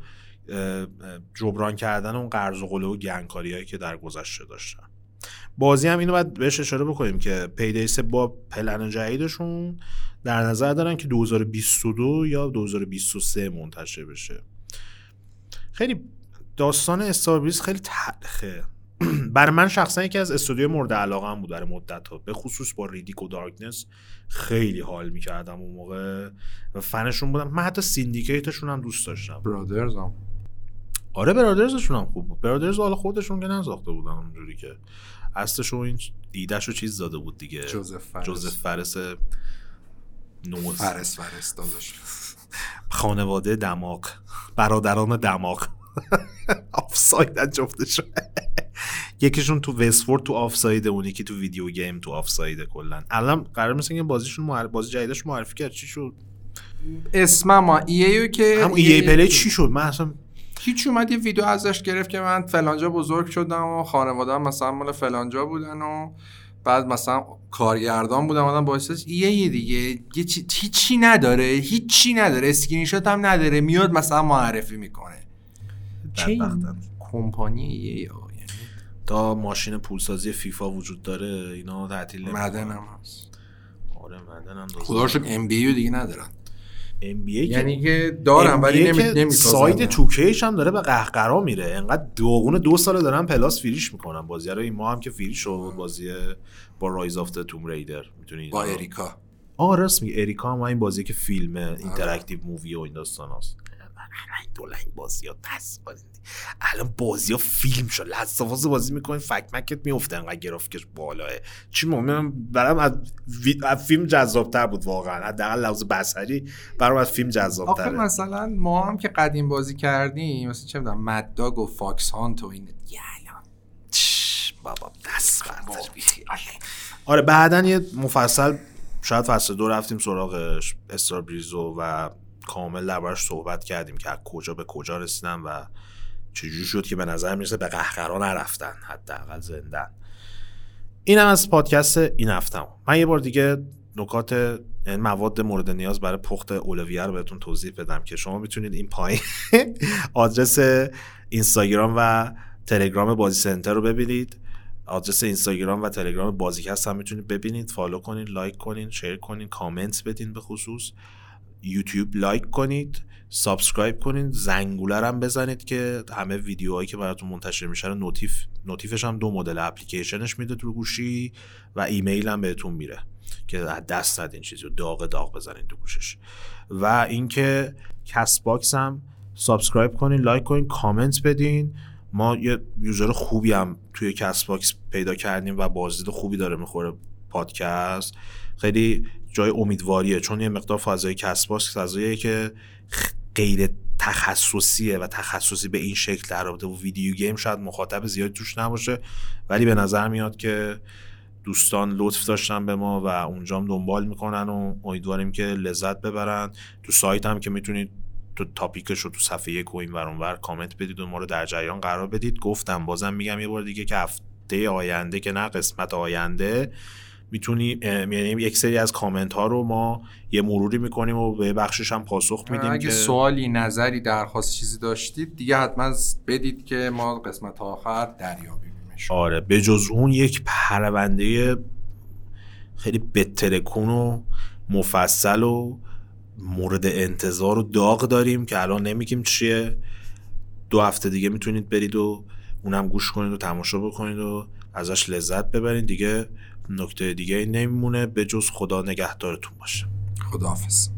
جبران کردن اون قرض و قله و گنگکاریایی که در گذشته داشتن. بازی هم اینو باید بهش اشاره بکنیم که پیدی سه با پلن جدیدشون در نظر دارن که دو هزار و بیست و دو یا دو هزار و بیست و سه منتشر بشه. خیلی داستان استاربریز خیلی تلخه. برای من شخصا یکی از استودیوی مورد علاقه هم بود در مدت‌ها، به خصوص با ریدیک و دارکنس خیلی حال می‌کردم اون موقع و فنشون بودم. من حتی سیندیکیتشون هم دوست داشتم. برادرز هم آره برادرزشون هم خوب بود. برادرز حالا خودشون که نساخته بودن اونجوری که اصلشو این ایدهشو چیز داده بود دیگه، جوزف فرس جوزف فرس نوز فرس فرس داداش خانواده دماغ، برادران دماغ آفساید جفتشون. یکیشون تو وستفورد تو آفساید، اون یکی تو ویدیو گیم تو آفساید. کلا الان قرار مثلا این بازیشون معرف... بازی جدیدش معرفی کرد. چی شد اسم ما ای ایو که هم ای ای پلی چی شد؟ من اصلا هیچ اومد یه ویدیو ازش گرفت که من فلانجا بزرگ شدم و خانواده‌ام مثلا مال فلانجا بودن و بعد مثلا کارگردان بودم آدم باعث ای ای دیگه یه چی هیچی نداره، هیچی نداره، اسکرین شات هم نداره، میاد مثلا معرفی میکنه. چه کمپانی ای ای تا ماشین پولسازی فیفا وجود داره اینا تعطیل نمی‌کنن. مدن هم هست. آره مدن هم خدا رو شکر ام بی ای دیگه ندارن. ام بی ای یعنی که دارن ولی نمیسازن. ساید توکیش هم داره به قهقرا میره. انقدر دوغونه دو سال دارن پلاس فریش میکنن بازی رو. این ما هم که فریش شد بازی با رایز آف د توم ریدر، میتونید با اریکا. آه راست میگه، اریکا هم این بازی که فیلمه اینتراکتیو مووی و این داستاناست. این دولا این بازی ها دست بازی الان بازی ها فیلم شد، لحظه بازی میکنین فک مکت میفته انقدر گرافیکش بالاه. چی مهمه برام از, وی... از فیلم جذابتر بود واقعا، حداقل لحاظ بصری برام از فیلم جذابتره. آخه مثلا ما هم که قدیم بازی کردیم مثلا چه میدونم مد داگ و فاکس هانت و این یالا بابا دست بردار. آره بعدن یه مفصل شاید فصل دو رفتیم سراغش استاربریزو و کامل دربارش صحبت کردیم که از کجا به کجا رسیدن و چجوری شد که به نظر میرسه به قهقرا نرفتن، حداقل زندن. اینم از پادکست این هفتم. من یه بار دیگه نکات این مواد مورد نیاز برای پخت اولویه رو بهتون توضیح بدم که شما میتونید این پایین آدرس اینستاگرام و تلگرام بازی سنتر رو ببینید. آدرس اینستاگرام و تلگرام بازیکست هم میتونید ببینید، فالو کنید، لایک کنید، شیر کنید، کامنت بدین، به خصوص یوتیوب لایک کنید، سابسکرایب کنید، زنگوله رو هم بزنید که همه ویدیوهایی که براتون منتشر میشه رو نوتیف نوتیفش هم دو مدل اپلیکیشنش میده تو گوشی و ایمیل هم بهتون میره که دست ندین چیزی داغ داغ بزنید تو گوشش. و اینکه کست باکس هم سابسکرایب کنین، لایک کنین، کامنت بدین. ما یه یوزر خوبی هم توی کست باکس پیدا کردیم و بازدید خوبی داره میخوره پادکست. خیلی جای امیدواریه چون یه مقدار فضای کست باکس فضاییه که غیر تخصصیه و تخصصی به این شکل در رابطه با ویدیو گیم شاید مخاطب زیادی توش نباشه، ولی به نظر میاد که دوستان لطف داشتن به ما و اونجام دنبال میکنن و امیدواریم که لذت ببرن. تو سایت هم که میتونید تو تاپیکش رو تو صفحه یک و این ور اون ور کامنت بدید و ما رو در جریان قرار بدید. گفتم بازم میگم یه بار دیگه که هفته آینده که نه قسمت آینده میتونیم یعنی یک سری از کامنت ها رو ما یه مروری میکنیم و به بخشش هم پاسخ میدیم. اگه که سوالی، نظری، درخواست چیزی داشتید دیگه حتما بدید که ما قسمت آخر دریابیمش. آره به جز اون یک پرونده خیلی بترکون و مفصل و مورد انتظار و داغ داریم که الان نمیگیم چیه. دو هفته دیگه میتونید برید و اونم گوش کنید و تماشا بکنید و ازش لذت ببرید. دیگه نکته دیگه نمیمونه به جز خدا نگهدارتون باشه. خداحافظ.